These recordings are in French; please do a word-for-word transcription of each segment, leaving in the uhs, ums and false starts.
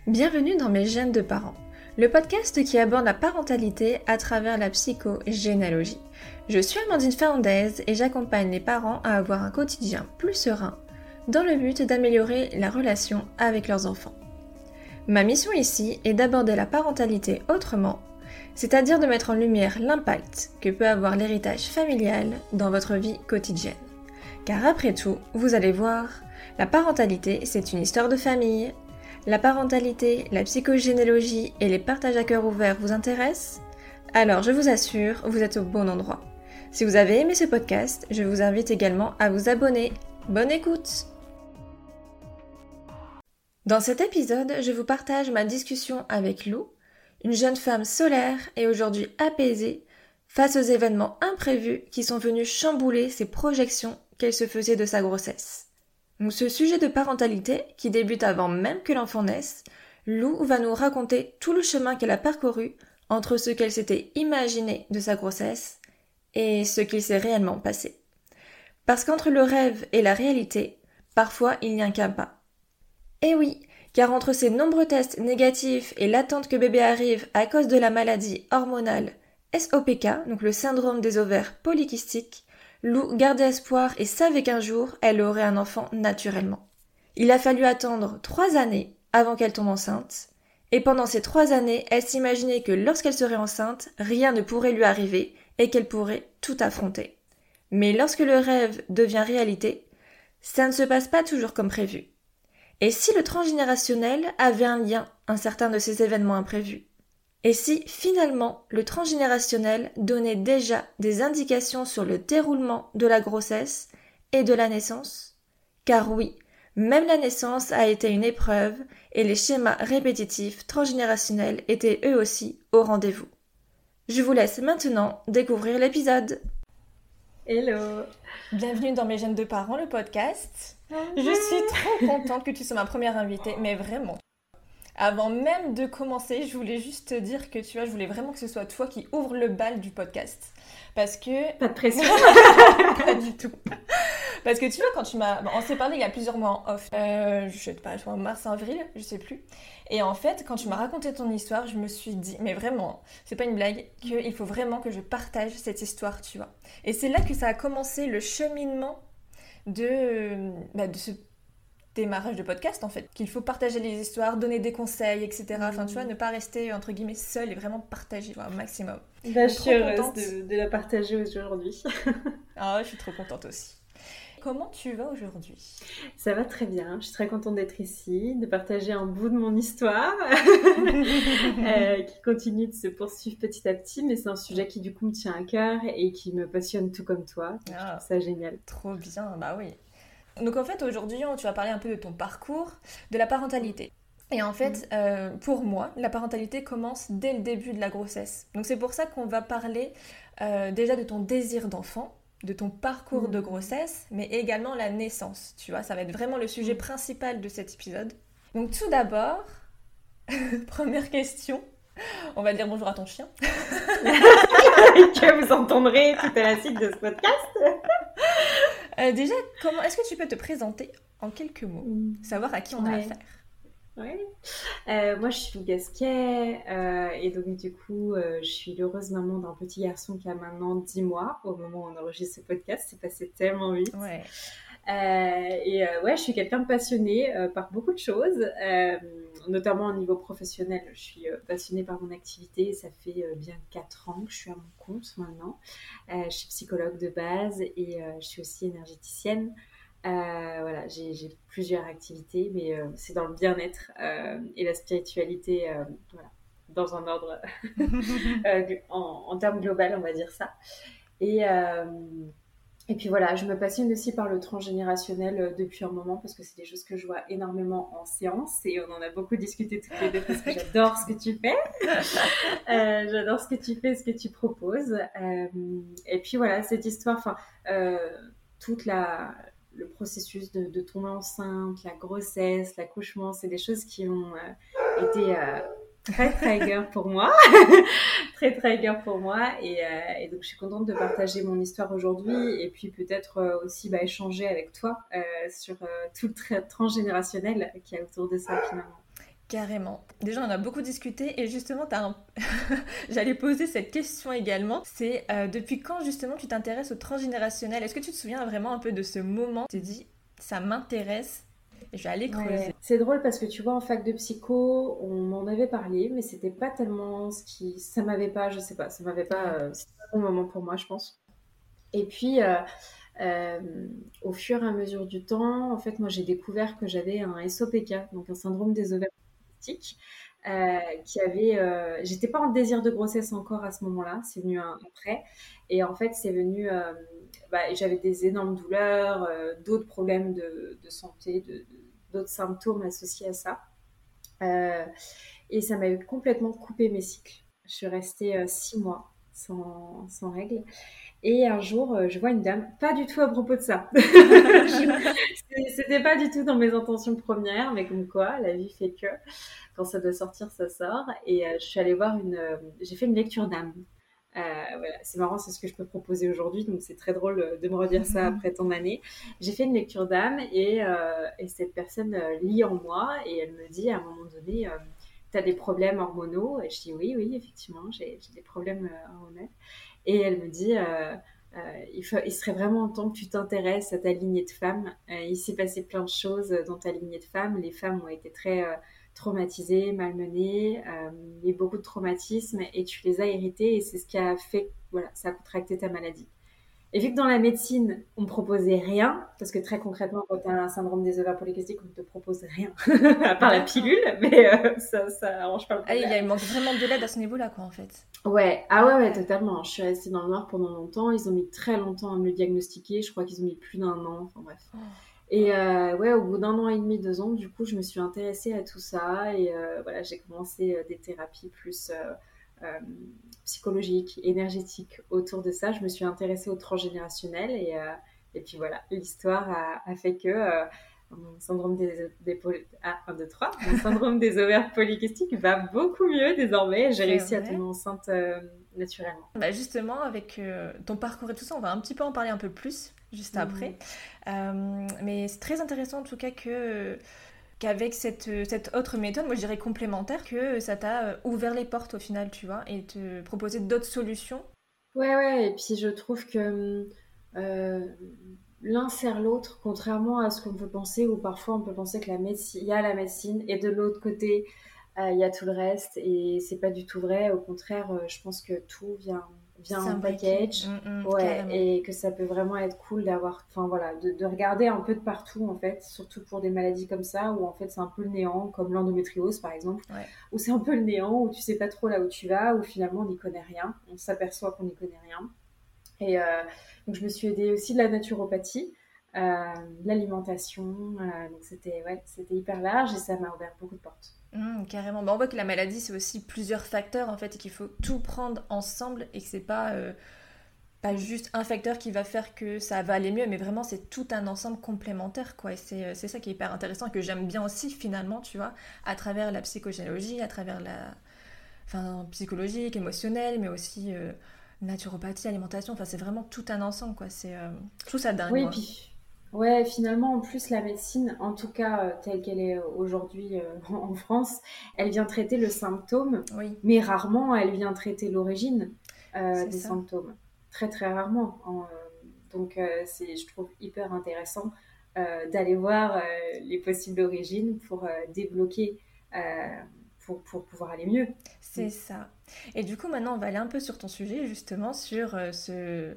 Bienvenue dans Mes gènes de parents, le podcast qui aborde la parentalité à travers la psychogénéalogie. Je suis Amandine Fernandez et j'accompagne les parents à avoir un quotidien plus serein dans le but d'améliorer la relation avec leurs enfants. Ma mission ici est d'aborder la parentalité autrement, c'est-à-dire de mettre en lumière l'impact que peut avoir l'héritage familial dans votre vie quotidienne. Car après tout, vous allez voir, la parentalité, c'est une histoire de famille. La parentalité, la psychogénéalogie et les partages à cœur ouvert vous intéressent? Alors je vous assure, vous êtes au bon endroit. Si vous avez aimé ce podcast, je vous invite également à vous abonner. Bonne écoute! Dans cet épisode, je vous partage ma discussion avec Lou, une jeune femme solaire et aujourd'hui apaisée face aux événements imprévus qui sont venus chambouler ses projections qu'elle se faisait de sa grossesse. Donc ce sujet de parentalité, qui débute avant même que l'enfant naisse, Lou va nous raconter tout le chemin qu'elle a parcouru entre ce qu'elle s'était imaginé de sa grossesse et ce qu'il s'est réellement passé. Parce qu'entre le rêve et la réalité, parfois il n'y a qu'un pas. Et oui, car entre ces nombreux tests négatifs et l'attente que bébé arrive à cause de la maladie hormonale S O P K, donc le syndrome des ovaires polykystiques, Lou gardait espoir et savait qu'un jour, elle aurait un enfant naturellement. Il a fallu attendre trois années avant qu'elle tombe enceinte, et pendant ces trois années, elle s'imaginait que lorsqu'elle serait enceinte, rien ne pourrait lui arriver et qu'elle pourrait tout affronter. Mais lorsque le rêve devient réalité, ça ne se passe pas toujours comme prévu. Et si le transgénérationnel avait un lien à un certain de ces événements imprévus? Et si, finalement, le transgénérationnel donnait déjà des indications sur le déroulement de la grossesse et de la naissance? Car oui, même la naissance a été une épreuve et les schémas répétitifs transgénérationnels étaient eux aussi au rendez-vous. Je vous laisse maintenant découvrir l'épisode. Hello! Bienvenue dans Mes gènes de parents, le podcast. Je suis trop contente que tu sois ma première invitée, mais vraiment. Avant même de commencer, je voulais juste te dire que tu vois, je voulais vraiment que ce soit toi qui ouvre le bal du podcast. Parce que... Pas de pression. Pas du tout. Parce que tu vois, quand tu m'as... Bon, on s'est parlé il y a plusieurs mois en off. Euh, je sais pas, je crois en mars, avril, je sais plus. Et en fait, quand tu m'as raconté ton histoire, je me suis dit, mais vraiment, c'est pas une blague, qu'il faut vraiment que je partage cette histoire, tu vois. Et c'est là que ça a commencé le cheminement de, bah, de ce démarrage de podcast en fait, qu'il faut partager les histoires, donner des conseils, et cetera. Enfin, tu vois, ne pas rester entre guillemets seule et vraiment partager au maximum. Bah, je suis heureuse de, de la partager aujourd'hui. Ah, je suis trop contente aussi. Comment tu vas aujourd'hui? Ça va très bien, je suis très contente d'être ici, de partager un bout de mon histoire euh, qui continue de se poursuivre petit à petit, mais c'est un sujet qui du coup me tient à cœur et qui me passionne tout comme toi. Donc, ah, je trouve ça génial. Trop bien, bah oui. Donc en fait aujourd'hui tu vas parler un peu de ton parcours, de la parentalité. Et en fait mmh. euh, pour moi la parentalité commence dès le début de la grossesse. Donc c'est pour ça qu'on va parler euh, déjà de ton désir d'enfant, de ton parcours mmh. de grossesse, mais également la naissance. Tu vois, ça va être vraiment le sujet mmh. principal de cet épisode. Donc tout d'abord, première question, on va dire bonjour à ton chien. Que vous entendrez tout à la suite de ce podcast. Euh, déjà, comment est-ce que tu peux te présenter en quelques mots, mmh. savoir à qui on ouais. a affaire? Oui. Euh, moi, je suis Lou Gasquet euh, et donc du coup, euh, je suis l'heureuse maman d'un petit garçon qui a maintenant dix mois au moment où on enregistre ce podcast. C'est passé tellement vite. Ouais. Euh, et euh, ouais, je suis quelqu'un de passionné euh, par beaucoup de choses, euh, notamment au niveau professionnel. Je suis euh, passionnée par mon activité. Ça fait euh, bien quatre ans que je suis à mon compte maintenant. Euh, je suis psychologue de base et euh, je suis aussi énergéticienne. Euh, voilà, j'ai, j'ai plusieurs activités, mais euh, c'est dans le bien-être euh, et la spiritualité, euh, voilà, dans un ordre euh, en, en termes global, on va dire ça. Et euh, Et puis voilà, je me passionne aussi par le transgénérationnel depuis un moment parce que c'est des choses que je vois énormément en séance et on en a beaucoup discuté toutes les deux parce que j'adore ce que tu fais. euh, j'adore ce que tu fais, ce que tu proposes. Euh, et puis voilà, cette histoire, enfin, euh, toute la, le processus de, de tomber enceinte, la grossesse, l'accouchement, c'est des choses qui ont euh, été... Euh, très trigger pour moi, très trigger pour moi et, euh, et donc je suis contente de partager mon histoire aujourd'hui et puis peut-être euh, aussi bah, échanger avec toi euh, sur euh, tout le tra- transgénérationnel qu'il y a autour de ça finalement. Carrément. Déjà, on a beaucoup discuté et justement, t'as un... j'allais poser cette question également. C'est euh, depuis quand justement tu t'intéresses au transgénérationnel? Est-ce que tu te souviens vraiment un peu de ce moment où tu t'es dit, ça m'intéresse et je vais aller creuser? Ouais, c'est drôle parce que tu vois, en fac de psycho, on m'en avait parlé, mais c'était pas tellement ce qui. Ça m'avait pas, je sais pas, ça m'avait pas. Ouais. euh, C'était pas un bon moment pour moi, je pense. Et puis, euh, euh, au fur et à mesure du temps, en fait, moi, j'ai découvert que j'avais un S O P K, donc un syndrome des ovaires polykystiques, euh, qui avait. euh, J'étais pas en désir de grossesse encore à ce moment-là, c'est venu un- après. Et en fait, c'est venu. euh, bah, j'avais des énormes douleurs, euh, d'autres problèmes de, de santé, de, de- d'autres symptômes associés à ça. Euh, et ça m'a complètement coupé mes cycles. Je suis restée euh, six mois sans, sans règles. Et un jour, euh, je vois une dame, pas du tout à propos de ça. Je- C'était pas du tout dans mes intentions premières, mais comme quoi, la vie fait que quand ça doit sortir, ça sort. Et euh, je suis allée voir une. euh, j'ai fait une lecture d'âme. Euh, voilà, c'est marrant, c'est ce que je peux proposer aujourd'hui, donc c'est très drôle euh, de me redire ça après tant d'années. J'ai fait une lecture d'âme et, euh, et cette personne euh, lit en moi et elle me dit à un moment donné, euh, t'as des problèmes hormonaux? Et je dis oui, oui, effectivement, j'ai j'ai des problèmes euh, hormonaux. Et elle me dit, euh, euh, il, faut- il serait vraiment temps que tu t'intéresses à ta lignée de femmes. Euh, il s'est passé plein de choses dans ta lignée de femmes. Les femmes ont été très euh, traumatisées, malmenées, euh, il y a eu beaucoup de traumatismes et tu les as héritées et c'est ce qui a fait, voilà, ça a contracté ta maladie. Et vu que dans la médecine, on ne proposait rien, parce que très concrètement, quand tu as un syndrome des ovaires polykystiques, on ne te propose rien, à part la D'accord. pilule, mais euh, ça, ça arrange pas le Ah, il y problème. a- il manque vraiment de l'aide à ce niveau-là, quoi, en fait. Ouais, ah ouais, Ah ouais, ouais. totalement. Je suis restée dans le noir pendant longtemps. Ils ont mis très longtemps à me le diagnostiquer. Je crois qu'ils ont mis plus d'un an. Enfin bref. Oh, Et euh, ouais, au bout d'un an et demi, deux ans, du coup, je me suis intéressée à tout ça. Et euh, voilà, j'ai commencé euh, des thérapies plus euh, euh, psychologiques, énergétiques autour de ça. Je me suis intéressée au transgénérationnel. Et, euh, et puis voilà, l'histoire a, a fait que euh, mon syndrome des, des poly- ah, un, deux, trois. Mon syndrome des ovaires polykystiques va beaucoup mieux désormais. J'ai c'est réussi à tomber vrai. enceinte euh, naturellement. Bah justement, avec euh, ton parcours et tout ça, on va un petit peu en parler un peu plus juste Mhm. après. Euh, mais c'est très intéressant en tout cas que qu'avec cette, cette autre méthode, moi je dirais complémentaire, que ça t'a euh, ouvert les portes au final, tu vois, et te proposer d'autres solutions. Ouais, ouais, et puis je trouve que euh, l'un sert l'autre, contrairement à ce qu'on peut penser, où parfois on peut penser que la médecine, il y a la médecine, et de l'autre côté, euh, il y a tout le reste, et c'est pas du tout vrai. Au contraire, euh, je pense que tout vient, vient en S'imbriquer, package, mm, mm, ouais, carrément. et que ça peut vraiment être cool d'avoir, enfin voilà, de, de regarder un peu de partout, en fait, surtout pour des maladies comme ça, où en fait c'est un peu le néant, comme l'endométriose par exemple, Ouais, où c'est un peu le néant, où tu sais pas trop là où tu vas, où finalement on n'y connaît rien, on s'aperçoit qu'on n'y connaît rien. Et euh, donc je me suis aidée aussi de la naturopathie, euh, de l'alimentation, euh, donc c'était ouais, c'était hyper large et ça m'a ouvert beaucoup de portes. mm, carrément. Bah, on voit que la maladie, c'est aussi plusieurs facteurs en fait, et qu'il faut tout prendre ensemble, et que c'est pas euh, pas Mm. juste un facteur qui va faire que ça va aller mieux, mais vraiment c'est tout un ensemble complémentaire, quoi. Et c'est, euh, c'est ça qui est hyper intéressant et que j'aime bien aussi finalement, tu vois, à travers la psychogénéalogie, à travers la, enfin, psychologique, émotionnelle, mais aussi euh, naturopathie, alimentation. Enfin, c'est vraiment tout un ensemble, quoi. C'est, euh, je trouve ça dingue, Oui, moi. puis ouais, finalement en plus la médecine, en tout cas euh, telle qu'elle est aujourd'hui euh, en France, elle vient traiter le symptôme, Oui, mais rarement elle vient traiter l'origine euh, c'est des ça. symptômes. Très très rarement. En, euh, donc euh, c'est, je trouve hyper intéressant euh, d'aller voir euh, les possibles origines pour euh, débloquer, euh, pour, pour pouvoir aller mieux. Mm. C'est ça. Et du coup, maintenant, on va aller un peu sur ton sujet, justement, sur euh, ce,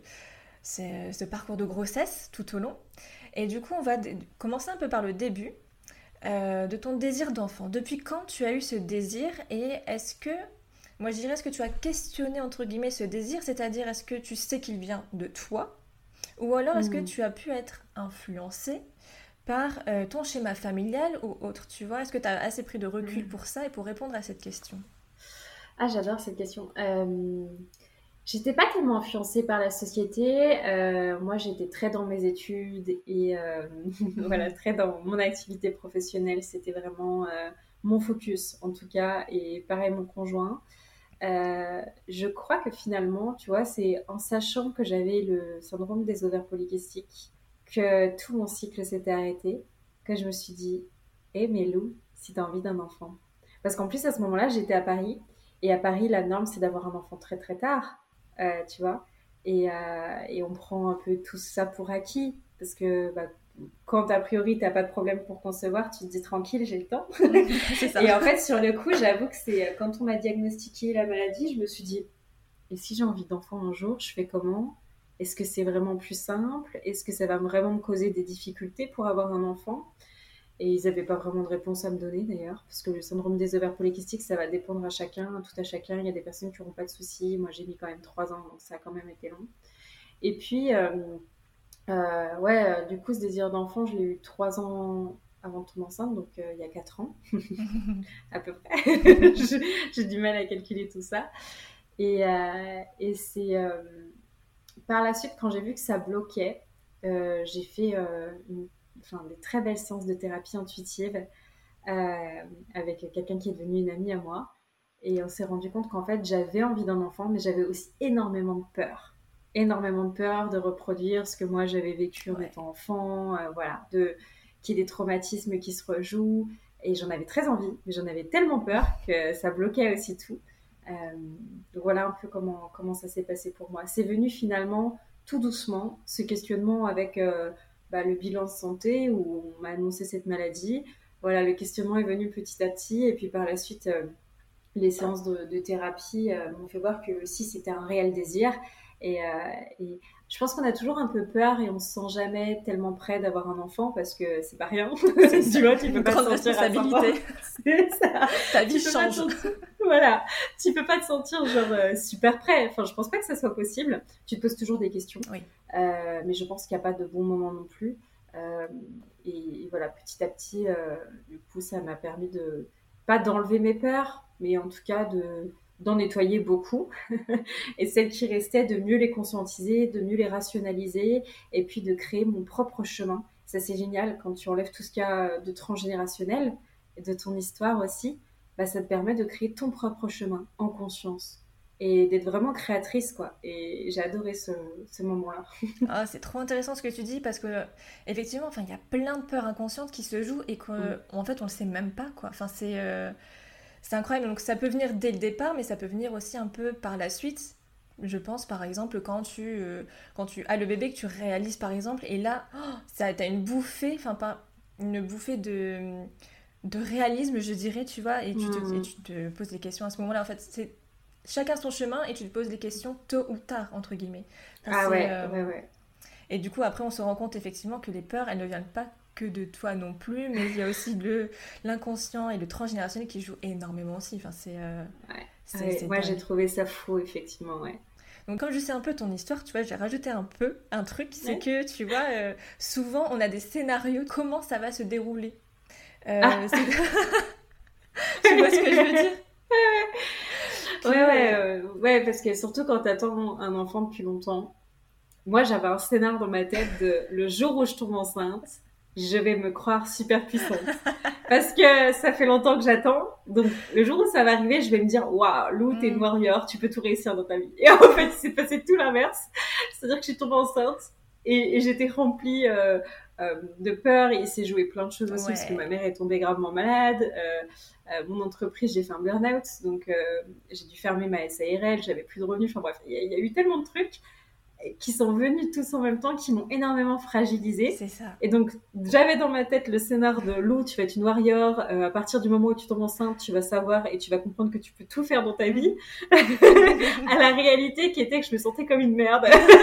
ce, ce parcours de grossesse tout au long. Et du coup, on va d- commencer un peu par le début euh, de ton désir d'enfant. Depuis quand tu as eu ce désir et est-ce que, moi je dirais, est-ce que tu as questionné entre guillemets ce désir, c'est-à-dire est-ce que tu sais qu'il vient de toi ou alors est-ce que Mm. tu as pu être influencé par euh, ton schéma familial ou autre, tu vois? Est-ce que tu as assez pris de recul Mm. pour ça et pour répondre à cette question? Ah, j'adore cette question. Euh, J'étais pas tellement influencée par la société. Euh, moi, j'étais très dans mes études et euh, voilà, très dans mon activité professionnelle. C'était vraiment euh, mon focus, en tout cas, et pareil mon conjoint. Euh, je crois que finalement, tu vois, c'est en sachant que j'avais le syndrome des ovaires polykystiques que tout mon cycle s'était arrêté, que je me suis dit, eh mais Lou, si t'as envie d'un enfant. Parce qu'en plus, à ce moment-là, j'étais à Paris. Et à Paris, la norme, c'est d'avoir un enfant très, très tard, euh, tu vois. Et, euh, et on prend un peu tout ça pour acquis. Parce que bah, quand, a priori, tu n'as pas de problème pour concevoir, tu te dis tranquille, j'ai le temps. C'est ça. Et en fait, sur le coup, j'avoue que c'est quand on m'a diagnostiqué la maladie, je me suis dit, et si j'ai envie d'enfant un jour, je fais comment ? Est-ce que c'est vraiment plus simple ? Est-ce que ça va vraiment me causer des difficultés pour avoir un enfant ? Et ils n'avaient pas vraiment de réponse à me donner d'ailleurs, parce que le syndrome des ovaires polykystiques, ça va dépendre à chacun, tout à chacun. Il y a des personnes qui n'auront pas de soucis. Moi, j'ai mis quand même trois ans, donc ça a quand même été long. Et puis, euh, euh, ouais, euh, du coup, ce désir d'enfant, je l'ai eu trois ans avant de tomber enceinte, donc euh, il y a quatre ans, à peu près. J'ai du mal à calculer tout ça. Et, euh, et c'est euh, par la suite, quand j'ai vu que ça bloquait, euh, j'ai fait euh, une Enfin, des très belles séances de thérapie intuitive euh, avec quelqu'un qui est devenu une amie à moi. Et on s'est rendu compte qu'en fait, j'avais envie d'un enfant, mais j'avais aussi énormément de peur. Énormément de peur de reproduire ce que moi j'avais vécu en ouais. étant enfant, euh, voilà, de, qu'il y ait des traumatismes qui se rejouent. Et j'en avais très envie, mais j'en avais tellement peur que ça bloquait aussi tout. Euh, donc voilà un peu comment, comment ça s'est passé pour moi. C'est venu finalement tout doucement, ce questionnement avec... Euh, Bah, le bilan de santé où on m'a annoncé cette maladie. Voilà, le questionnement est venu petit à petit et puis par la suite, euh, les séances de, de thérapie euh, m'ont fait voir que si c'était un réel désir et, euh, et je pense qu'on a toujours un peu peur et on se sent jamais tellement prêt d'avoir un enfant parce que c'est pas rien. C'est tu vois, tu peux pas te sentir responsabilité. C'est ça. Ta vie change. Voilà, tu peux pas te sentir genre euh, super prêt. Enfin, je pense pas que ça soit possible. Tu te poses toujours des questions. Oui. Euh, mais je pense qu'il n'y a pas de bon moment non plus. Euh, et, et voilà, petit à petit, euh, du coup, ça m'a permis de pas d'enlever mes peurs, mais en tout cas de d'en nettoyer beaucoup. Et celles qui restaient, de mieux les conscientiser, de mieux les rationaliser, et puis de créer mon propre chemin. Ça, c'est génial quand tu enlèves tout ce qu'il y a de transgénérationnel et de ton histoire aussi. Bah, ça te permet de créer ton propre chemin en conscience et d'être vraiment créatrice, quoi. Et j'ai adoré ce, ce moment-là. Ah, c'est trop intéressant ce que tu dis parce que effectivement, enfin, il y a plein de peurs inconscientes qui se jouent et qu'en mm. fait, on le sait même pas, quoi. Enfin, c'est euh, c'est incroyable. Donc, ça peut venir dès le départ, mais ça peut venir aussi un peu par la suite. Je pense, par exemple, quand tu euh, quand tu as le bébé que tu réalises, par exemple, et là, oh, ça, t'as une bouffée, enfin pas une bouffée de de réalisme, je dirais, tu vois, et tu, mm. te, et tu te poses des questions à ce moment-là. En fait, c'est chacun son chemin et tu te poses des questions tôt ou tard, entre guillemets. Enfin, ah ouais, euh... ouais, ouais. Et du coup, après, on se rend compte effectivement que les peurs, elles ne viennent pas que de toi non plus, mais il y a aussi le, l'inconscient et le transgénérationnel qui jouent énormément aussi. Enfin, c'est, euh, ouais. c'est, ouais, c'est moi, j'ai trouvé ça fou, effectivement, ouais. Donc, comme je sais un peu ton histoire, tu vois, j'ai rajouté un peu un truc, c'est ouais. que, tu vois, euh, souvent, on a des scénarios, comment ça va se dérouler. Euh, ah. Tu vois ce que je veux dire ? Ouais, ouais, euh, ouais, parce que surtout quand t'attends un enfant depuis longtemps, moi j'avais un scénar dans ma tête de le jour où je tombe enceinte, je vais me croire super puissante. Parce que ça fait longtemps que j'attends, donc le jour où ça va arriver, je vais me dire waouh, Lou, t'es une warrior, tu peux tout réussir dans ta vie. Et en fait, il s'est passé tout l'inverse, c'est-à-dire que je suis tombée enceinte et, et j'étais remplie euh, euh, de peur et il s'est joué plein de choses aussi ouais. parce que ma mère est tombée gravement malade. Euh, Euh, mon entreprise, j'ai fait un burn-out, donc euh, j'ai dû fermer ma S A R L, j'avais plus de revenus, enfin bref, il y, y a eu tellement de trucs qui sont venus tous en même temps, qui m'ont énormément fragilisée. C'est ça. Et donc, j'avais dans ma tête le scénar de Lou, tu vas être une warrior, euh, à partir du moment où tu tombes enceinte, tu vas savoir et tu vas comprendre que tu peux tout faire dans ta vie, à la réalité qui était que je me sentais comme une merde.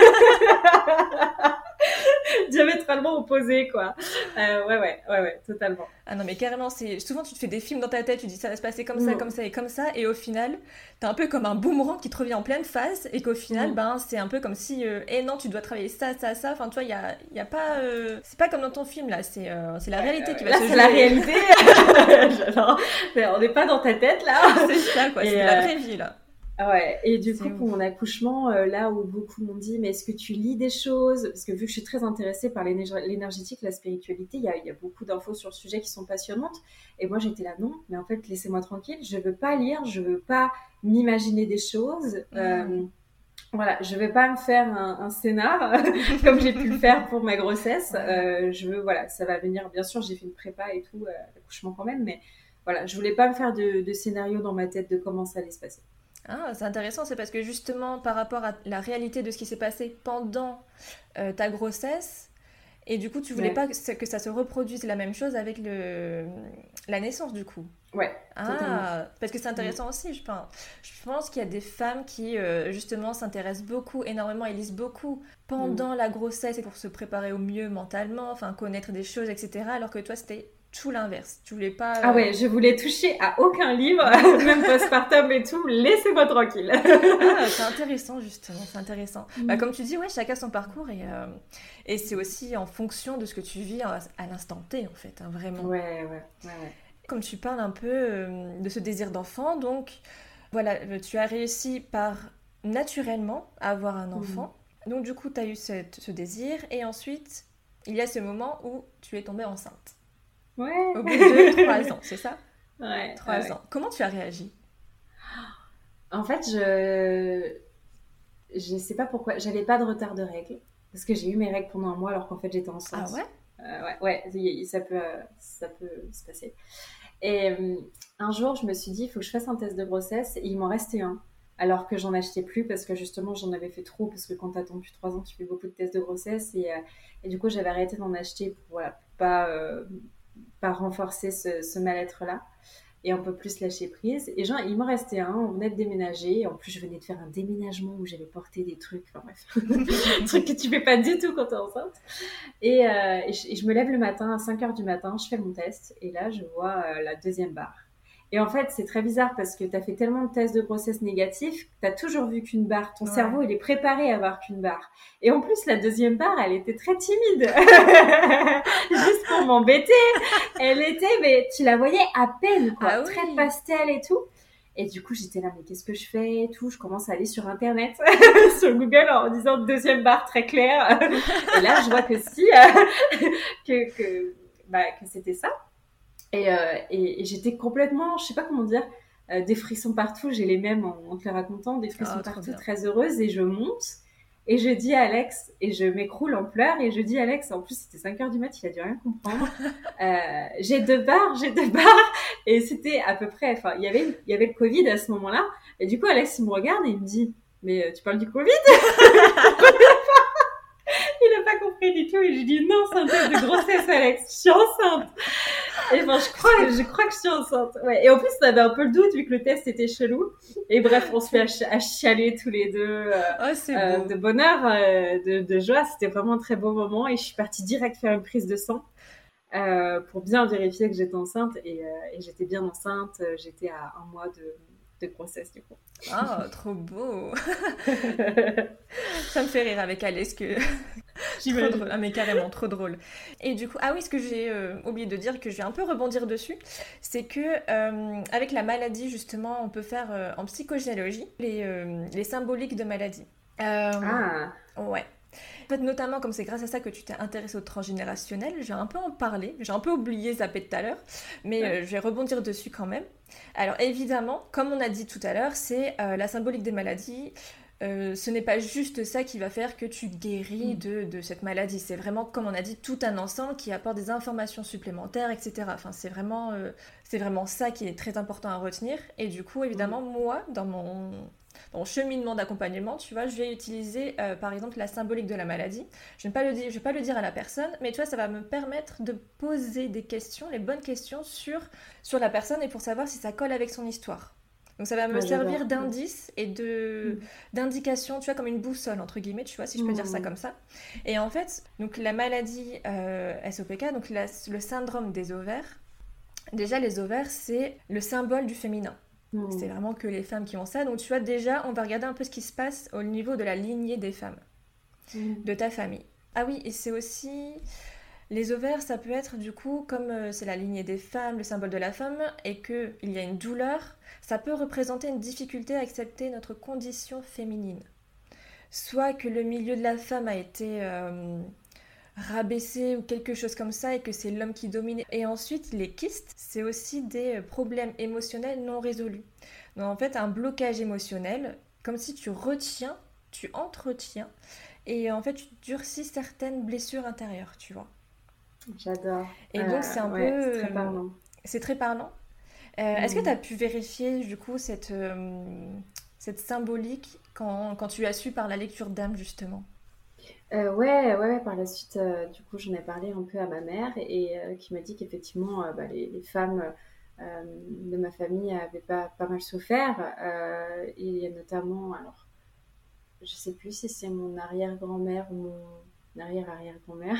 Diamétralement opposé, quoi. Euh, ouais, ouais, ouais, ouais, totalement. Ah non, mais carrément, c'est... souvent tu te fais des films dans ta tête, tu dis ça va se passer comme ça, mmh. comme ça et comme ça, et au final, t'as un peu comme un boomerang qui te revient en pleine face, et qu'au final, mmh. ben, c'est un peu comme si, euh, eh non, tu dois travailler ça, ça, ça, enfin, tu vois, il y a, y a pas... Euh... C'est pas comme dans ton film, là, c'est, euh, c'est la réalité euh, qui va là, se jouer. Là, c'est la réalité. Genre, on n'est pas dans ta tête, là. C'est ça, quoi, et c'est euh... la vraie vie, là. Ouais, et du c'est coup, ouf. Pour mon accouchement, euh, là où beaucoup m'ont dit, mais est-ce que tu lis des choses ? Parce que vu que je suis très intéressée par l'énergétique, la spiritualité, il y a, y a beaucoup d'infos sur le sujet qui sont passionnantes. Et moi, j'étais là, non, mais en fait, laissez-moi tranquille, je veux pas lire, je veux pas m'imaginer des choses. Mmh. Euh, voilà, je vais pas me faire un, un scénar comme j'ai pu le faire pour ma grossesse. Euh, je veux, voilà, ça va venir. Bien sûr, j'ai fait une prépa et tout, euh, l'accouchement quand même, mais voilà, je voulais pas me faire de, de scénario dans ma tête de comment ça allait se passer. Ah, c'est intéressant, c'est parce que justement, par rapport à la réalité de ce qui s'est passé pendant euh, ta grossesse, et du coup, tu voulais Ouais, pas que ça, que ça se reproduise la même chose avec le, la naissance, du coup. ouais, totalement. Ah, parce que c'est Mm. intéressant aussi, je pense. Je pense qu'il y a des femmes qui, euh, justement, s'intéressent beaucoup, énormément, et lisent beaucoup Mm. pendant la grossesse et pour se préparer au mieux mentalement, enfin, connaître des choses, et cetera. Alors que toi, c'était tout l'inverse. Tu voulais pas... Ah euh, ouais, je voulais toucher à aucun livre, même postpartum et tout, laissez-moi tranquille. Ah, c'est intéressant, justement, c'est intéressant. Bah, Mm. comme tu dis, ouais, chacun son parcours, et, euh, et c'est aussi en fonction de ce que tu vis à, à l'instant T, en fait, hein, vraiment. Ouais, ouais, ouais, ouais. Comme tu parles un peu euh, de ce désir d'enfant, donc voilà, euh, tu as réussi par naturellement à avoir un Mm. enfant. Donc du coup, tu as eu cette- ce désir et ensuite, il y a ce moment où tu es tombée enceinte. Ouais. Au bout de trois ans, c'est ça? Ouais, ouais, Trois ouais. ans. Comment tu as réagi? En fait, je je sais pas pourquoi, j'avais pas de retard de règles parce que j'ai eu mes règles pendant un mois alors qu'en fait j'étais Ah enceinte. ouais? Euh, ouais, ouais, y- y- ça peut euh, ça peut se passer. Et euh, un jour, je me suis dit, il faut que je fasse un test de grossesse. Et il m'en restait un. Alors que j'en achetais plus parce que justement, j'en avais fait trop. Parce que quand t'attends plus de trois ans, tu fais beaucoup de tests de grossesse. Et, euh, et du coup, j'avais arrêté d'en acheter pour, voilà, pour pas, euh, pas renforcer ce, ce mal-être-là. Et un peu plus lâcher prise. Et genre, il m'en restait un. On venait de déménager. En plus, je venais de faire un déménagement où j'avais porté des trucs. Enfin bref, trucs que tu fais pas du tout quand t'es enceinte. Et, euh, et, je, et je me lève le matin à cinq heures du matin, je fais mon test et là je vois euh, la deuxième barre. Et en fait, c'est très bizarre parce que tu as fait tellement de tests de grossesse négatifs que tu as toujours vu qu'une barre. Ton Ouais. cerveau, il est préparé à voir qu'une barre. Et en plus, la deuxième barre, elle était très timide. Juste pour m'embêter. Elle était, mais tu la voyais à peine, quoi. Ah Très oui. pastel et tout. Et du coup, j'étais là, mais qu'est-ce que je fais et tout. Je commence à aller sur Internet, sur Google, en disant deuxième barre très claire. Et là, je vois que si, euh, que, que, bah, que c'était ça. Et, euh, et, et j'étais complètement, je sais pas comment dire, euh, des frissons partout. J'ai les mêmes en, en te les racontant, des frissons Ah, trop partout, bien. très heureuse. Et je monte et je dis à Alex, et je m'écroule en pleurs. Et je dis à Alex, en plus c'était cinq heures du mat, il a dû rien comprendre. Euh, j'ai deux barres, j'ai deux barres. Et c'était à peu près, enfin, il y avait, il y avait le Covid à ce moment-là. Et du coup, Alex, il me regarde et il me dit, mais euh, tu parles du Covid? Il n'a pas compris du tout. Et je dis, non, c'est un test de grossesse, Alex. Je suis enceinte. Et ben, je crois, je crois que je suis enceinte. Ouais. Et en plus, on avait un peu le doute vu que le test était chelou. Et bref, on se fait à, ch- à chialer tous les deux euh, Oh, c'est euh, beau. de bonheur, euh, de, de joie. C'était vraiment un très beau moment. Et je suis partie direct faire une prise de sang euh, pour bien vérifier que j'étais enceinte. Et, euh, et j'étais bien enceinte. J'étais à un mois de, de grossesse du coup. Ah, trop beau. Ça me fait rire avec Alice que trop drôle. J'imagine. Ah mais carrément trop drôle. Et du coup, ah oui, ce que j'ai euh, oublié de dire que je vais un peu rebondir dessus, c'est que euh, avec la maladie justement, on peut faire euh, en psychogénéalogie les, euh, les symboliques de maladie. Euh, Ah, ouais. En fait, notamment comme c'est grâce à ça que tu t'es intéressée au transgénérationnel, je vais un peu en parler. J'ai un peu oublié zapper tout à l'heure, mais ouais. euh, je vais rebondir dessus quand même. Alors évidemment, comme on a dit tout à l'heure, c'est euh, la symbolique des maladies. Euh, ce n'est pas juste ça qui va faire que tu guéris Mm. de, de cette maladie. C'est vraiment, comme on a dit, tout un ensemble qui apporte des informations supplémentaires, et cetera. Enfin, c'est vraiment, euh, c'est vraiment ça qui est très important à retenir. Et du coup, Mm. évidemment, moi, dans mon, dans mon cheminement d'accompagnement, tu vois, je vais utiliser, euh, par exemple, la symbolique de la maladie. Je ne vais pas le dire, je vais pas le dire à la personne, mais tu vois, ça va me permettre de poser des questions, les bonnes questions sur, sur la personne et pour savoir si ça colle avec son histoire. Donc ça va me Ah, servir j'adore. d'indice et de Mm. d'indication, tu vois, comme une boussole entre guillemets, tu vois, si je peux dire ça Mm. comme ça. Et en fait, donc la maladie euh, S O P K, donc la- le syndrome des ovaires. Déjà, les ovaires, c'est le symbole du féminin. C'est Mm. vraiment que les femmes qui ont ça. Donc tu vois, déjà, on va regarder un peu ce qui se passe au niveau de la lignée des femmes, Mm. de ta famille. Ah oui, et c'est aussi les ovaires, ça peut être du coup, comme euh, c'est la lignée des femmes, le symbole de la femme, et qu'il y a une douleur, ça peut représenter une difficulté à accepter notre condition féminine. Soit que le milieu de la femme a été euh, rabaissé ou quelque chose comme ça, et que c'est l'homme qui domine. Et ensuite, les kystes, c'est aussi des problèmes émotionnels non résolus. Donc en fait, un blocage émotionnel, comme si tu retiens, tu entretiens, et en fait, tu durcis certaines blessures intérieures, tu vois. J'adore. Et donc c'est Euh, un peu... ouais, c'est très euh, parlant. c'est très parlant. Euh, est-ce que tu Mm. as pu vérifier du coup cette, euh, cette symbolique quand, quand tu as su par la lecture d'âme justement? Euh, ouais, ouais, ouais, par la suite, euh, du coup, j'en ai parlé un peu à ma mère et euh, qui m'a dit qu'effectivement, euh, bah, les, les femmes euh, de ma famille avaient pas, pas mal souffert. Euh, et il y a notamment, alors, je sais plus si c'est mon arrière-grand-mère ou mon arrière-arrière-grand-mère,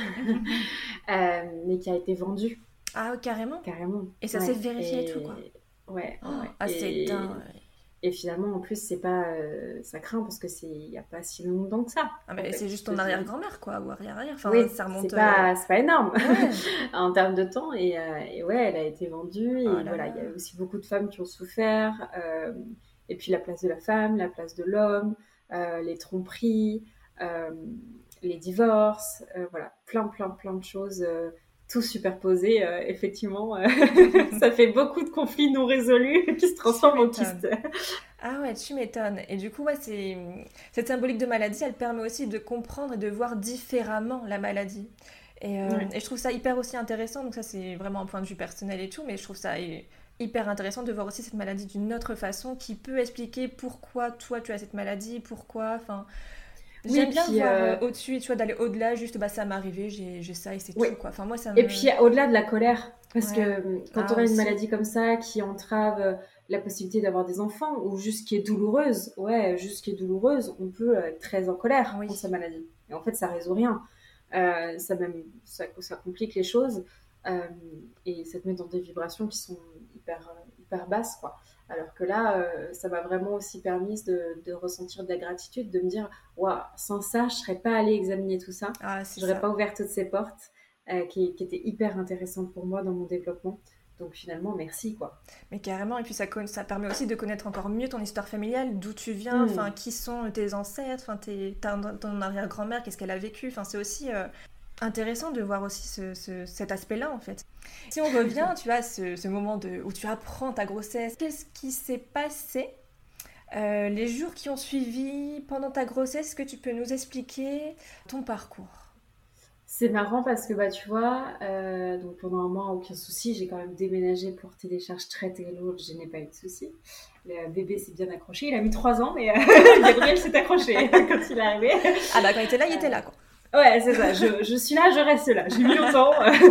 euh, mais qui a été vendue, Ah, carrément. carrément. Et ça s'est Ouais, vérifié et tout quoi. et ouais, ouais, Oh, ouais. ah, c'est Et, dingue. et finalement, en plus, c'est pas, euh, ça craint parce que c'est, il y a pas si longtemps que ça, Ah, en mais fait, c'est je juste te ton dis. arrière-grand-mère quoi, ou arrière-arrière. Enfin, Oui, ça c'est remonte. euh, pas, c'est pas énorme Ouais. en termes de temps. Et, euh, et ouais, elle a été vendue. Oh Et là voilà, là. il y a aussi beaucoup de femmes qui ont souffert. Euh, et puis la place de la femme, la place de l'homme, euh, les tromperies, euh, les divorces, euh, voilà, plein, plein, plein de choses, euh, tout superposé. Euh, effectivement, euh, ça fait beaucoup de conflits non résolus qui se Tu transforment en m'étonnes. kystes. Ah ouais, tu m'étonnes. Et du coup, ouais, c'est... cette symbolique de maladie, elle permet aussi de comprendre et de voir différemment la maladie. Et, euh, Ouais. et je trouve ça hyper aussi intéressant, donc ça c'est vraiment un point de vue personnel et tout, mais je trouve ça hy- hyper intéressant de voir aussi cette maladie d'une autre façon qui peut expliquer pourquoi toi tu as cette maladie, pourquoi, enfin... Oui, J'aime bien puis voir euh, euh, au-dessus, tu vois, d'aller au-delà, juste bah ça m'est arrivé, j'ai j'ai ça et c'est oui. tout, quoi. Enfin moi ça Et me... puis au-delà de la colère, parce que Ouais. euh, quand on Ah a une aussi. maladie comme ça qui entrave euh, la possibilité d'avoir des enfants ou juste qui est douloureuse, ouais, juste qui est douloureuse, on peut euh, être très en colère contre sa Oui. maladie. Et en fait, ça résout rien. Euh, ça même ça, ça complique les choses euh, et ça te met dans des vibrations qui sont hyper euh, hyper basses, quoi. Alors que là, euh, ça m'a vraiment aussi permis de, de ressentir de la gratitude, de me dire, waouh, sans ça, je serais pas allée examiner tout ça, Ah c'est j'aurais ça. pas ouvert toutes ces portes euh, qui, qui étaient hyper intéressantes pour moi dans mon développement. Donc finalement, merci, quoi. Mais carrément, et puis ça, con- ça permet aussi de connaître encore mieux ton histoire familiale, d'où tu viens, enfin, Hmm. qui sont tes ancêtres, enfin, tes, ta- ton arrière-grand-mère, qu'est-ce qu'elle a vécu. Enfin, c'est aussi euh, intéressant de voir aussi ce- ce- cet aspect-là, en fait. Si on revient, tu vois, ce, ce moment de, où tu apprends ta grossesse, qu'est-ce qui s'est passé euh, les jours qui ont suivi pendant ta grossesse? Est-ce que tu peux nous expliquer ton parcours? C'est marrant parce que bah tu vois, euh, donc pendant un mois aucun souci, j'ai quand même déménagé pour des charges très très lourdes, je n'ai pas eu de souci. Le bébé s'est bien accroché, il a mis trois ans, mais euh, Gabriel s'est accroché quand il est arrivé. Ah bah quand il était là, il était là, quoi. Euh, ouais, c'est ça. Je, je suis là, je reste là. J'ai mis longtemps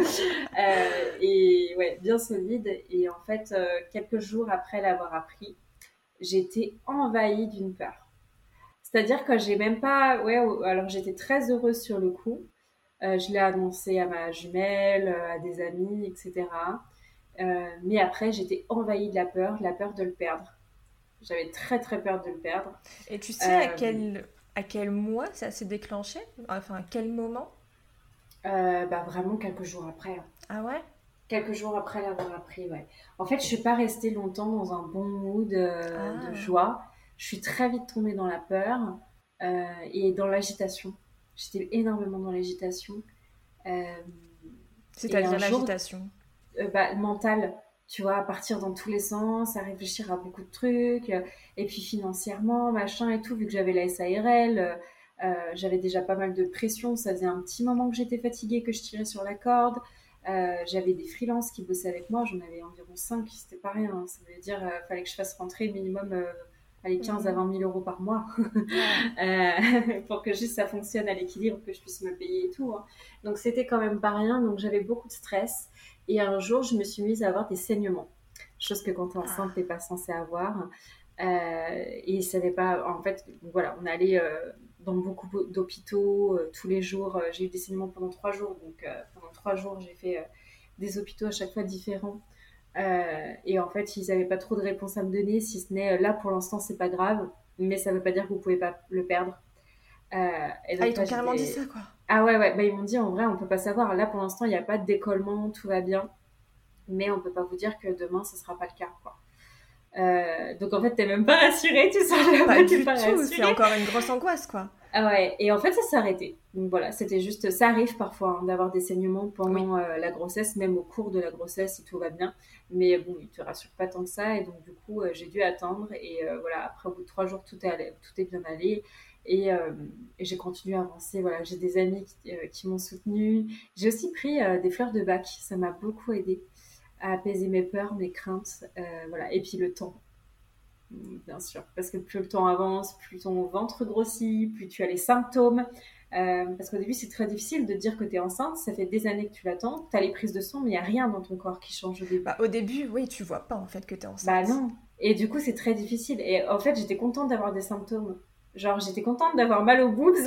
euh, et ouais, bien solide. Et en fait, euh, quelques jours après l'avoir appris, j'étais envahie d'une peur. C'est-à-dire que j'ai même pas, ouais, alors j'étais très heureuse sur le coup. Euh, je l'ai annoncé à ma jumelle, euh, à des amis, et cetera. Euh, mais après, j'étais envahie de la peur, de la peur de le perdre. J'avais très très peur de le perdre. Et tu sais à Euh, quel, à quel mois ça s'est déclenché? Enfin, à quel moment? euh, bah, vraiment quelques jours après, hein. Ah ouais? Quelques jours après l'avoir appris, ouais. En fait, je suis pas restée longtemps dans un bon mood euh, de Ah. joie. Je suis très vite tombée dans la peur euh, et dans l'agitation. J'étais énormément dans l'agitation. Euh, et un C'est-à-dire jour, l'agitation. euh, bah, mentale, tu vois, à partir dans tous les sens, à réfléchir à beaucoup de trucs, euh, et puis financièrement, machin et tout, vu que j'avais la S A R L, euh, euh, j'avais déjà pas mal de pression, ça faisait un petit moment que j'étais fatiguée, que je tirais sur la corde, euh, j'avais des freelances qui bossaient avec moi, j'en avais environ cinq, c'était pas rien, hein. Ça veut dire euh, fallait que je fasse rentrer minimum euh, allez, quinze à Mhm. vingt mille euros par mois Ouais. euh, pour que juste ça fonctionne à l'équilibre, que je puisse me payer et tout, hein. Donc c'était quand même pas rien, donc j'avais beaucoup de stress. Et un jour, je me suis mise à avoir des saignements, chose que quand tu es enceinte, Ah. tu n'es pas censée avoir. Euh, et ça n'est pas. En fait, voilà, on allait euh, dans beaucoup d'hôpitaux euh, tous les jours. Euh, J'ai eu des saignements pendant trois jours, donc euh, pendant trois jours, j'ai fait euh, des hôpitaux à chaque fois différents. Euh, et en fait, ils n'avaient pas trop de réponses à me donner, si ce n'est euh, là pour l'instant, c'est pas grave, mais ça ne veut pas dire que vous pouvez pas le perdre. Euh, et Ah, ils donc là, t'ont carrément dit j'étais. ça, quoi. Ah ouais, ouais, bah, ils m'ont dit en vrai, on peut pas savoir. Là pour l'instant, il n'y a pas de décollement, tout va bien, mais on peut pas vous dire que demain, ce sera pas le cas, quoi. Euh, donc en fait, t'es même pas rassurée, tu sors de Pas là-bas, t'es du pas tout, c'est rassurée. encore une grosse angoisse, quoi. Ah ouais, et en fait, ça s'est arrêté. Donc voilà, c'était juste, ça arrive parfois hein, d'avoir des saignements Oui. pendant euh, la grossesse, même au cours de la grossesse, si tout va bien. Mais bon, ils te rassurent pas tant que ça, et donc du coup, euh, j'ai dû attendre. Et euh, voilà, après, au bout de trois jours, tout est, allé, tout est bien allé. Et, euh, et j'ai continué à avancer. Voilà, j'ai des amis qui, euh, qui m'ont soutenue. J'ai aussi pris euh, des fleurs de bac, ça m'a beaucoup aidée. à apaiser mes peurs, mes craintes, euh, voilà. Et puis le temps, bien sûr, parce que plus le temps avance, plus ton ventre grossit, plus tu as les symptômes. Euh, parce qu'au début, c'est très difficile de dire que tu es enceinte. Ça fait des années que tu l'attends. Tu as les prises de sang, mais il n'y a rien dans ton corps qui change au début. Bah, au début, oui, tu vois pas en fait que t'es enceinte. Bah non. Et du coup, c'est très difficile. Et en fait, j'étais contente d'avoir des symptômes. Genre, j'étais contente d'avoir mal aux boobs.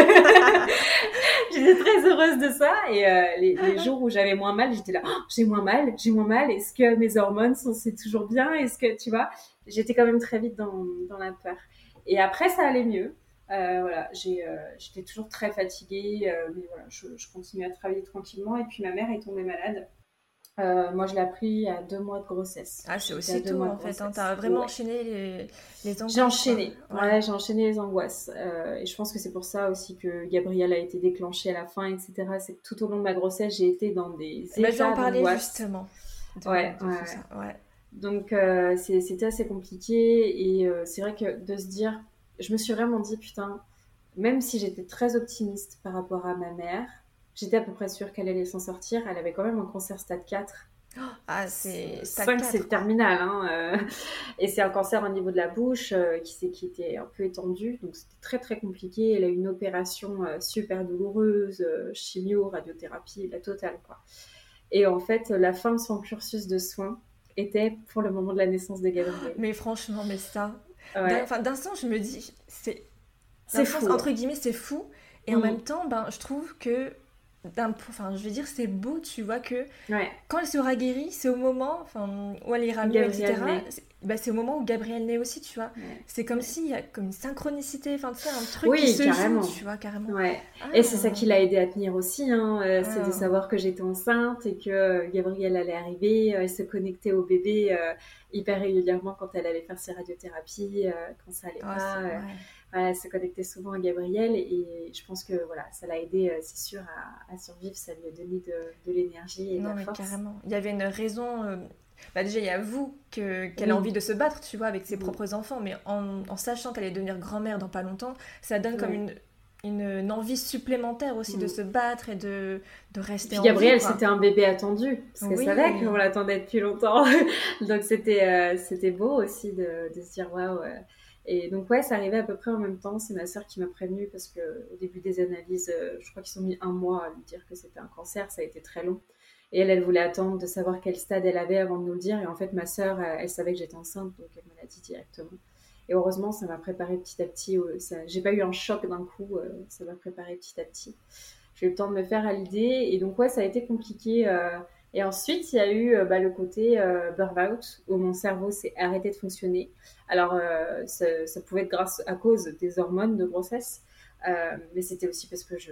J'étais très heureuse de ça. Et euh, les, les jours où j'avais moins mal, j'étais là, oh, j'ai moins mal, j'ai moins mal. Est-ce que mes hormones sont c'est toujours bien? Est-ce que, tu vois, j'étais quand même très vite dans, dans la peur. Et après, ça allait mieux. Euh, voilà, j'ai, euh, j'étais toujours très fatiguée, euh, mais voilà, je, je continuais à travailler tranquillement. Et puis ma mère est tombée malade. Euh, moi, je l'ai appris à deux mois de grossesse. Ah, c'est J'étais à deux aussitôt mois de en fait, hein, grossesse. t'as vraiment Ouais. enchaîné les, les angoisses. J'ai enchaîné, quoi. ouais. ouais, j'ai enchaîné les angoisses. Euh, et je pense que c'est pour ça aussi que Gabrielle a été déclenchée à la fin, et cetera. C'est que tout au long de ma grossesse, j'ai été dans des Bah, je vais états en parler d'angoisse. justement de, Ouais, de ouais, tout ça. Ouais. Donc, euh, c'est- c'était assez compliqué. Et euh, c'est vrai que de se dire, je me suis vraiment dit, putain, même si j'étais très optimiste par rapport à ma mère, j'étais à peu près sûre qu'elle allait s'en sortir. Elle avait quand même un cancer stade quatre. Ah, c'est stade cinq, quatre, c'est quoi. terminal. Hein, euh, et c'est un cancer au niveau de la bouche euh, qui, s'est- qui était un peu étendu. Donc, c'était très, très compliqué. Elle a eu une opération euh, super douloureuse, euh, chimio, radiothérapie, la totale, quoi. Et en fait, la fin de son cursus de soins était pour le moment de la naissance de Gabriel. Mais franchement, mais ça, d'un, Ouais, enfin, d'un sens, je me dis, c'est, d'un c'est sens, fou. entre guillemets, c'est fou. Et en Mm. même temps, ben, je trouve que, d'un, enfin, je veux dire, c'est beau, tu vois, que Ouais, quand elle sera guérie, c'est au moment, enfin, où elle ira mieux, Gabriel et cetera. naît. C'est, bah, c'est au moment où Gabriel naît aussi, tu vois. Ouais, C'est comme ouais. s'il y a comme une synchronicité, enfin, tu sais, un truc qui Oui, se carrément. joue, tu vois, carrément. Ouais. Ah, Et c'est ça qui l'a aidé à tenir aussi, hein, euh, c'est de ah. savoir que j'étais enceinte et que euh, Gabrielle allait arriver. Euh, elle se connectait au bébé euh, hyper régulièrement quand elle allait faire ses radiothérapies, euh, quand ça allait Ah, pas. c'est- euh, ouais. voilà, elle se connectait souvent à Gabrielle et je pense que voilà, ça l'a aidé, euh, c'est sûr, à, à survivre. Ça lui a donné de, de l'énergie et de Non, la mais force. carrément. Il y avait une raison. euh, Bah déjà, il y a vous que, qu'elle a Oui. envie de se battre, tu vois, avec ses Mm. propres enfants, mais en, en sachant qu'elle allait devenir grand-mère dans pas longtemps, ça donne comme Ouais. une, une, une envie supplémentaire aussi de Mm. se battre et de, de Et rester puis en vie, Gabrielle, quoi. c'était un bébé attendu, parce qu'elle Oui. savait qu'on l'attendait depuis longtemps. Donc c'était euh, c'était beau aussi de, de se dire waouh. euh. Et donc ouais, ça arrivait à peu près en même temps. C'est ma sœur qui m'a prévenue parce que au début des analyses, euh, je crois qu'ils ont mis un mois à lui dire que c'était un cancer. Ça a été très long. Et elle, elle voulait attendre de savoir quel stade elle avait avant de nous le dire. Et en fait, ma sœur, elle, elle savait que j'étais enceinte, donc elle me l'a dit directement. Et heureusement, ça m'a préparé petit à petit. euh, ça- J'ai pas eu un choc d'un coup. euh, ça m'a préparé petit à petit. J'ai eu le temps de me faire à l'idée. Et donc, ouais, ça a été compliqué. euh. Et ensuite, il y a eu euh, bah, le côté euh, burn-out, où mon cerveau s'est arrêté de fonctionner. Alors, euh, ça, ça pouvait être grâce à cause des hormones de grossesse, euh, mais c'était aussi parce que je,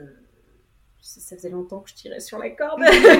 ça faisait longtemps que je tirais sur la corde.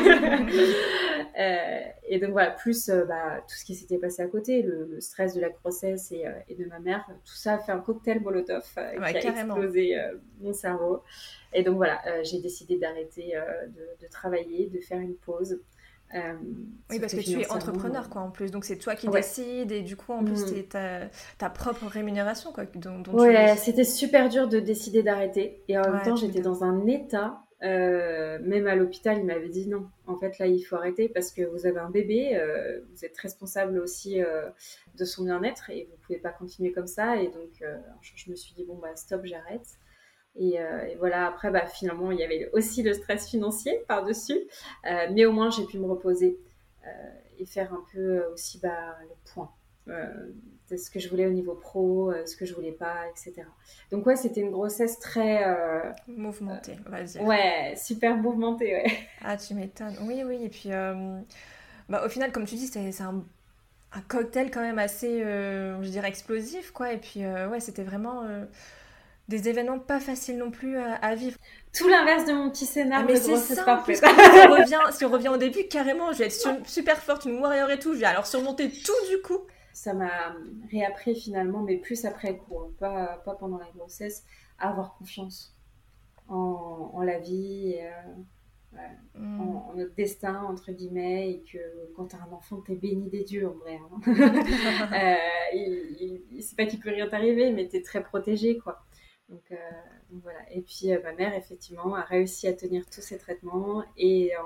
euh, et donc voilà, plus euh, bah, tout ce qui s'était passé à côté, le, le stress de la grossesse et, euh, et de ma mère, tout ça a fait un cocktail Molotov euh, Ouais, qui a carrément. explosé euh, mon cerveau. Et donc voilà, euh, j'ai décidé d'arrêter euh, de, de travailler, de faire une pause. Euh, Oui, sauf parce que tu es financièrement, entrepreneur, quoi, en plus. Donc, c'est toi qui euh, ouais. décides, et du coup, en plus, Mm. c'est ta, ta propre rémunération, quoi, dont, dont tu Ouais, vis. c'était super dur de décider d'arrêter. Et en même Ouais, temps, tu j'étais m'étonnes. dans un état, euh, même à l'hôpital, ils m'avaient dit non. En fait, là, il faut arrêter parce que vous avez un bébé, euh, vous êtes responsable aussi euh, de son bien-être et vous pouvez pas continuer comme ça. Et donc, euh, je, je me suis dit bon bah stop, j'arrête. Et, euh, et voilà. Après, bah finalement, il y avait aussi le stress financier par-dessus, Euh, mais au moins j'ai pu me reposer euh, et faire un peu aussi bah le point. Euh, de ce que je voulais au niveau pro, euh, ce que je voulais pas, et cetera. Donc ouais, c'était une grossesse très, euh, Mouvementé, on va dire. ouais, super mouvementée, ouais. Ah, tu m'étonnes. Oui, oui, et puis, euh, bah, au final, comme tu dis, c'est c'est un, un cocktail quand même assez, euh, je dirais, explosif, quoi. Et puis, euh, ouais, c'était vraiment euh, des événements pas faciles non plus à, à vivre. Tout l'inverse de mon petit Ah, scénar mais de c'est grossesse ça, en plus, parfaite. en plus, si on revient, si on revient au début, carrément, je vais être su- super forte, une warrior et tout, je vais alors surmonter tout du coup. Ça m'a réappris finalement, mais plus après coup, hein, pas, pas pendant la grossesse, à avoir confiance en, en la vie, et, euh, ouais, en, Mm. en notre destin, entre guillemets, et que quand t'as un enfant, t'es béni des dieux, en vrai. Hein. euh, il, il, c'est pas qu'il peut rien t'arriver, mais t'es très protégé, quoi. Donc, euh, donc voilà. Et puis, euh, ma mère, effectivement, a réussi à tenir tous ses traitements, et en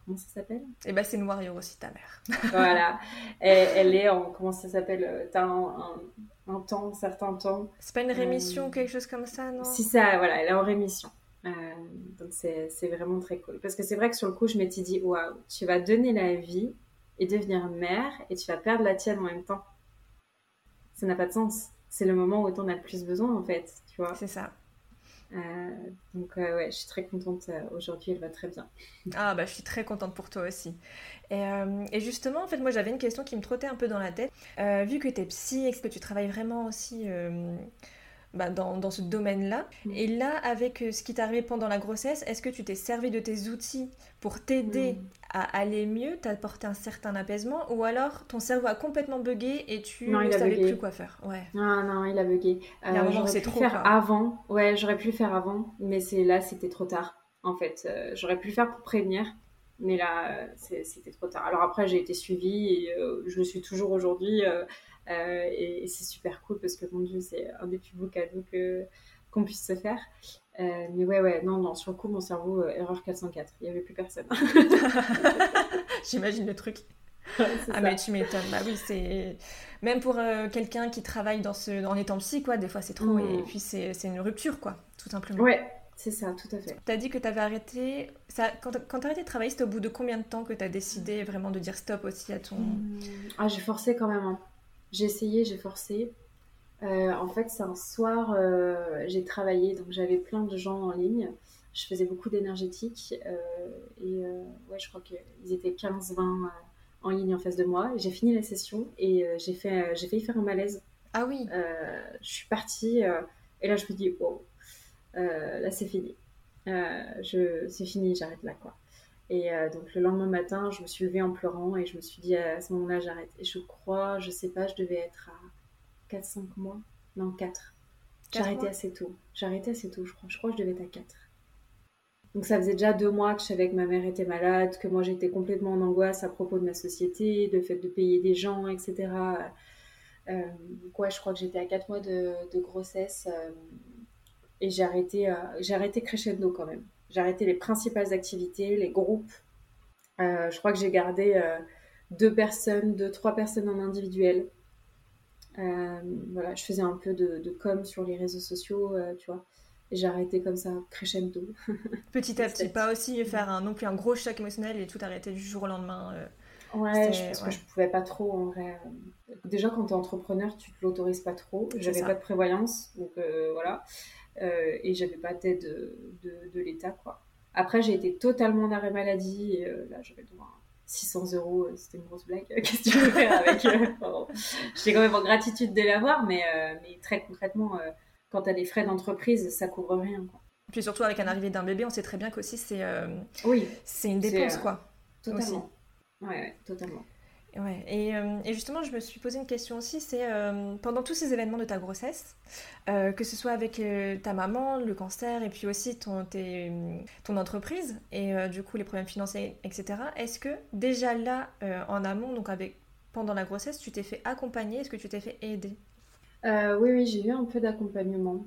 comment ça s'appelle? Et bah c'est une warrior aussi, ta mère. Voilà. Elle, elle est en, comment ça s'appelle? T'as un, un, un temps, un certain temps. C'est pas une rémission Euh, ou quelque chose comme ça, non? si ça, voilà, elle est en rémission. Euh, donc c'est, c'est vraiment très cool. Parce que c'est vrai que sur le coup, je m'étais dit, waouh, tu vas donner la vie et devenir mère et tu vas perdre la tienne en même temps. Ça n'a pas de sens. C'est le moment où t'en as le plus besoin, en fait, tu vois. C'est ça. Euh, donc euh, ouais, je suis très contente. Euh, aujourd'hui, elle va très bien. Ah bah je suis très contente pour toi aussi. Et, euh, et justement, en fait, moi j'avais une question qui me trottait un peu dans la tête. Euh, vu que tu es psy et que tu travailles vraiment aussi euh, bah, dans, dans ce domaine-là, Mm. et là, avec euh, ce qui t'est arrivé pendant la grossesse, est-ce que tu t'es servi de tes outils pour t'aider Mm. à aller mieux, t'apporter un certain apaisement, ou alors ton cerveau a complètement bugué et tu Non, ne il a savais plus bugué. quoi faire? Ouais. Ah non, il a bugué. Il y a un Euh, moment où j'aurais c'est pu le trop, faire quoi. avant. Ouais, j'aurais pu le faire avant, mais c'est là, c'était trop tard. En fait, Euh, j'aurais pu le faire pour prévenir, mais là, euh, c'est- c'était trop tard. Alors après, j'ai été suivie et euh, je le suis toujours aujourd'hui, euh, euh, et, et c'est super cool parce que mon Dieu, c'est un des plus beaux cadeaux que qu'on puisse se faire. Euh, mais ouais, ouais, non, non, sur le coup, mon cerveau, euh, erreur quatre cent quatre, il n'y avait plus personne. J'imagine le truc. Ouais, c'est Ah mais ça. tu m'étonnes, bah oui, c'est... Même pour euh, quelqu'un qui travaille dans ce... en étant psy, quoi, des fois c'est trop, et Hmm. puis c'est c'est une rupture, quoi, tout simplement. Ouais, c'est ça, tout à fait. T'as dit que t'avais arrêté... Ça... Quand t'as quand t'as arrêté de travailler, c'était au bout de combien de temps que t'as décidé vraiment de dire stop aussi à ton... Hmm. Ah, j'ai forcé quand même, hein. J'ai essayé, j'ai forcé. Euh, en fait, c'est un soir, euh, j'ai travaillé, donc j'avais plein de gens en ligne. Je faisais beaucoup d'énergétique. Euh, et euh, ouais, je crois qu'ils étaient quinze vingt euh, en ligne en face de moi. Et j'ai fini la session et euh, j'ai fait, euh, j'ai failli faire un malaise. Ah oui, Euh, je suis partie euh, et là, je me dis, wow, euh, là, c'est fini. Euh, je, c'est fini, j'arrête là, quoi. Et euh, donc le lendemain matin, je me suis levée en pleurant et je me suis dit, à ce moment-là, j'arrête. Et je crois, je sais pas, je devais être à quatre cinq mois. Non, quatre. J'ai quatre arrêté mois. assez tôt. J'ai arrêté assez tôt, je crois. Je crois que je devais être à quatre. Donc ça faisait déjà deux mois que je savais que ma mère était malade, que moi j'étais complètement en angoisse à propos de ma société, le fait de payer des gens, et cetera. Euh, donc ouais, je crois que j'étais à quatre mois de, de grossesse, euh, et j'ai arrêté, euh, j'ai arrêté crescendo quand même. J'ai arrêté les principales activités, les groupes. Euh, je crois que j'ai gardé euh, deux personnes, deux, trois personnes en individuel. Euh, voilà, je faisais un peu de, de com sur les réseaux sociaux, euh, tu vois. Et j'ai arrêté comme ça, crescendo, Petit à petit à petit, pas petit. aussi faire un, non plus un gros choc émotionnel et tout arrêter du jour au lendemain. euh, Ouais, je C'était... pense que Ouais, je pouvais pas trop en vrai. Déjà, quand t'es entrepreneur, tu te l'autorises pas trop. c'est J'avais pas ça. de prévoyance, donc euh, voilà. Euh, et j'avais pas d'aide de, de, de l'État, quoi. Après, j'ai été totalement en arrêt maladie, et euh, là, j'avais le droit à six cents euros. euh, C'était une grosse blague. Qu'est-ce que tu veux faire avec euh, pardon. J'étais quand même en gratitude de l'avoir, mais, euh, mais très concrètement, euh, quand t'as des frais d'entreprise, ça couvre rien, quoi. Puis surtout avec un arrivée d'un bébé, on sait très bien qu'aussi c'est euh, Oui, c'est une c'est dépense, euh, quoi, aussi. totalement. Ouais, ouais, totalement. Ouais. Et, euh, et justement, je me suis posé une question aussi, c'est euh, pendant tous ces événements de ta grossesse, euh, que ce soit avec euh, ta maman, le cancer, et puis aussi ton, tes, ton entreprise, et euh, du coup les problèmes financiers, et cetera, est-ce que déjà là, euh, en amont, donc avec, pendant la grossesse, tu t'es fait accompagner, est-ce que tu t'es fait aider? Euh, oui, oui, j'ai eu un peu d'accompagnement,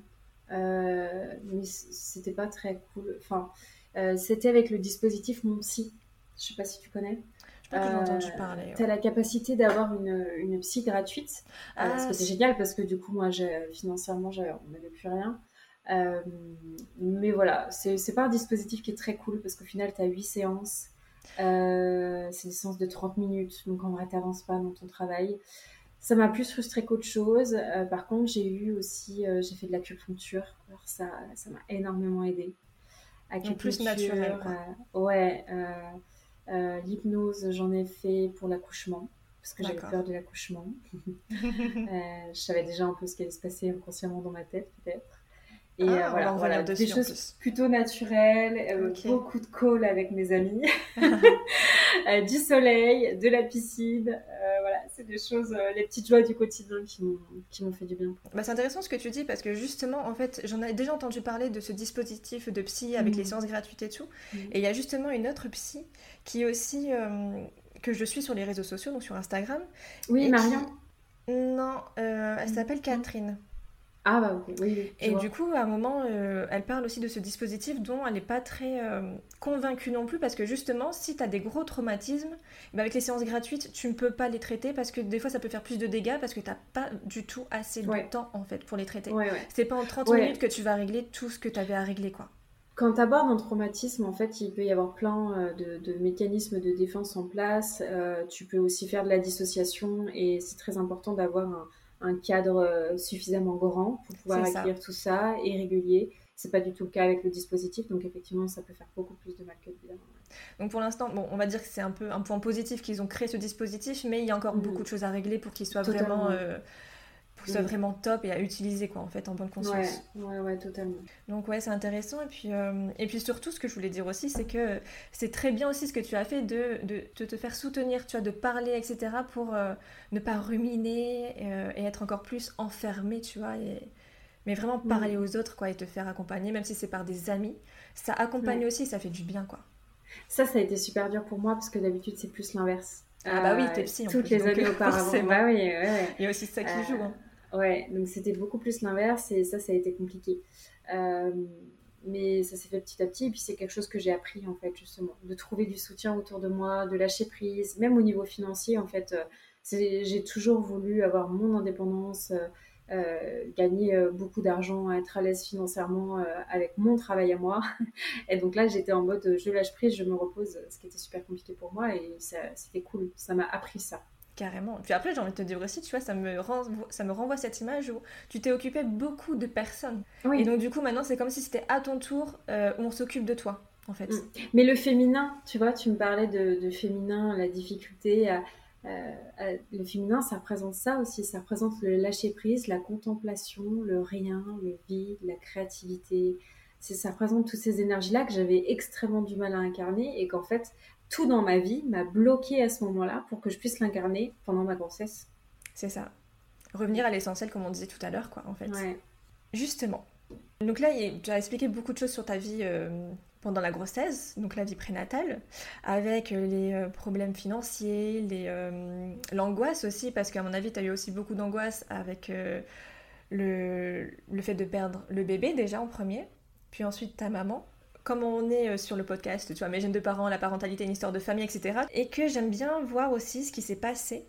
euh, mais c- c'était pas très cool. Enfin, euh, c'était avec le dispositif Mon Psy. Je sais pas si tu connais. Je crois que j'ai Euh, entendu parler, tu as ouais. la capacité d'avoir une, une psy gratuite, euh, ce Ah, qui était si. génial parce que du coup, moi, j'ai- financièrement, j'avais- on n'avait plus rien. Euh, mais voilà, c'est c'est pas un dispositif qui est très cool parce qu'au final, tu as huit séances. Euh, c'est des séances de trente minutes, donc en vrai, t'avances pas dans ton travail. Ça m'a plus frustrée qu'autre chose. Euh, par contre, j'ai eu aussi, euh, j'ai fait de l'acupuncture. Alors ça, ça m'a énormément aidée. Donc plus naturel, Acupuncture, quoi. euh, ouais, euh, euh, l'hypnose, j'en ai fait pour l'accouchement parce que j'avais D'accord. peur de l'accouchement. Euh, je savais déjà un peu ce qui allait se passer inconsciemment dans ma tête, peut-être. Et euh, Ah, on va voilà, en voilà, revenir des dessus en choses plus. plutôt naturelles, euh, Ok. beaucoup de calls avec mes amis, euh, du soleil, de la piscine. Euh, voilà, c'est des choses, euh, les petites joies du quotidien qui m'ont qui m'ont fait du bien. Bah, c'est intéressant ce que tu dis parce que justement, en fait, j'en ai déjà entendu parler de ce dispositif de psy avec les Mm. séances gratuites et tout. Mm. Et il y a justement une autre psy qui est aussi euh, que je suis sur les réseaux sociaux, donc sur Instagram, Oui, et qui Marion. non, euh, elle Mm. s'appelle Non. Catherine. Ah bah ok, oui, oui, je Et vois. du coup, à un moment, euh, elle parle aussi de ce dispositif dont elle n'est pas très euh, convaincue non plus, parce que justement, si tu as des gros traumatismes, eh ben avec les séances gratuites, tu ne peux pas les traiter, parce que des fois, ça peut faire plus de dégâts, parce que tu n'as pas du tout assez de Ouais, temps, en fait, pour les traiter. ouais, ouais. C'est pas en trente minutes Ouais, que tu vas régler tout ce que tu avais à régler, quoi. quand tu abordes un traumatisme, en fait, il peut y avoir plein euh, de, de mécanismes de défense en place. Euh, tu peux aussi faire de la dissociation et c'est très important d'avoir un, un cadre euh, suffisamment grand pour pouvoir C'est ça. accueillir tout ça et régulier. C'est pas du tout le cas avec le dispositif, donc effectivement, ça peut faire beaucoup plus de mal que de bien. Donc pour l'instant, bon, on va dire que c'est un peu un point positif qu'ils ont créé ce dispositif, mais il y a encore beaucoup Mhm. de choses à régler pour qu'il soit vraiment, Totalement. euh, pour qu'il soit Mhm. vraiment top et à utiliser, quoi, en fait, en bonne Ouais, conscience. ouais, ouais, totalement. Donc ouais, c'est intéressant. Et puis, euh, et puis surtout, ce que je voulais dire aussi, c'est que c'est très bien aussi ce que tu as fait de, de, de te faire soutenir, tu vois, de parler, et cetera, pour euh, ne pas ruminer euh, et être encore plus enfermé, tu vois, et, mais vraiment parler Mhm. aux autres, quoi, et te faire accompagner, même si c'est par des amis. Ça accompagne Ouais. aussi, ça fait du bien, quoi. Ça, ça a été super dur pour moi parce que d'habitude, c'est plus l'inverse. Ah bah oui, t'es Euh, psy en toutes plus, les donc euh, années auparavant, forcément, bah oui, ouais, ouais. il y a aussi ça qui joue, hein. Euh, ouais, donc c'était beaucoup plus l'inverse et ça, ça a été compliqué. Euh, mais ça s'est fait petit à petit et puis c'est quelque chose que j'ai appris en fait justement, de trouver du soutien autour de moi, de lâcher prise, même au niveau financier en fait. Euh, c'est- j'ai toujours voulu avoir mon indépendance, euh, euh, gagner euh, beaucoup d'argent, être à l'aise financièrement euh, avec mon travail à moi. Et donc là, j'étais en mode je lâche prise, je me repose, ce qui était super compliqué pour moi et ça, c'était cool. Ça m'a appris ça. Carrément. Puis après, j'ai envie de te dire aussi, tu vois, ça me, renvo- ça me renvoie cette image où tu t'es occupé beaucoup de personnes. Et Oui. donc, du coup, maintenant, c'est comme si c'était à ton tour euh, où on s'occupe de toi, en Mm. fait. Mais le féminin, tu vois, tu me parlais de, de féminin, la difficulté. À- à- à- le féminin, ça représente ça aussi. Ça représente le lâcher prise, la contemplation, le rien, le vide, la créativité. C'est, ça représente toutes ces énergies-là que j'avais extrêmement du mal à incarner et qu'en fait, tout dans ma vie m'a bloqué à ce moment-là pour que je puisse l'incarner pendant ma grossesse. C'est ça. Revenir à l'essentiel, comme on disait tout à l'heure, quoi, en fait. Ouais. Justement. Donc là, il- tu as expliqué beaucoup de choses sur ta vie euh, pendant la grossesse, donc la vie prénatale, avec euh, les euh, problèmes financiers, les, euh, l'angoisse aussi, parce qu'à mon avis, tu as eu aussi beaucoup d'angoisse avec euh, le, le fait de perdre le bébé déjà en premier, puis ensuite ta maman. Comme on est euh, sur le podcast, tu vois, mes gènes de parents, la parentalité, une histoire de famille, et cetera. Et que j'aime bien voir aussi ce qui s'est passé,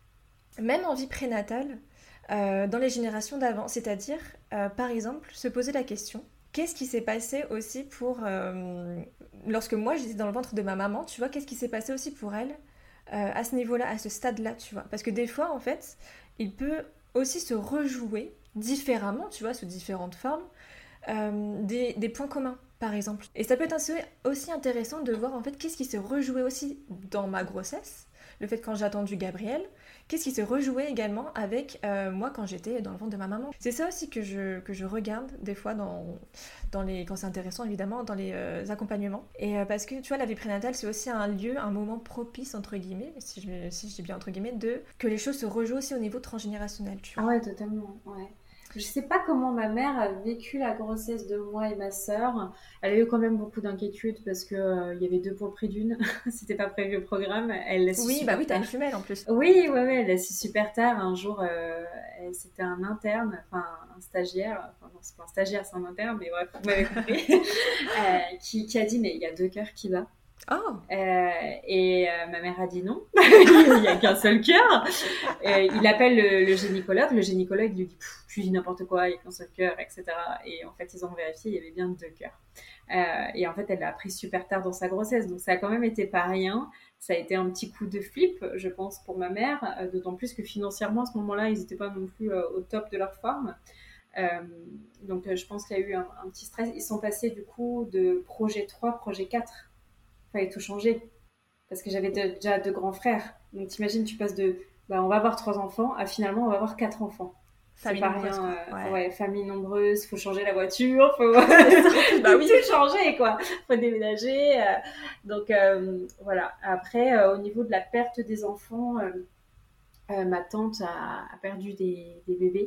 même en vie prénatale, euh, dans les générations d'avant. C'est-à-dire, euh, par exemple, se poser la question, qu'est-ce qui s'est passé aussi pour... euh, lorsque moi j'étais dans le ventre de ma maman, tu vois, qu'est-ce qui s'est passé aussi pour elle euh, à ce niveau-là, à ce stade-là, tu vois. Parce que des fois, en fait, il peut aussi se rejouer différemment, tu vois, sous différentes formes, euh, des, des points communs, par exemple. Et ça peut être assez- aussi intéressant de voir, en fait, qu'est-ce qui s'est rejoué aussi dans ma grossesse, le fait quand j'ai attendu Gabriel, qu'est-ce qui s'est rejoué également avec euh, moi quand j'étais dans le ventre de ma maman. C'est ça aussi que je, que je regarde des fois dans, dans les, quand c'est intéressant évidemment, dans les euh, accompagnements. Et euh, parce que tu vois, la vie prénatale, c'est aussi un lieu, un moment propice, entre guillemets, si je, si je dis bien entre guillemets, de que les choses se rejouent aussi au niveau transgénérationnel, tu Ah vois. ouais, totalement. Ouais. Je sais pas comment ma mère a vécu la grossesse de moi et ma sœur. Elle a eu quand même beaucoup d'inquiétudes parce que euh, il y avait deux pour le prix d'une. C'était pas prévu au programme. Elle l'a su Oui, bah oui, super t'as une tard. jumelle en plus. Oui, ouais, ouais, elle l'a su super tard. Un jour, euh, elle- c'était un interne, enfin un stagiaire. Enfin non, c'est pas un stagiaire, c'est un interne, mais bref, vous m'avez compris. Euh, qui, qui a dit mais il y a deux cœurs qui battent. Oh, Euh, et euh, ma mère a dit non, il n'y a qu'un seul cœur. Euh, il appelle le, le gynécologue, le gynécologue lui dit Pff, tu dis n'importe quoi, il n'y a qu'un seul cœur, et cetera. Et en fait, ils ont vérifié, il y avait bien deux cœurs. Euh, et en fait, elle l'a appris super tard dans sa grossesse, donc ça a quand même été pas rien. Ça a été un petit coup de flip, je pense, pour ma mère, euh, d'autant plus que financièrement, à ce moment-là, ils n'étaient pas non plus euh, au top de leur forme. Euh, donc, euh, je pense qu'il y a eu un, un petit stress. Ils sont passés du coup de projet trois, projet quatre. Il fallait tout changer parce que j'avais de- déjà deux grands frères. Donc t'imagines, tu passes de bah, on va avoir trois enfants à finalement on va avoir quatre enfants. C'est famille pas nombreuse rien. quoi. Euh, Ouais. ouais, famille nombreuse, faut changer la voiture, faut, C'est ça en plus, bah faut oui. tout changer quoi. Faut déménager. euh. Donc euh, voilà. Après, euh, au niveau de la perte des enfants, euh, euh, ma tante a, a perdu des, des bébés.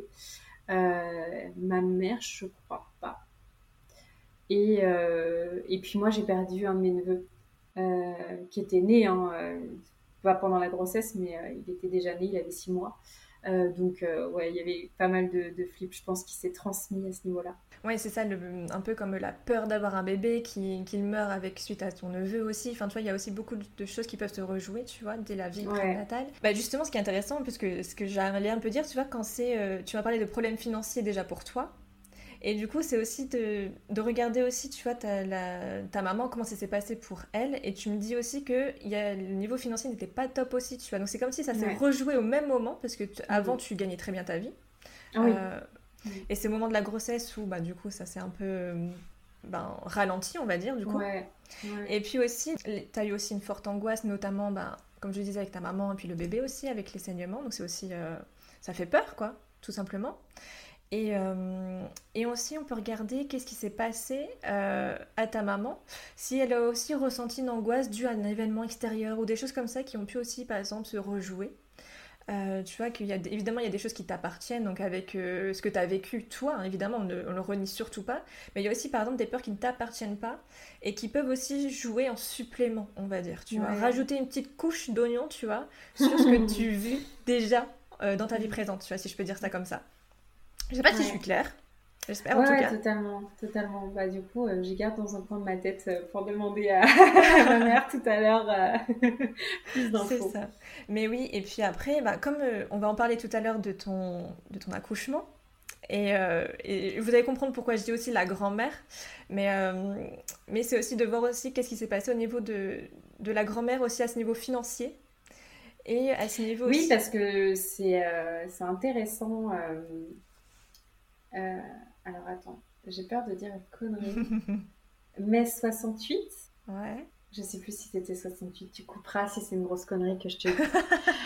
Euh, ma mère, je crois pas. Et, euh, et puis moi, j'ai perdu un de mes neveux euh, qui était né, hein, euh, pas pendant la grossesse, mais euh, il était déjà né, il avait six mois. Euh, donc, euh, ouais, il y avait pas mal de, de flips, je pense, qui s'est transmis à ce niveau-là. Ouais, c'est ça, le, un peu comme la peur d'avoir un bébé qui, qui meurt avec suite à ton neveu aussi. Enfin, tu vois, il y a aussi beaucoup de choses qui peuvent se rejouer, tu vois, dès la vie Ouais. prénatale. Bah, justement, ce qui est intéressant, parce que ce que j'allais un peu dire, tu vois, quand c'est... euh, tu m'as parlé de problèmes financiers déjà pour toi. Et du coup, c'est aussi de, de regarder aussi, tu vois, ta, la, ta maman, comment ça s'est passé pour elle. Et tu me dis aussi que y a, le niveau financier n'était pas top aussi, tu vois. Donc c'est comme si ça s'est Ouais. rejoué au même moment, parce que tu- avant, Mhm. tu gagnais très bien ta vie. Ah oui. Euh, et c'est au moment de la grossesse où, bah, du coup, ça s'est un peu euh, ben, ralenti, on va dire, du coup. Ouais. Ouais. Et puis aussi, tu as eu aussi une forte angoisse, notamment, ben, comme je le disais, avec ta maman et puis le bébé aussi, avec les saignements. Donc c'est aussi... euh, ça fait peur, quoi, tout simplement. Et, euh, et aussi, on peut regarder qu'est-ce qui s'est passé euh, à ta maman, si elle a aussi ressenti une angoisse due à un événement extérieur ou des choses comme ça qui ont pu aussi, par exemple, se rejouer. Euh, tu vois qu'il y a évidemment il y a des choses qui t'appartiennent, donc avec euh, ce que tu as vécu toi, hein, évidemment on ne on le renie surtout pas, mais il y a aussi par exemple des peurs qui ne t'appartiennent pas et qui peuvent aussi jouer en supplément, on va dire, tu Ouais. vois, rajouter une petite couche d'oignon, tu vois, sur ce que tu vis déjà euh, dans ta vie présente, tu vois, si je peux dire ça comme ça. Je sais pas si Ouais. je suis claire, j'espère en Ouais, tout ouais, cas. totalement, totalement. Bah, du coup, euh, j'y garde dans un coin de ma tête euh, pour demander à, à ma mère tout à l'heure euh, plus C'est d'infos. ça. Mais oui, et puis après, bah, comme euh, on va en parler tout à l'heure de ton, de ton accouchement, et, euh, et vous allez comprendre pourquoi je dis aussi la grand-mère, mais, euh, mais c'est aussi de voir aussi qu'est-ce qui s'est passé au niveau de, de la grand-mère aussi à ce niveau financier, et à ce niveau Oui, aussi... parce que c'est euh, c'est intéressant. euh, euh, alors, attends, j'ai peur de dire une connerie. Mai soixante-huit, Ouais. je sais plus si c'était soixante-huit, tu couperas si c'est une grosse connerie que je te dis.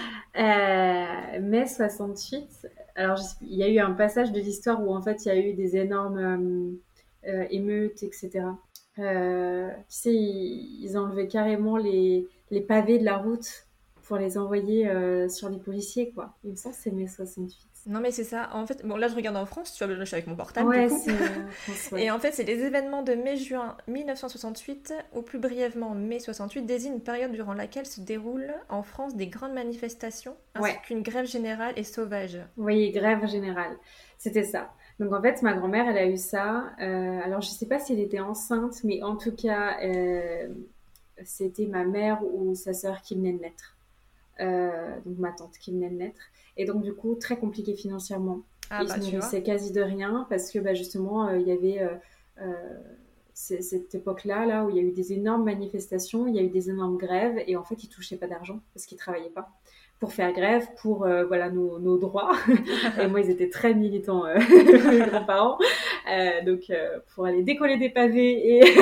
Euh, mai soixante-huit, alors je sais plus, il y a eu un passage de l'histoire où en fait il y a eu des énormes euh, euh, émeutes, et cetera. Euh, tu sais, ils, ils enlevaient carrément les, les pavés de la route pour les envoyer euh, sur les policiers, quoi. Il me semble que c'est mai soixante-huit. Non mais c'est ça, en fait, bon là je regarde en France, tu vois, je suis avec mon portable du Ouais, coup, c'est euh, France, et ouais. en fait c'est les événements de mai-juin mille neuf cent soixante-huit, ou plus brièvement mai soixante-huit, désignent une période durant laquelle se déroulent en France des grandes manifestations, ainsi Ouais. qu'une grève générale et sauvage. Oui, grève générale. C'était ça. Donc en fait, ma grand-mère, elle a eu ça. Euh, alors je sais pas si elle était enceinte, mais en tout cas, euh, c'était ma mère ou sa sœur qui venait de naître. Euh, donc ma tante qui venait de naître. Et donc du coup, très compliqué financièrement. Ah Ils bah se tu vois. nourrissaient quasi de rien parce que bah, justement, euh, il y avait euh, euh, c- cette époque-là, là où il y a eu des énormes manifestations, il y a eu des énormes grèves et en fait, ils touchaient pas d'argent parce qu'ils travaillaient pas pour faire grève, pour euh, voilà nos, nos droits. Et moi, ils étaient très militants, euh, mes grands-parents. Euh, donc, euh, pour aller décoller des pavés et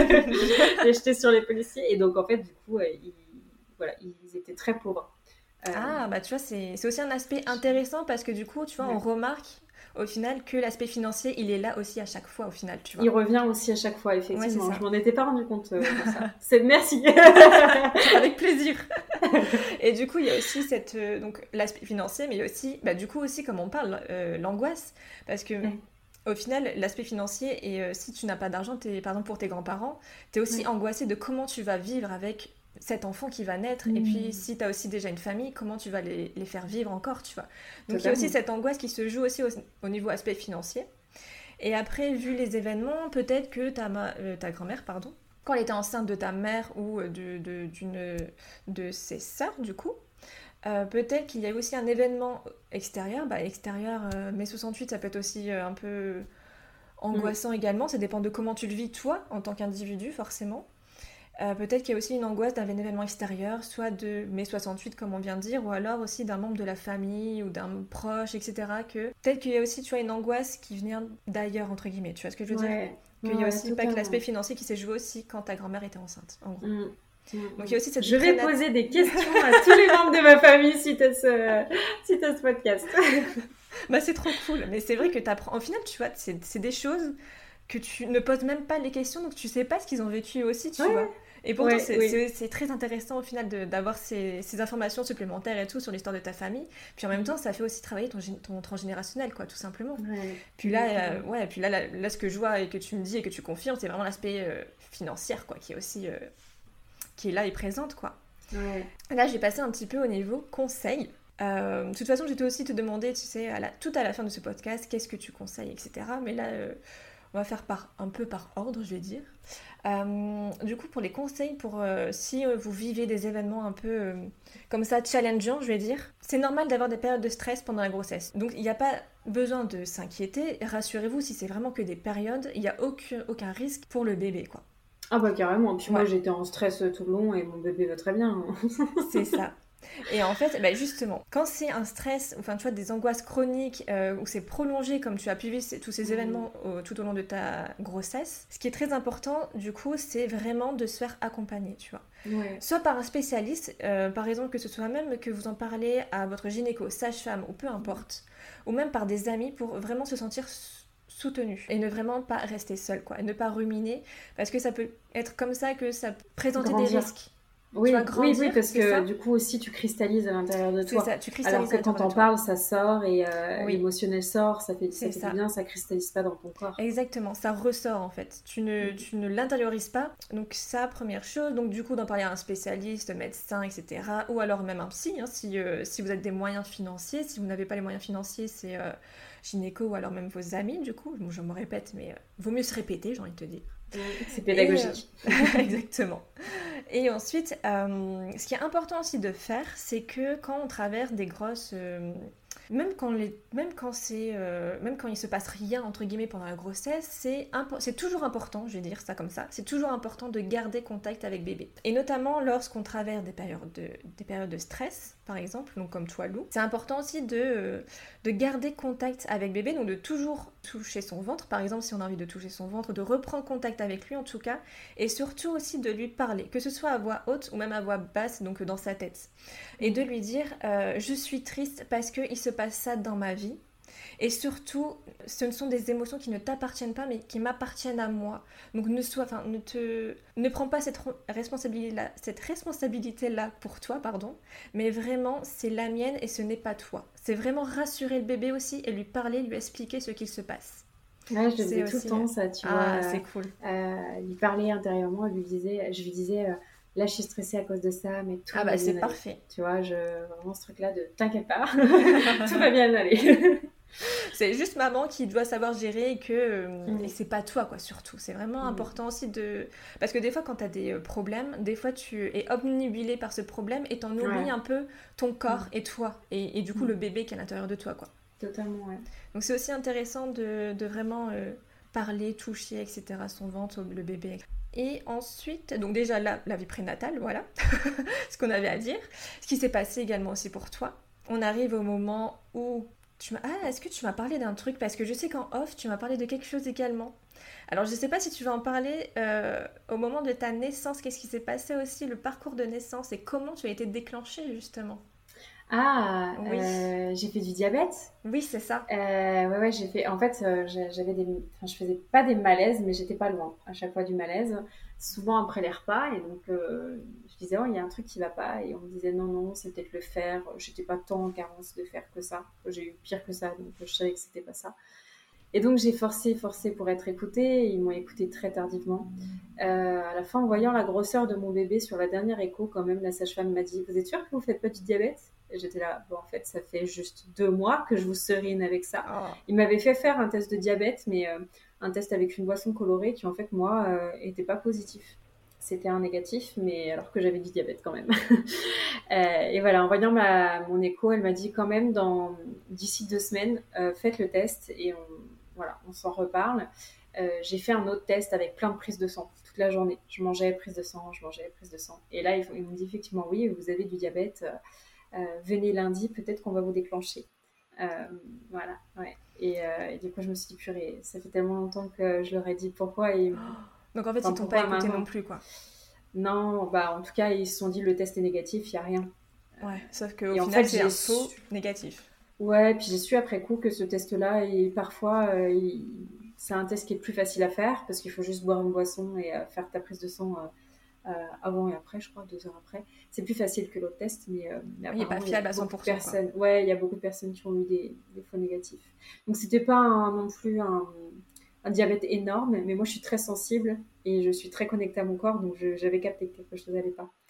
les jeter sur les policiers. Et donc, en fait, du coup, euh, ils, voilà, ils étaient très pauvres. Euh, Ah, bah tu vois, c'est c'est aussi un aspect intéressant parce que du coup, tu vois, on ouais. remarque au final que l'aspect financier, il est là aussi à chaque fois au final, tu Il vois. revient aussi à chaque fois, Ouais, c'est effectivement. ça. Je m'en étais pas rendu compte euh, de ça. C'est merci. Avec plaisir. Et du coup, il y a aussi cette, euh, donc l'aspect financier, mais il y a aussi, bah du coup aussi, comme on parle, euh, l'angoisse, parce que Ouais. au final, l'aspect financier, et euh, si tu n'as pas d'argent, t'es, par exemple pour tes grands-parents, tu es aussi Ouais. angoissé de comment tu vas vivre avec cet enfant qui va naître. Et puis, Mmh. si tu as aussi déjà une famille, comment tu vas les, les faire vivre encore, tu vois. Donc, il y a aussi Totalement. cette angoisse qui se joue aussi au, au niveau aspect financier. Et après, vu les événements, peut-être que ta, ma- euh, ta grand-mère, pardon, quand elle était enceinte de ta mère ou de, de, d'une de ses sœurs, du coup, euh, peut-être qu'il y a aussi un événement extérieur. Bah, extérieur, euh, mai soixante-huit, ça peut être aussi euh, un peu Mmh. angoissant également. Ça dépend de comment tu le vis, toi, en tant qu'individu, forcément. Euh, peut-être qu'il y a aussi une angoisse d'un événement extérieur, soit de mai soixante-huit, comme on vient de dire, ou alors aussi d'un membre de la famille ou d'un proche, et cetera. Que... Peut-être qu'il y a aussi, tu vois, une angoisse qui vient d'ailleurs, entre guillemets. Tu vois ce que je veux dire? Ouais. Ouais, Qu'il y a ouais, aussi pas que l'aspect totalement. financier qui s'est joué aussi quand ta grand-mère était enceinte, en gros. Mmh. Mmh, Donc il mmh. y a aussi cette vie Je vais prénatale. poser des questions à tous les membres de ma famille suite à ce, suite à ce podcast. Bah c'est trop cool, mais c'est vrai que t'apprends. Au final, tu vois, c'est, c'est des choses que tu ne poses même pas les questions, donc tu sais pas ce qu'ils ont vécu aussi, tu Ouais, vois. Et pourtant, ouais, c'est, oui. c'est, c'est très intéressant au final de, d'avoir ces, ces informations supplémentaires et tout sur l'histoire de ta famille. Puis en même temps, ça fait aussi travailler ton, gé- ton transgénérationnel, quoi, tout simplement. Ouais, Puis là, euh, exactement. ouais, puis là, là, là, ce que je vois et que tu me dis et que tu confirmes, c'est vraiment l'aspect euh, financier, quoi, qui est aussi euh, qui est là et présente, quoi. Ouais. Là, j'ai passé un petit peu au niveau conseil. Euh, de toute façon, je vais aussi te demander, tu sais, à la, tout à la fin de ce podcast, qu'est-ce que tu conseilles, et cetera. Mais là, euh, on va faire par, un peu par ordre, je vais dire. Euh, du coup, pour les conseils, pour euh, si euh, vous vivez des événements un peu euh, comme ça, challengeants, je vais dire, c'est normal d'avoir des périodes de stress pendant la grossesse. Donc, il n'y a pas besoin de s'inquiéter. Rassurez-vous, si c'est vraiment que des périodes, il n'y a aucun, aucun risque pour le bébé, quoi. Ah bah carrément, puis Ouais. moi j'étais en stress tout le long et mon bébé va très bien. C'est ça. Et en fait, bah justement, quand c'est un stress, enfin tu vois, des angoisses chroniques, euh, où c'est prolongé, comme tu as pu vivre ces- tous ces événements au- tout au long de ta grossesse, ce qui est très important, du coup, c'est vraiment de se faire accompagner, tu vois. Ouais. Soit par un spécialiste, euh, par exemple que ce soit même que vous en parlez à votre gynéco, sage-femme ou peu importe, ou même par des amis pour vraiment se sentir s- soutenu et ne vraiment pas rester seul, quoi, et ne pas ruminer, parce que ça peut être comme ça que ça peut présenter des Grandir. risques. Tu vas Oui, oui, oui, grandir, parce c'est que ça? du coup aussi tu cristallises à l'intérieur de C'est toi. ça, tu Alors cristallises que à quand l'intérieur t'en de toi. parles, ça sort et euh, Oui, l'émotionnel sort, ça fait, ça c'est fait du ça. bien, ça cristallise pas dans ton corps. Exactement, ça ressort en fait. Tu ne, Mhm. tu ne l'intériorises pas. Donc ça, première chose. Donc du coup, d'en parler à un spécialiste, médecin, et cetera. Ou alors même un psy, hein, si, euh, si vous avez des moyens financiers. Si vous n'avez pas les moyens financiers, c'est euh, gynéco ou alors même vos amis, du coup. Bon, je me répète, mais euh, vaut mieux se répéter, j'ai envie de te dire. C'est Et euh, pédagogique. exactement. Et ensuite, euh, ce qui est important aussi de faire, c'est que quand on traverse des grosses... euh, même quand, les, même, quand c'est, euh, même quand il se passe rien, entre guillemets, pendant la grossesse, c'est, impo- c'est toujours important, je vais dire ça comme ça, c'est toujours important de garder contact avec bébé. Et notamment lorsqu'on traverse des périodes de, des périodes de stress, par exemple, donc comme toi, Lou, c'est important aussi de, euh, de garder contact avec bébé, donc de toujours toucher son ventre, par exemple, si on a envie de toucher son ventre, de reprendre contact avec lui en tout cas, et surtout aussi de lui parler, que ce soit à voix haute ou même à voix basse, donc dans sa tête. Et de lui dire euh, je suis triste parce qu'il se passe ça dans ma vie. Et surtout, ce ne sont des émotions qui ne t'appartiennent pas, mais qui m'appartiennent à moi. Donc ne sois, enfin, ne te, ne prends pas cette responsabilité-là, cette responsabilité-là pour toi, pardon. Mais vraiment, c'est la mienne et ce n'est pas toi. C'est vraiment rassurer le bébé aussi et lui parler, lui expliquer ce qu'il se passe. Ouais, je le C'est faisais tout le aussi, temps, ça, tu vois. ah, euh, c'est cool. euh, lui parler intérieurement, je lui disais, je lui disais, euh, là, je suis stressée à cause de ça, mais tout Ah va bah c'est bien aller. parfait. Tu vois, je, vraiment ce truc-là de t'inquiète pas, tout va bien aller. C'est juste maman qui doit savoir gérer et que euh, et Mm, c'est pas toi quoi surtout. C'est vraiment mm, important aussi de parce que des fois quand t'as des euh, problèmes, des fois tu es obnubilé par ce problème et t'en oublies ouais, un peu ton corps mm, et toi et, et du coup mm, le bébé qui est à l'intérieur de toi quoi. totalement, ouais. Donc c'est aussi intéressant de, de vraiment euh, parler, toucher et cetera son ventre, le bébé. Et ensuite, donc déjà là, la vie prénatale, voilà ce qu'on avait à dire. Ce qui s'est passé également aussi pour toi. On arrive au moment où tu m'as... Ah, est-ce que tu m'as parlé d'un truc? Parce que je sais qu'en off, tu m'as parlé de quelque chose également. Alors, je ne sais pas si tu vas en parler euh, au moment de ta naissance. Qu'est-ce qui s'est passé aussi, le parcours de naissance et comment tu as été déclenchée, justement? Ah, Oui, euh, j'ai fait du diabète. oui, c'est ça. Euh, ouais, ouais, j'ai fait. En fait, euh, j'a- j'avais des. Enfin, je faisais pas des malaises, mais j'étais pas loin à chaque fois du malaise. Souvent après les repas, et donc euh, je disais, oh, il y a un truc qui va pas, et on me disait, non, non, c'est peut-être le fer. J'étais pas tant en carence de fer que ça. J'ai eu pire que ça, donc je savais que c'était pas ça. Et donc j'ai forcé, forcé pour être écoutée. Et ils m'ont écoutée très tardivement. Euh, à la fin, en voyant la grosseur de mon bébé sur la dernière écho, quand même, la sage-femme m'a dit, vous êtes sûre que vous faites pas du diabète? Et j'étais là, bon, en fait, ça fait juste deux mois que je vous serine avec ça. Oh. Il m'avait fait faire un test de diabète, mais euh, un test avec une boisson colorée qui, en fait, moi, euh, était pas positif. C'était un négatif, mais alors que j'avais du diabète quand même. Euh, et voilà, en voyant ma, mon écho, elle m'a dit quand même, dans, d'ici deux semaines, euh, faites le test et on, voilà, on s'en reparle. Euh, j'ai fait un autre test avec plein de prises de sang toute la journée. Je mangeais prise de sang, je mangeais prise de sang. Et là, ils, ils m'ont dit effectivement, oui, vous avez du diabète. Euh, venez lundi, peut-être qu'on va vous déclencher. Euh, voilà, ouais. Et, euh, et du coup, je me suis dit, purée, ça fait tellement longtemps que je leur ai dit pourquoi. Et, Donc en fait, enfin, ils t'ont pas pourquoi écouté maintenant? non plus, quoi. Non, bah, en tout cas, ils se sont dit, le test est négatif, il n'y a rien. Ouais, sauf qu'au Et en final, fait, c'est j'ai un faux su... négatif. Ouais, puis j'ai su après coup que ce test-là, il, parfois, euh, il, c'est un test qui est plus facile à faire parce qu'il faut juste boire une boisson et euh, faire ta prise de sang euh, euh, avant et après, je crois, deux heures après. C'est plus facile que l'autre test, mais, euh, mais Il n'est pas apparemment, il y a fiable à beaucoup de cent pour cent, quoi. personnes. Ouais, il y a beaucoup de personnes qui ont eu des, des faux négatifs. Donc, c'était pas un- non plus un, un diabète énorme, mais moi, je suis très sensible et je suis très connectée à mon corps, donc je- j'avais capté que quelque chose n'allait pas.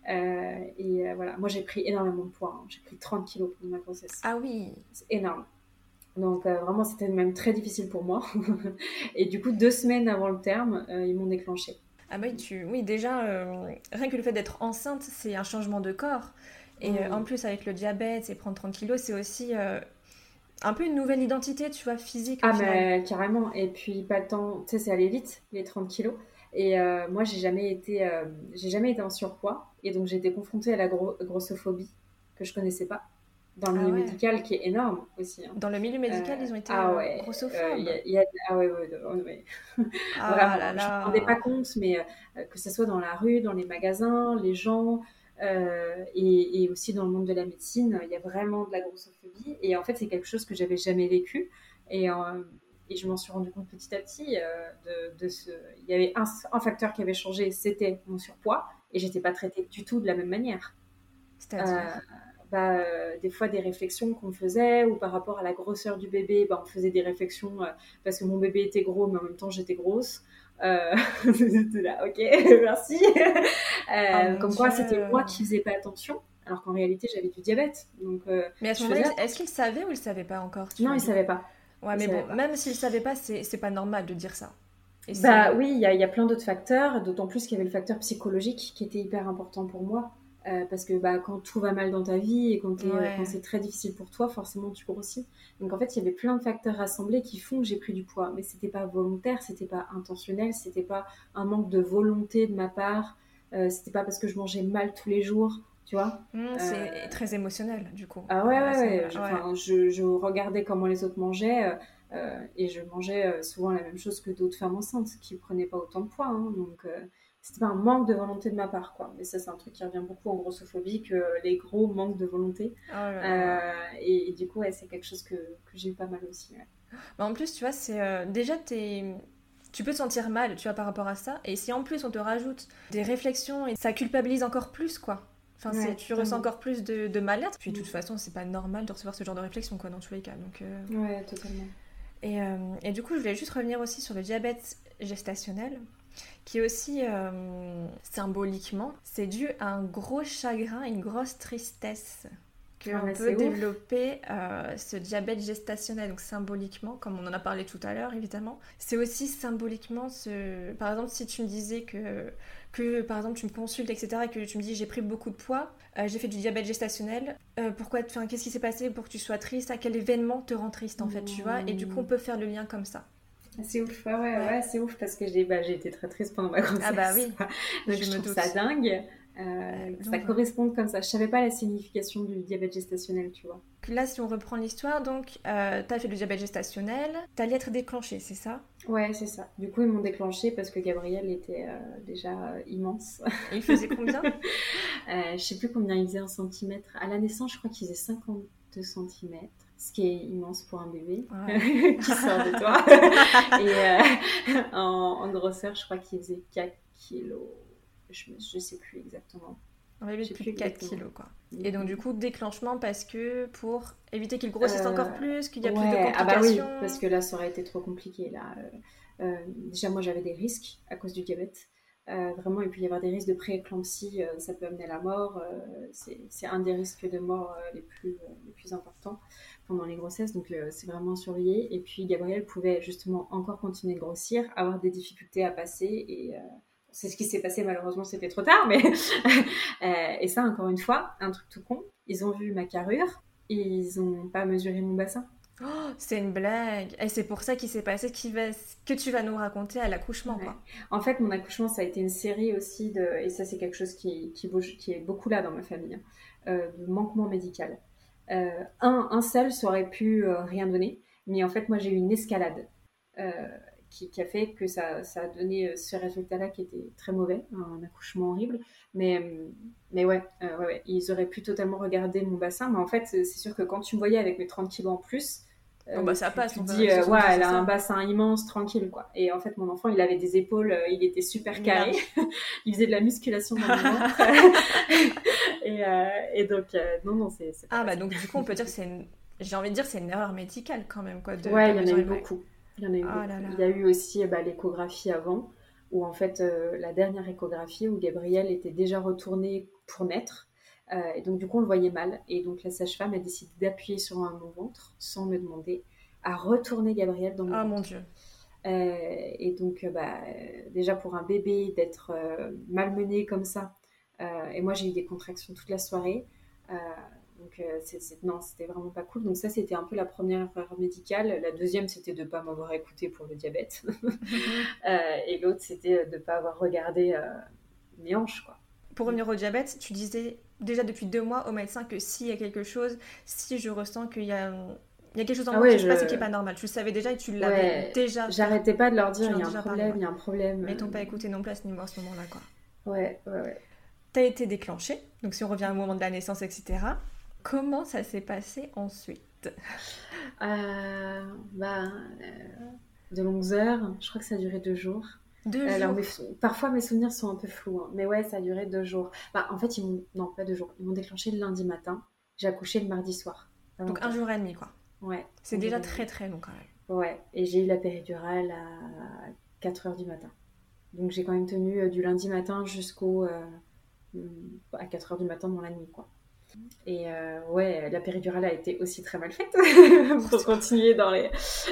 Euh, et euh, voilà, moi j'ai pris énormément de poids, hein. J'ai pris trente kilos pendant ma grossesse. Ah oui. C'est énorme. Donc euh, vraiment, c'était même très difficile pour moi. Et du coup, deux semaines avant le terme, euh, ils m'ont déclenché. Ah bah oui, tu... oui déjà, euh, rien que le fait d'être enceinte, c'est un changement de corps. Et euh, en Mmh. plus, avec le diabète et prendre trente kilos, c'est aussi euh, un peu une nouvelle identité, tu vois, physique au Ah final. mais carrément. Et puis pas le temps, tu sais, c'est allé vite, les trente kilos. Et euh, moi, j'ai jamais été, euh, j'ai jamais été en surpoids. Et donc, j'ai été confrontée à la gro- grossophobie que je connaissais pas dans le Ah milieu ouais. médical, qui est énorme aussi, hein. Dans le milieu médical, Euh, ils ont été ah euh, ouais, euh, il y grossophobes. a, il y a- ah ouais, ouais, ouais, ouais. Ah Vraiment, là je ne me rendais pas là. compte, mais euh, que ce soit dans la rue, dans les magasins, les gens, euh, et, et aussi dans le monde de la médecine, il y a vraiment de la grossophobie. Et en fait, c'est quelque chose que j'avais jamais vécu. Et, euh, et je m'en suis rendu compte petit à petit euh, de, de ce. Il y avait un, un facteur qui avait changé, c'était mon surpoids, et j'étais pas traitée du tout de la même manière. Euh, C'est-à-dire. bah, euh, des fois des réflexions qu'on faisait ou par rapport à la grosseur du bébé, bah, on faisait des réflexions euh, parce que mon bébé était gros mais en même temps j'étais grosse. Euh, J'étais là, ok, merci. Oh Euh, mon comme quoi c'était moi Dieu. qui faisais pas attention alors qu'en réalité j'avais du diabète. Donc euh, Mais à ce je moment-là, faisais est-ce attention. qu'ils savaient ou ils savaient pas encore, tu Non, vois, ils du coup? savaient pas. Ouais, Ils mais bon, savaient pas. même s'ils savaient pas, c'est c'est pas normal de dire ça. Et Bah c'est... oui, il y a, il y a plein d'autres facteurs, d'autant plus qu'il y avait le facteur psychologique qui était hyper important pour moi. Euh, parce que bah, quand tout va mal dans ta vie et quand, t'es, euh, quand Ouais. c'est très difficile pour toi, forcément tu grossis. Donc en fait, il y avait plein de facteurs rassemblés qui font que j'ai pris du poids. Mais c'était pas volontaire, c'était pas intentionnel, c'était pas un manque de volonté de ma part, euh, c'était pas parce que je mangeais mal tous les jours, tu vois. Hmm, Euh, c'est très émotionnel, du coup, ah ouais, à ouais, ce ouais. moment-là. Je, Ouais. enfin, je, je regardais comment les autres mangeaient euh, euh, et je mangeais euh, souvent la même chose que d'autres femmes enceintes qui prenaient pas autant de poids, hein. Donc, euh, c'était pas un manque de volonté de ma part, quoi. Mais ça, c'est un truc qui revient beaucoup en grossophobie, que les gros manquent de volonté. Oh là Euh, là. et, et du coup, ouais, c'est quelque chose que, que j'ai eu pas mal aussi. Ouais. Bah, en plus, tu vois, c'est... euh, déjà, t'es... Tu peux te sentir mal, tu vois, par rapport à ça. Et si en plus on te rajoute des réflexions, et ça culpabilise encore plus, quoi. Enfin, c'est, Ouais, tu ressens totalement. encore plus de, de mal-être. Puis de toute Mm. façon, c'est pas normal de recevoir ce genre de réflexion, quoi, dans tous les cas. Donc, euh, Ouais, totalement. et, euh, et du coup, je voulais juste revenir aussi sur le diabète gestationnel, qui est aussi euh, symboliquement, c'est dû à un gros chagrin, une grosse tristesse Ah, qu'on mais peut c'est ouf. développer euh, ce diabète gestationnel. Donc symboliquement, comme on en a parlé tout à l'heure, évidemment, c'est aussi symboliquement ce... Par exemple, si tu me disais que, que par exemple, tu me consultes, et cetera, et que tu me dis j'ai pris beaucoup de poids, euh, j'ai fait du diabète gestationnel, euh, pourquoi, enfin, qu'est-ce qui s'est passé pour que tu sois triste, à quel événement te rend triste, en fait, tu vois. Et du coup, on Mm. peut faire le lien comme ça. C'est ouf, ouais, ouais, Ouais. ouais, c'est ouf parce que j'ai bah, j'ai été très triste pendant ma Ah bah grossesse. oui, Donc je je me trouve ça doute. dingue Euh, euh, que ça donc voilà. corresponde comme ça. Je savais pas la signification du diabète gestationnel, tu vois. Là, si on reprend l'histoire, donc, euh, t'as fait du diabète gestationnel, t'allais être déclenché, c'est ça? Ouais, c'est ça. Du coup, ils m'ont déclenché parce que Gabriel était euh, déjà euh, immense. Et il faisait combien? Euh, je sais plus combien il faisait en centimètres. À la naissance, je crois qu'il faisait cinquante-deux centimètres, ce qui est immense pour un bébé Ouais. qui sort de toi. Et euh, en, en grosseur, je crois qu'il faisait quatre kilos. Je, je sais plus exactement. Un bébé Je de sais plus plus de quatre exactement. kilos, quoi. Et donc, du Mhm. coup, déclenchement parce que pour éviter qu'il grossisse Euh, encore plus, qu'il y a plus de ouais, ah bah oui, parce complications. que là, ça aurait été trop compliqué. Là. Euh, euh, déjà, moi, j'avais des risques à cause du diabète. Euh, vraiment, il peut y avoir des risques de prééclampsie, euh, ça peut amener à la mort. Euh, c'est, c'est un des risques de mort euh, les, plus, euh, les plus importants pendant les grossesses, donc euh, c'est vraiment surveillé. Et puis, Gabriel pouvait justement encore continuer de grossir, avoir des difficultés à passer. Et euh, c'est ce qui s'est passé, malheureusement, c'était trop tard. Mais euh, et ça, encore une fois, un truc tout con, ils ont vu ma carrure. Ils ont pas mesuré mon bassin. Oh, c'est une blague. Et c'est pour ça qu'il s'est passé ce qui va... que tu vas nous raconter à l'accouchement, Ouais. quoi. En fait, mon accouchement, ça a été une série aussi de, et ça c'est quelque chose qui, qui, bouge- qui est beaucoup là dans ma famille, hein, euh, de manquement médical. Euh, un, un seul, ça aurait pu euh, rien donner, mais en fait, moi j'ai eu une escalade euh, qui, qui a fait que ça, ça a donné euh, ce résultat-là qui était très mauvais, un accouchement horrible. Mais, euh, mais ouais, euh, ouais, ouais, ils auraient pu totalement regarder mon bassin, mais en fait, c'est c'est sûr que quand tu me voyais avec mes trente kilos en plus, Bon, bah euh, ça tu, passe, tu te on peut... dis, ils se euh, sont ouais, dit, elle c'est a un ça. bassin immense, tranquille, quoi. Et en fait, mon enfant, il avait des épaules, euh, il était super carré, Large. il faisait de la musculation dans mon ventre. et, euh, et donc, euh, non, non, c'est, c'est pas Ah, bah passé. donc, du coup, on peut dire que c'est une... J'ai envie de dire c'est une erreur médicale, quand même, quoi, de Ouais, pas il y en a eu mesurer le... beaucoup. Il y en a eu Ah là beaucoup. là. Il y a eu aussi bah, l'échographie avant, où en fait, euh, la dernière échographie, où Gabriel était déjà retourné pour naître. Euh, et donc, du coup, on le voyait mal. Et donc, la sage-femme a décidé d'appuyer sur un, mon ventre, sans me demander, à retourner Gabriel dans mon Ah ventre. mon Dieu. Euh, et donc, euh, bah, euh, déjà pour un bébé, d'être euh, malmené comme ça. Euh, et moi, j'ai eu des contractions toute la soirée. Euh, donc, euh, c'est, c'est, non, c'était vraiment pas cool. Donc, ça, c'était un peu la première erreur médicale. La deuxième, c'était de ne pas m'avoir écouté pour le diabète. euh, et l'autre, c'était de ne pas avoir regardé euh, mes hanches, quoi. Pour revenir au diabète, tu disais déjà depuis deux mois au médecin que s'il y a quelque chose, si je ressens qu'il y a, il y a quelque chose en Ah moi ouais, qui se passe et qui je... n'est pas normal. Tu le savais déjà et tu l'avais ouais, déjà fait. j'arrêtais pas de leur Tu dire, leur il y a as un déjà parlé, problème, il ouais. y a un problème. Mais ils t'ont pas écouté non plus à ce niveau à ce moment-là, quoi. Ouais, ouais, ouais. T'as été déclenchée, donc si on revient au moment de la naissance, et cetera. Comment ça s'est passé ensuite? Euh, bah, euh, de longues heures, je crois que ça a duré deux jours. Deux Alors, jours. mes- parfois mes souvenirs sont un peu flous, hein. Mais ouais, ça a duré deux jours. Bah, en fait, ils m'ont... non, pas deux jours. Ils m'ont déclenché le lundi matin. J'ai accouché le mardi soir. Donc un vingt heures. jour et demi, quoi. Ouais, C'est un jour déjà et très demi. très long quand même. Ouais, et j'ai eu la péridurale à quatre heures du matin. Donc j'ai quand même tenu euh, du lundi matin jusqu'au euh, hum, à quatre heures du matin dans la nuit, quoi. Et euh, ouais, la péridurale a été aussi très mal faite pour continuer dans les.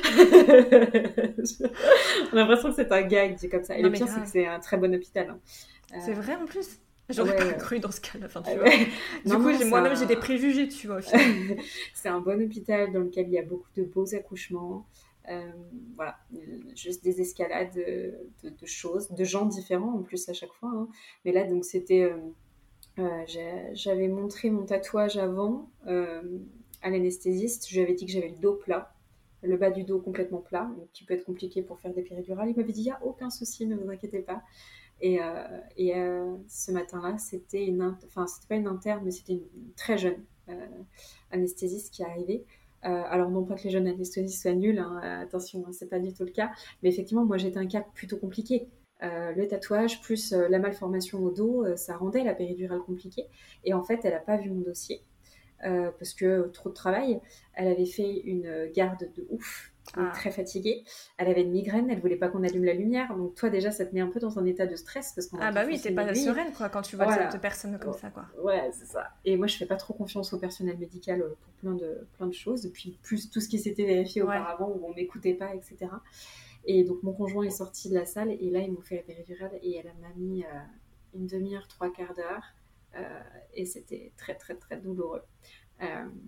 On a l'impression que c'est un gag dit comme ça. Et Non le mais pire, c'est que grave. c'est un très bon hôpital, hein. C'est Euh, vrai en plus. J'aurais ouais, pas ouais. cru dans ce cas-là. Enfin, tu Ah vois. ouais. Du Non, coup, non, j'ai, c'est moi-même, j'ai des un... préjugés, tu vois, au final. c'est un bon hôpital dans lequel il y a beaucoup de beaux accouchements. Euh, voilà, juste des escalades de, de, de choses, de gens différents en plus à chaque fois, hein. Mais là, donc, c'était. Euh, euh, j'ai- j'avais montré mon tatouage avant euh, à l'anesthésiste. Je lui avais dit que j'avais le dos plat, le bas du dos complètement plat, donc qui peut être compliqué pour faire des péridurales. Il m'avait dit il n'y a aucun souci, ne vous inquiétez pas. Et, euh, et euh, ce matin-là, c'était une, int- enfin, c'était pas une interne, mais c'était une, une très jeune euh, anesthésiste qui est arrivée. Euh, alors non pas que les jeunes anesthésistes soient nuls, hein, euh, attention, hein, c'est pas du tout le cas. Mais effectivement, moi j'étais un cas plutôt compliqué. Euh, le tatouage plus euh, la malformation au dos, euh, ça rendait la péridurale compliquée. Et en fait, elle n'a pas vu mon dossier euh, parce que euh, trop de travail. Elle avait fait une garde de ouf. Donc Ah. très fatiguée. Elle avait une migraine, elle voulait pas qu'on allume la lumière. Donc toi déjà, ça te met un peu dans un état de stress parce qu'on Ah entend bah oui, t'es foncer pas l'aiguille. sereine, quoi, quand tu vois Voilà. cette personne comme ça, quoi. Ouais, c'est ça. Et moi, je fais pas trop confiance au personnel médical euh, pour plein de, plein de choses. Et puis plus tout ce qui s'était vérifié Ouais. auparavant où on m'écoutait pas, et cetera. Et donc mon conjoint est sorti de la salle et là, ils m'ont fait la péridurale et elle m'a mis euh, une demi-heure, trois quarts d'heure. Euh, et c'était très, très, très douloureux. Euh,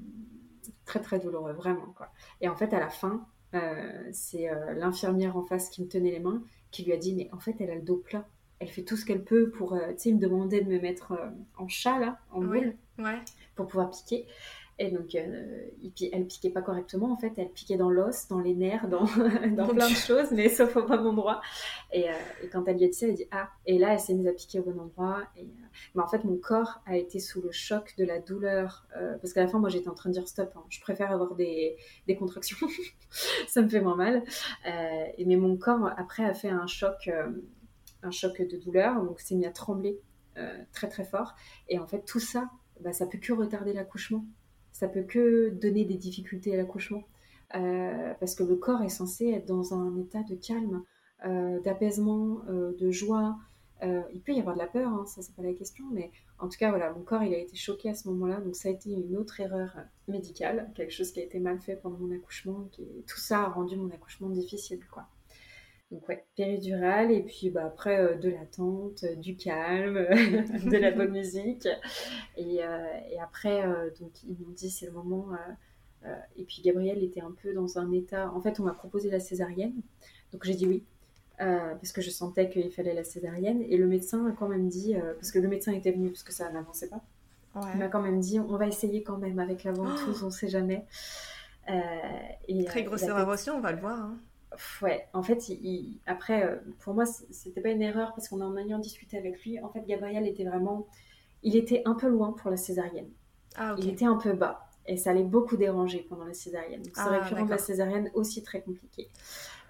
très, très douloureux, vraiment, quoi. Et en fait, à la fin, euh, c'est euh, l'infirmière en face qui me tenait les mains qui lui a dit, mais en fait, elle a le dos plat. Elle fait tout ce qu'elle peut pour, euh, tu sais, me demander de me mettre euh, en chat, là, en boule, Oui, ouais. pour pouvoir piquer. Et donc, euh, il, elle piquait pas correctement, en fait. Elle piquait dans l'os, dans les nerfs, dans, dans plein de choses, mais sauf au bon endroit. Et, euh, et quand elle lui a dit ça, elle a dit « Ah !» Et là, elle s'est mise à piquer au bon endroit. Et, euh, mais en fait, mon corps a été sous le choc de la douleur. Euh, parce qu'à la fin, moi, j'étais en train de dire « Stop, hein, je préfère avoir des, des contractions. Ça me fait moins mal. Euh, » et, Mais mon corps, après, a fait un choc, euh, un choc de douleur. Donc, s'est mis à trembler euh, très, très fort. Et en fait, tout ça, bah, ça peut que retarder l'accouchement. Ça peut que donner des difficultés à l'accouchement. Euh, parce que le corps est censé être dans un état de calme, euh, d'apaisement, euh, de joie. Euh, il peut y avoir de la peur, hein, ça c'est pas la question, mais en tout cas, voilà, mon corps il a été choqué à ce moment-là, donc ça a été une autre erreur médicale, quelque chose qui a été mal fait pendant mon accouchement, qui... tout ça a rendu mon accouchement difficile, quoi. Donc ouais, péridurale, et puis bah, après euh, de l'attente, euh, du calme, de la bonne musique. Et, euh, et après, euh, donc, ils m'ont dit c'est le moment. Euh, euh, et puis Gabriel était un peu dans un état. En fait, on m'a proposé la césarienne. Donc j'ai dit oui. Euh, parce que je sentais qu'il fallait la césarienne. Et le médecin a quand même dit, euh, parce que le médecin était venu, parce que ça n'avançait pas. Ouais. Il m'a quand même dit on va essayer quand même avec la ventouse, oh on ne sait jamais. Euh, et, Très grosse erreur aussi, on va le voir. Hein. Ouais, en fait, il, il, après, pour moi, c'était pas une erreur parce qu'on en ayant discuté avec lui, en fait, Gabriel était vraiment, il était un peu loin pour la césarienne. Ah, okay. Il était un peu bas et ça allait beaucoup déranger pendant la césarienne. Donc, ça ah, aurait pu rendre la césarienne aussi très compliquée.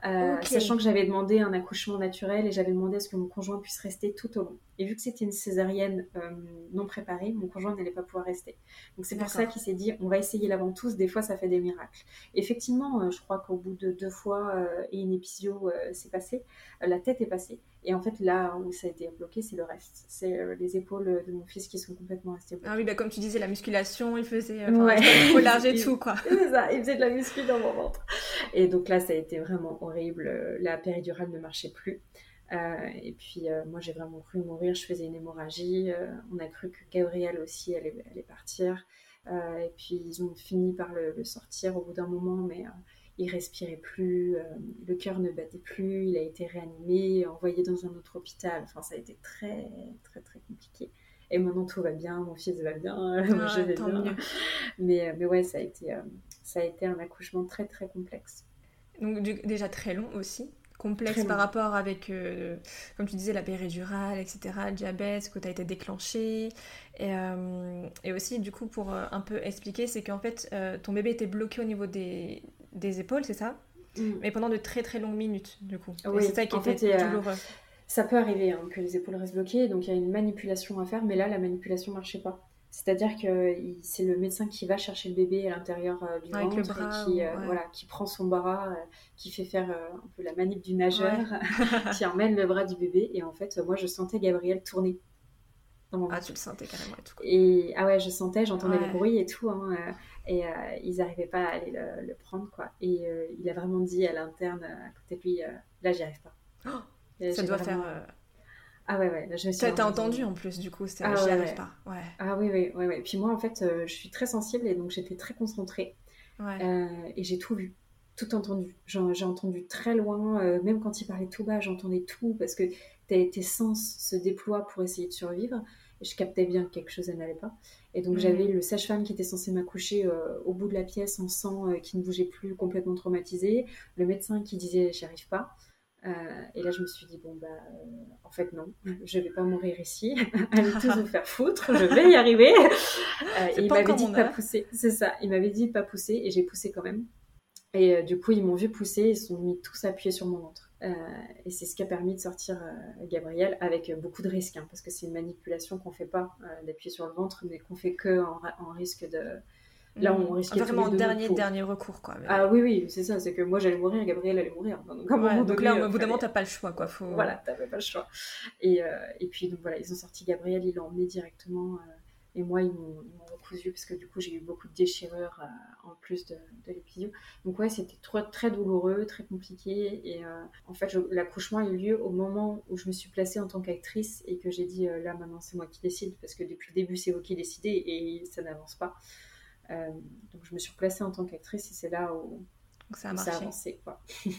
euh, Ok. sachant que j'avais demandé un accouchement naturel et j'avais demandé à ce que mon conjoint puisse rester tout au long. Et vu que c'était une césarienne euh, non préparée, mon conjoint n'allait pas pouvoir rester. Donc c'est pour ça D'accord. qu'il s'est dit, on va essayer la ventouse, des fois ça fait des miracles. Effectivement, euh, je crois qu'au bout de deux fois euh, et une épisio, euh, c'est passé, euh, la tête est passée. Et en fait, là où ça a été bloqué, c'est le reste. C'est euh, les épaules de mon fils qui sont complètement restées Ah oui, bloquées. bah comme tu disais, la musculation, il faisait, enfin, Ouais, il fallait trop large et il, tout, quoi. c'est ça, il faisait de la muscu dans mon ventre. Et donc là, ça a été vraiment horrible. La péridurale ne marchait plus. Euh, et puis euh, moi, j'ai vraiment cru mourir. Je faisais une hémorragie. Euh, on a cru que Gabrielle aussi allait, allait partir. Euh, et puis ils ont fini par le, le sortir au bout d'un moment, mais euh, il respirait plus, euh, le cœur ne battait plus. Il a été réanimé, envoyé dans un autre hôpital. Enfin, ça a été très, très, très compliqué. Et maintenant, tout va bien. Mon fils va bien. Je Ah, vais tant bien. mieux. Mais, mais ouais, ça a été, euh, ça a été un accouchement très très complexe. Donc du- déjà très long aussi, Très complexe par long. rapport avec, euh, comme tu disais, la péridurale, et cetera, le diabète, que tu as été déclenché. Et, euh, et aussi, du coup, pour euh, un peu expliquer, c'est qu'en fait, euh, ton bébé était bloqué au niveau des, des épaules, c'est ça? Mm. Mais pendant de très très longues minutes, du coup. Et c'est Oui, ça qui en fait, était et, euh, douloureux. ça peut arriver hein, que les épaules restent bloquées, donc il y a une manipulation à faire, mais là, la manipulation ne marchait pas. C'est-à-dire que il- c'est le médecin qui va chercher le bébé à l'intérieur euh, du Avec le ventre et bras qui, ou... euh, Ouais. voilà, qui prend son bras, euh, qui fait faire euh, un peu la manip du nageur, Ouais. qui emmène le bras du bébé. Et en fait, moi, je sentais Gabriel tourner dans mon Ah, tu le ventre. sentais carrément et tout, quoi. Et ah ouais, je sentais, j'entendais les Ouais. bruits et tout, hein, euh, et euh, ils n'arrivaient pas à aller le, le prendre, quoi. Et euh, il a vraiment dit à l'interne euh, à côté de lui, euh, là, j'y arrive pas. Oh, Et ça j'ai doit faire... vraiment. euh, Ah ouais, ouais, là, je me suis T'as t'as vraiment dit. entendu en plus, du coup, c'est- Ah j'y ouais, arrive ouais. pas. Ouais. Ah oui, oui, oui, oui. Puis moi, en fait, euh, je suis très sensible et donc j'étais très concentrée. Ouais. Euh, et j'ai tout vu, tout entendu. J'ai j'ai entendu très loin, euh, même quand il parlait tout bas, j'entendais tout parce que tes, tes sens se déploient pour essayer de survivre. Et je captais bien que quelque chose n'allait pas. Et donc j'avais Mhm. le sage-femme qui était censé m'accoucher euh, au bout de la pièce en sang, euh, qui ne bougeait plus, complètement traumatisé. Le médecin qui disait j'y arrive pas. Euh, et là je me suis dit bon bah euh, en fait non, je vais pas mourir ici. Allez tous vous faire foutre, je vais y arriver. Euh, C'est et il pas m'avait encore dit de mon pas heure. pousser, c'est ça. Il m'avait dit de pas pousser et j'ai poussé quand même. Et euh, du coup, ils m'ont vu pousser, ils se sont mis tous appuyés sur mon ventre. Euh, et c'est ce qui a permis de sortir euh, Gabriel avec euh, beaucoup de risques, hein, parce que c'est une manipulation qu'on fait pas euh, d'appuyer sur le ventre, mais qu'on fait que en, en risque de. Là, on Mhm. risquait tous Vraiment les en deux notre dernier, peau. dernier recours, quoi. Ah Mais... oui, oui, c'est ça, c'est que moi j'allais mourir, Gabriel allait mourir. Donc à un Ouais, moment donc là, donné, au euh, bout d'un moment, fallait. t'as pas le choix, quoi. Faut... Voilà, t'avais pas le choix. Et, euh, et puis donc voilà, ils ont sorti Gabriel, ils l'ont emmené directement. Euh, et moi, ils m'ont, ils m'ont recousu parce que du coup, j'ai eu beaucoup de déchirures euh, en plus de, de l'épisio. Donc ouais, c'était trop, très douloureux, très compliqué. Et euh, en fait, je- l'accouchement a eu lieu au moment où je me suis placée en tant qu'actrice et que j'ai dit, euh, là maintenant, c'est moi qui décide parce que depuis le début, c'est vous qui décidez et ça n'avance pas. Euh, donc je me suis placée en tant qu'actrice et c'est là où, Donc ça a où ça a marché. avancé, quoi.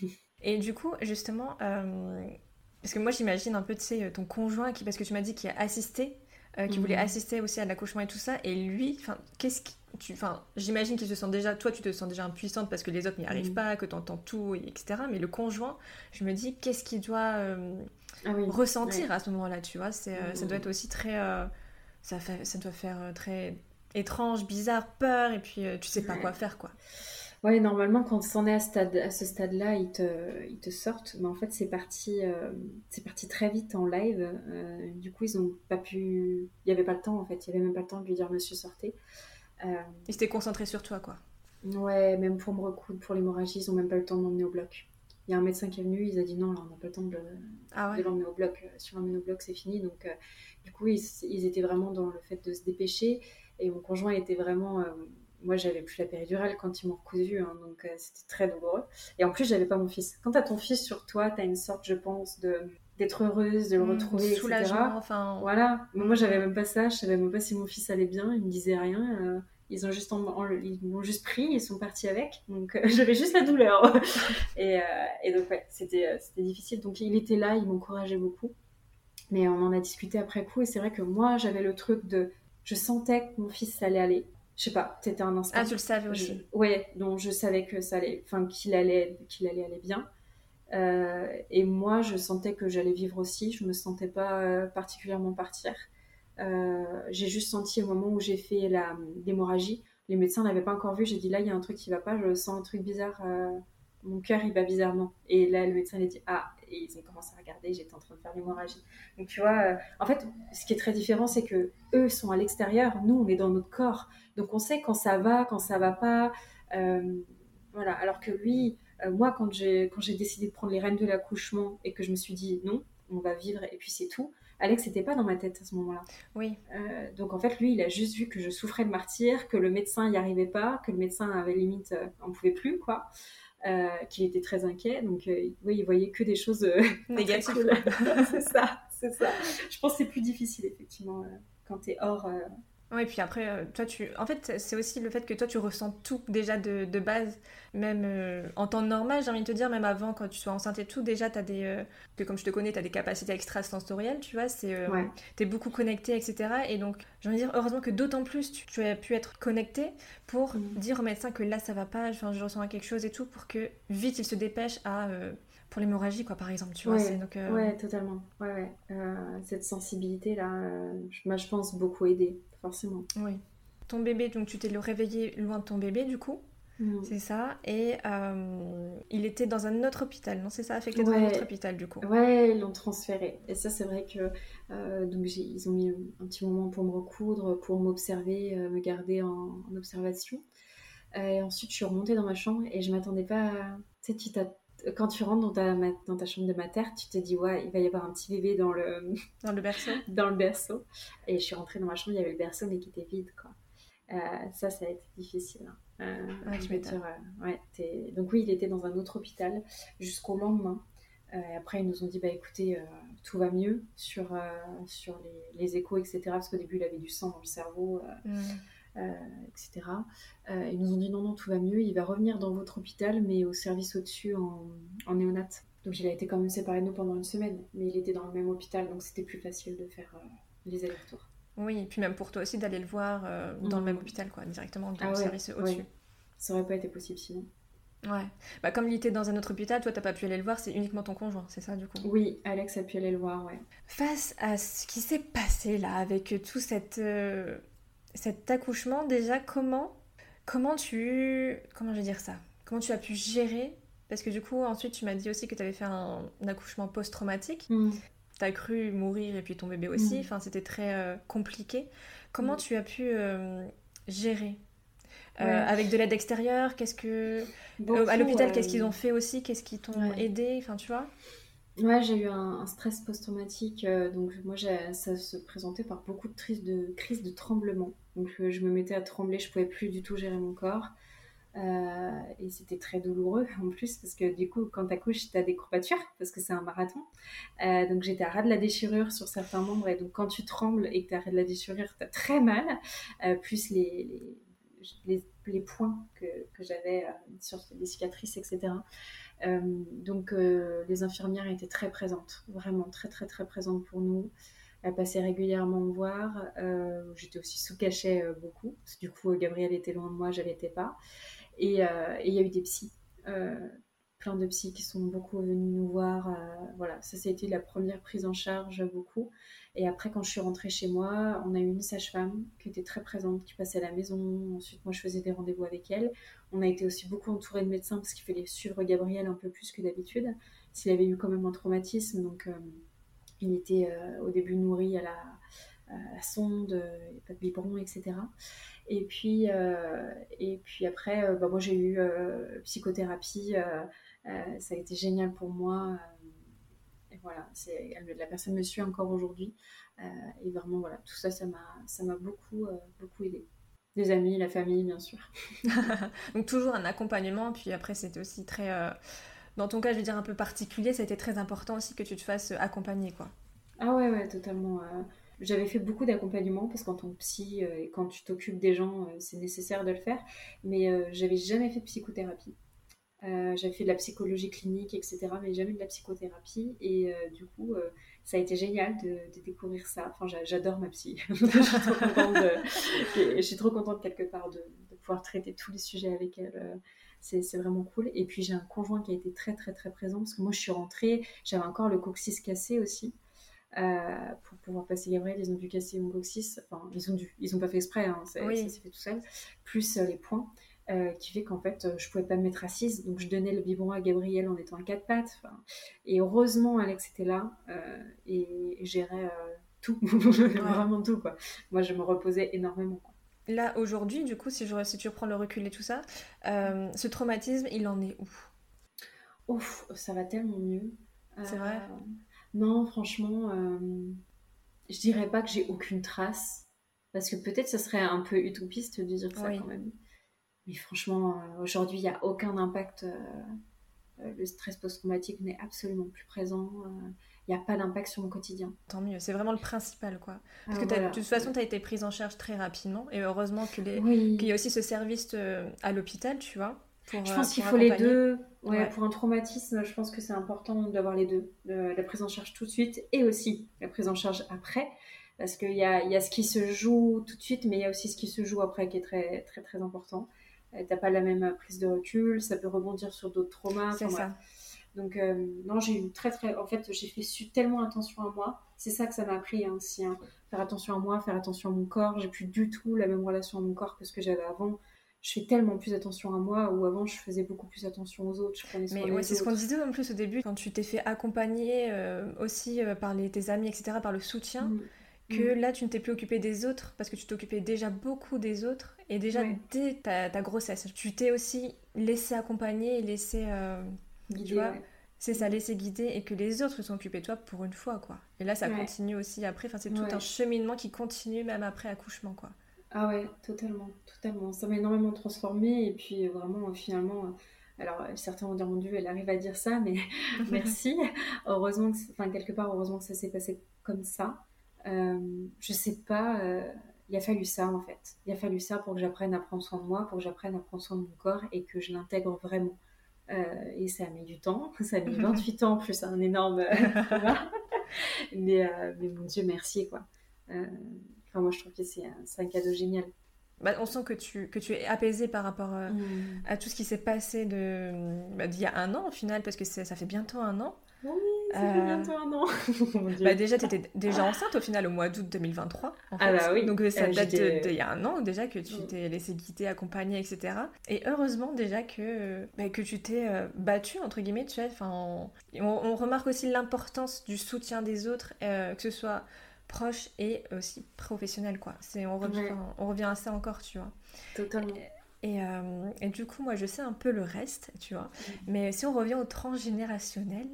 Et du coup, justement, euh, parce que moi, j'imagine un peu, tu sais, ton conjoint, qui, parce que tu m'as dit qu'il a assisté, euh, qui voulait Mhm. assister aussi à l'accouchement et tout ça, et lui, enfin, qu'est-ce qui... Tu, enfin, j'imagine qu'il se sent déjà, toi tu te sens déjà impuissante parce que les autres n'y arrivent Mhm. pas, que tu entends tout, et etc. Mais le conjoint, je me dis, qu'est-ce qu'il doit euh, Ah oui, ressentir ouais. à ce moment-là, tu vois, c'est, euh, ça doit être Mhm. aussi très, euh, ça, fait, ça doit faire euh, très étrange, bizarre, peur, et puis euh, tu sais pas quoi Ouais. faire, quoi. Ouais, normalement, quand on est à, stade, à ce stade-là, ils te, ils te sortent. Mais en fait, c'est parti, euh, c'est parti très vite en live. Euh, du coup, ils ont pas pu. Il n'y avait pas le temps, en fait. Il n'y avait même pas le temps de lui dire monsieur, sortez. Euh, Il s'était concentré sur toi, quoi. ouais, même pour me recoudre, pour l'hémorragie, ils n'ont même pas eu le temps de m'emmener au bloc. Il y a un médecin qui est venu, il a dit non, là, on n'a pas le temps de, Ah de ouais? l'emmener au bloc. Euh, Si on l'emmène au bloc, c'est fini. Donc, euh, du coup, ils, ils étaient vraiment dans le fait de se dépêcher. Et mon conjoint était vraiment. euh, moi, j'avais plus la péridurale quand ils m'ont recousu, hein, donc euh, c'était très douloureux. Et en plus, j'avais pas mon fils. Quand t'as ton fils sur toi, t'as une sorte, je pense, de d'être heureuse, de le Mmh, retrouver, soulagement, et cetera. enfin... Voilà. Mais moi, j'avais Mmh. même pas ça. Je savais même pas si mon fils allait bien. Ils me disaient rien. euh, ils ont juste en- en- ils m'ont juste pris, ils sont partis avec. Donc, euh, j'avais juste la douleur. Et, euh, et donc, ouais, c'était, euh, c'était difficile. Donc, il était là, il m'encourageait beaucoup. Mais on en a discuté après coup. Et c'est vrai que moi, j'avais le truc de. Je sentais que mon fils allait aller. Je sais pas, c'était un Ah, instinct. tu le savais Je, aussi. ouais, donc je savais que ça allait, enfin qu'il allait, qu'il allait aller bien. Euh, et moi, je sentais que j'allais vivre aussi. Je me sentais pas euh, particulièrement partir. Euh, j'ai juste senti au moment où j'ai fait la, l'hémorragie, les médecins n'avaient pas encore vu. J'ai dit là, il y a un truc qui va pas. Je sens un truc bizarre. Euh, mon cœur il bat bizarrement. Et là le médecin il a dit ah, et ils ont commencé à regarder, j'étais en train de faire l'hémorragie. Donc tu vois, euh, en fait ce qui est très différent c'est que eux sont à l'extérieur, nous on est dans notre corps, donc on sait quand ça va, quand ça va pas. Euh, voilà, alors que lui, euh, moi quand j'ai quand j'ai décidé de prendre les rênes de l'accouchement et que je me suis dit non, on va vivre et puis c'est tout. Alex n'était pas dans ma tête à ce moment-là. Oui. Euh, donc en fait, lui, il a juste vu que je souffrais de martyre, que le médecin n'y arrivait pas, que le médecin avait limite, euh, on pouvait plus, quoi, euh, qu'il était très inquiet. Donc euh, oui, il voyait que des choses euh, négatives. Cool. c'est ça, c'est ça. Je pense que c'est plus difficile effectivement euh, quand t'es hors. Euh, Oui, puis après, euh, toi, tu... En fait, c'est aussi le fait que toi, tu ressens tout déjà de, de base, même euh, en temps normal, j'ai envie de te dire, même avant, quand tu sois enceinte et tout, déjà, t'as des... euh, que comme je te connais, t'as des capacités extrasensorielles, tu vois, c'est... Euh, Ouais. t'es beaucoup connecté, et cetera. Et donc, j'ai envie de dire, heureusement que d'autant plus, tu, tu as pu être connecté pour Mm. dire au médecin que là, ça va pas, enfin, je ressens quelque chose et tout, pour que vite, il se dépêche à... euh, pour l'hémorragie, quoi, par exemple, tu vois. Ouais, C'est, donc, euh, ouais, totalement. Ouais, ouais. Euh, cette sensibilité-là, euh, je- moi, je pense beaucoup aider, forcément. Oui. Ton bébé, donc tu t'es le réveillé loin de ton bébé, du coup. Mm. C'est ça. Et euh, il était dans un autre hôpital, non? C'est ça, affecté dans un Ouais. autre hôpital, du coup. Ouais, ils l'ont transféré. Et ça, c'est vrai que euh, donc j'ai- ils ont mis un petit moment pour me recoudre, pour m'observer, euh, me garder en, en observation. Euh, et ensuite, je suis remontée dans ma chambre et je m'attendais pas. À... Tu sais, tu t'as- quand tu rentres dans ta, ma- dans ta chambre de mater, tu te dis ouais, il va y avoir un petit bébé dans le Dans le berceau. dans le berceau. Et je suis rentrée dans ma chambre, il y avait le berceau mais qui était vide, quoi. Euh, ça, ça a été difficile, hein. Euh, Ouais, tu je vais te m'étonnes. dire, euh, ouais, t'es- donc oui, il était dans un autre hôpital jusqu'au lendemain. Euh, et après, ils nous ont dit, bah écoutez, euh, tout va mieux sur, euh, sur les, les échos, et cetera. Parce qu'au début, il avait du sang dans le cerveau, euh, Mm. euh, et cetera. Euh, ils nous ont dit, non, non, tout va mieux. Il va revenir dans votre hôpital, mais au service au-dessus en, en néonat. Donc il a été quand même séparé de nous pendant une semaine. Mais il était dans le même hôpital, donc c'était plus facile de faire euh, les allers-retours. Oui, et puis même pour toi aussi d'aller le voir euh, dans le même Mm. hôpital, quoi, directement dans Ah le ouais, service au-dessus. ouais. Ça aurait pas été possible sinon. Ouais. Bah, comme il était dans un autre hôpital, toi, t'as pas pu aller le voir, c'est uniquement ton conjoint, c'est ça, du coup. Oui, Alex a pu aller le voir, ouais. Face à ce qui s'est passé, là, avec tout cette, euh, cet accouchement, déjà, comment, comment tu... Comment je vais dire ça? Comment tu as pu gérer? Parce que du coup, ensuite, tu m'as dit aussi que tu avais fait un, un accouchement post-traumatique. Mm. T'as cru mourir et puis ton bébé aussi. Mm. Enfin, c'était très euh, compliqué. Comment Mm. tu as pu euh, gérer euh, Ouais, avec de l'aide extérieure? Qu'est-ce que euh, à beaucoup. l'hôpital, qu'est-ce qu'ils euh, ont fait aussi? Qu'est-ce qu'ils t'ont Ouais, aidé? Enfin, tu vois? ouais j'ai eu un, un stress post-traumatique. euh, donc, moi, j'ai- ça se présentait par beaucoup de, crises de, crises de tremblement. Donc, euh, je me mettais à trembler, je pouvais plus du tout gérer mon corps. Euh, et c'était très douloureux en plus, parce que du coup, quand t'accouches, t'as des courbatures, parce que c'est un marathon. Euh, donc, j'étais à ras de la déchirure sur certains membres. Et donc, quand tu trembles et que t'as à ras de la déchirure, t'as très mal. Euh, plus les. les les, les points que, que j'avais euh, sur les cicatrices, et cetera. Euh, donc euh, les infirmières étaient très présentes, vraiment très très très présentes pour nous. Elles passaient régulièrement me voir. Euh, j'étais aussi sous cachet euh, beaucoup, parce que du coup Gabriel était loin de moi, je l'étais pas. Et euh, et il y a eu des psys, euh, plein de psys qui sont beaucoup venus nous voir. Euh, voilà, ça, ça a été la première prise en charge beaucoup. Et après, quand je suis rentrée chez moi, on a eu une sage-femme qui était très présente, qui passait à la maison. Ensuite, moi, je faisais des rendez-vous avec elle. On a été aussi beaucoup entouré de médecins parce qu'il fallait suivre Gabriel un peu plus que d'habitude, s'il avait eu quand même un traumatisme. Donc, euh, il était euh, au début nourri à la, à la sonde, euh, pas de biberon, et cetera. Et puis, euh, et puis après, euh, bah, moi j'ai eu euh, psychothérapie, euh, euh, ça a été génial pour moi. Euh, et voilà, c'est, elle- la personne me suit encore aujourd'hui. Euh, et vraiment, voilà, tout ça, ça m'a, ça m'a beaucoup, euh, beaucoup aidé. Les amis, la famille, bien sûr. Donc toujours un accompagnement, puis après c'était aussi très... euh, dans ton cas, je veux dire un peu particulier, ça a été très important aussi que tu te fasses accompagner, quoi. Ah ouais, ouais, totalement. euh, J'avais fait beaucoup d'accompagnement parce qu'en tant que psy, euh, et quand tu t'occupes des gens, euh, c'est nécessaire de le faire. Mais euh, j'avais jamais fait de psychothérapie. Euh, j'avais fait de la psychologie clinique, et cetera, mais jamais de la psychothérapie. Et euh, du coup, euh, ça a été génial de, de découvrir ça. Enfin, j'a- j'adore ma psy. je suis trop contente de, et je suis trop contente quelque part de, de pouvoir traiter tous les sujets avec elle. Euh, C'est, c'est vraiment cool. Et puis, j'ai un conjoint qui a été très, très, très présent parce que moi, je suis rentrée, j'avais encore le coccyx cassé aussi. Euh, pour pouvoir passer Gabriel, ils ont dû casser mon coccyx. Enfin, ils ont dû. Ils n'ont pas fait exprès, hein, ça, ça Oui. s'est fait tout seul. Plus euh, les points. euh, qui fait qu'en fait, euh, je pouvais pas me mettre assise. Donc, je donnais le biberon à Gabriel en étant à quatre pattes. Enfin, et heureusement, Alex était là euh, et, et gérait euh, tout, Ouais. vraiment tout, quoi. Moi, je me reposais énormément, quoi. Là, aujourd'hui, du coup, si, je, si tu reprends le recul et tout ça, euh, ce traumatisme, il en est où? Ouf, ça va tellement mieux. C'est vrai? Euh, non, franchement, euh, je dirais pas que j'ai aucune trace, parce que peut-être ce serait un peu utopiste de dire ça Oui. quand même. Mais franchement, euh, aujourd'hui, il n'y a aucun impact. euh, euh, le stress post-traumatique n'est absolument plus présent. euh, Il n'y a pas d'impact sur mon quotidien. Tant mieux, c'est vraiment le principal, quoi. Parce Ah, que t'as- de voilà, toute façon, ouais. tu as été prise en charge très rapidement, et heureusement que les- qu'il y Oui, a aussi ce service euh, à l'hôpital, tu vois, pour, je euh, pense qu'il pour faut les accompagner. deux. Ouais, Ouais, pour un traumatisme, je pense que c'est important d'avoir les deux. Le- la prise en charge tout de suite et aussi la prise en charge après. Parce qu'il y a, il y a ce qui se joue tout de suite, mais il y a aussi ce qui se joue après qui est très, très, très important. Euh, T'as pas la même prise de recul, ça peut rebondir sur d'autres traumas. c'est Enfin bref. ça. Donc, euh, non, j'ai eu très, très. En fait, j'ai fait su- tellement attention à moi. C'est ça que ça m'a appris hein, aussi. Hein. Faire attention à moi, faire attention à mon corps. J'ai plus du tout la même relation à mon corps que ce que j'avais avant. Je fais tellement plus attention à moi, où avant, je faisais beaucoup plus attention aux autres. Je prenais soin Mais ouais, des c'est ce qu'on autres. disait en plus au début, quand tu t'es fait accompagner euh, aussi euh, par les, tes amis, et cetera, par le soutien, Mm. que Mm. là, tu ne t'es plus occupé des autres, parce que tu t'occupais déjà beaucoup des autres, et déjà Ouais, dès ta, ta grossesse, tu t'es aussi laissé accompagner et laissé, euh, tu guidée, vois, ouais. c'est ça, Mm. laisser guider, et que les autres se sont occupés de toi pour une fois, quoi. Et là, ça Ouais, continue aussi après, enfin, c'est tout un ouais. cheminement qui continue même après accouchement, quoi. Ah ouais, totalement, totalement. Ça m'a énormément transformée. Et puis, euh, vraiment, euh, finalement, euh, alors euh, certains vont dire, mon Dieu, elle arrive à dire ça, mais merci. Heureusement que, c'est- enfin, quelque part, heureusement que ça s'est passé comme ça. Euh, je sais pas, euh, il a fallu ça, en fait. Il a fallu ça pour que j'apprenne à prendre soin de moi, pour que j'apprenne à prendre soin de mon corps et que je l'intègre vraiment. Euh, et ça a mis du temps. Ça a mis vingt-huit ans, plus un énorme euh, trauma. Mais, euh, mais mon Dieu, merci, quoi. Euh, Enfin, moi, je trouve que c'est un, c'est un cadeau génial. Bah, on sent que tu, que tu es apaisé par rapport euh, Mm. à tout ce qui s'est passé de, bah, d'il y a un an au final, parce que c'est- ça fait bientôt un an. Oui, ça fait Euh, bientôt un an. Mon bah Dieu. déjà, tu étais déjà enceinte au final au mois d'août deux mille vingt-trois, en Ah fait. bah oui, Donc euh, ça euh, date de- d'il j'étais... y a un an déjà que tu Mm. t'es laissé guider, accompagner, et cetera. Et heureusement déjà que, euh, bah, que tu t'es euh, battue, entre guillemets, tu vois. Enfin, on, on- on remarque aussi l'importance du soutien des autres, euh, que ce soit proche et aussi professionnel, quoi. C'est, on revient, Ouais, on revient à ça encore, tu vois. totalement. Et, euh, et du coup, moi, je sais un peu le reste, tu vois. Mm. Mais si on revient au transgénérationnel,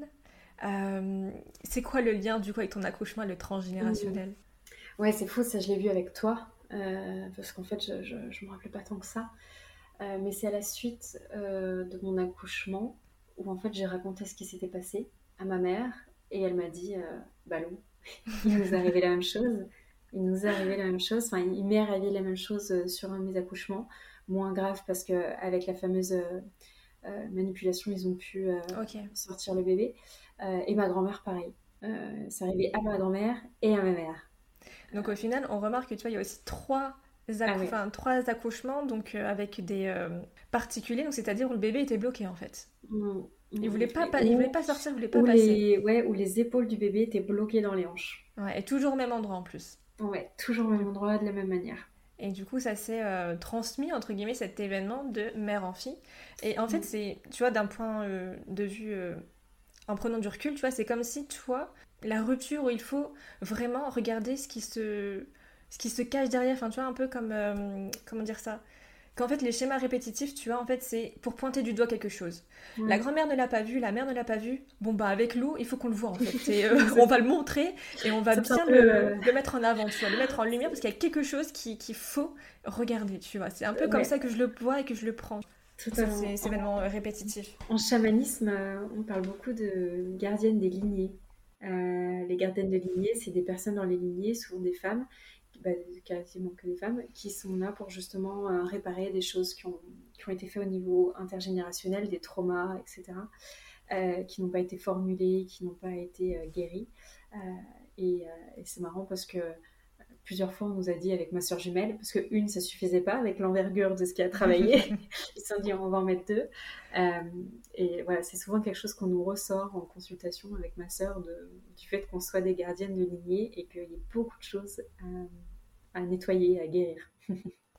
euh, c'est quoi le lien, du coup, avec ton accouchement et le Mm. transgénérationnel? Ouais, c'est fou, ça je l'ai vu avec toi. euh, parce qu'en fait, je, je, je me rappelais pas tant que ça. Euh, mais c'est à la suite euh, de mon accouchement où en fait j'ai raconté ce qui s'était passé à ma mère et elle m'a dit euh, bah Lou, il nous est arrivé la même chose. Il nous est arrivé la même chose. Enfin, il m'est arrivé la même chose euh, sur un de mes accouchements. Moins grave parce que avec la fameuse euh, euh, manipulation, ils ont pu euh, Ok. sortir le bébé. Euh, et ma grand-mère, pareil. Euh, c'est arrivé à ma grand-mère et à ma mère. Donc au final, on remarque que tu vois, il y a aussi trois, Ah accou- ouais. enfin, trois accouchements, donc euh, avec des euh, particuliers, donc c'est-à-dire où le bébé était bloqué en fait. Mm, Il mm, voulait pas, et pa- il voulait où, pas sortir, il voulait pas où, passer. les, ouais, où les épaules du bébé étaient bloquées dans les hanches. Ouais, et toujours au même endroit en plus. Ouais, toujours au même endroit, de la même manière. Et du coup, ça s'est euh, transmis, entre guillemets, cet événement de mère en fille. Et en fait, Mm. c'est, tu vois, d'un point euh, de vue, euh, en prenant du recul, tu vois, c'est comme si, toi, la rupture où il faut vraiment regarder ce qui se, ce qui se cache derrière, enfin, tu vois, un peu comme, euh, comment dire ça? Qu'en fait, les schémas répétitifs, tu vois, en fait, c'est pour pointer du doigt quelque chose. La Ouais. grand-mère ne l'a pas vu, la mère ne l'a pas vu. Bon, bah, avec Lou, il faut qu'on le voit, en fait. C'est, euh, on C'est va le montrer et on va c'est un bien peu... le, euh, le mettre en avant, tu vois, le mettre en lumière parce c'est- qu'il y a quelque chose qui- qu'il faut regarder, tu vois. C'est un peu comme ouais, ça que je le vois et que je le prends. Ça, totalement. c'est ces En, événements euh, répétitifs. en chamanisme, euh, on parle beaucoup de gardiennes des lignées. Euh, les gardiennes de lignée, c'est des personnes dans les lignées, souvent des femmes, bah, quasiment que des femmes, qui sont là pour justement euh, réparer des choses qui ont, qui ont été faites au niveau intergénérationnel, des traumas, et cetera, euh, qui n'ont pas été formulés, qui n'ont pas été euh, guéris. Euh, et, euh, et c'est marrant parce que plusieurs fois, on nous a dit avec ma soeur jumelle, parce que une, ça suffisait pas avec l'envergure de ce qui a travaillé. Ils se sont dit, on va en mettre deux. Euh, et voilà, c'est souvent quelque chose qu'on nous ressort en consultation avec ma soeur de, du fait qu'on soit des gardiennes de lignée et qu'il y ait beaucoup de choses à, à nettoyer, à guérir.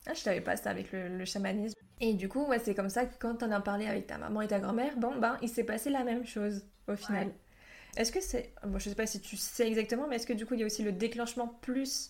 Ah, je savais pas ça avec le, le chamanisme. Et du coup, ouais, c'est comme ça que quand t'en as parlé avec ta maman et ta grand-mère, bon, ben, il s'est passé la même chose au final. Ouais. Est-ce que c'est... Bon, je sais pas si tu sais exactement, mais est-ce que du coup, il y a aussi le déclenchement plus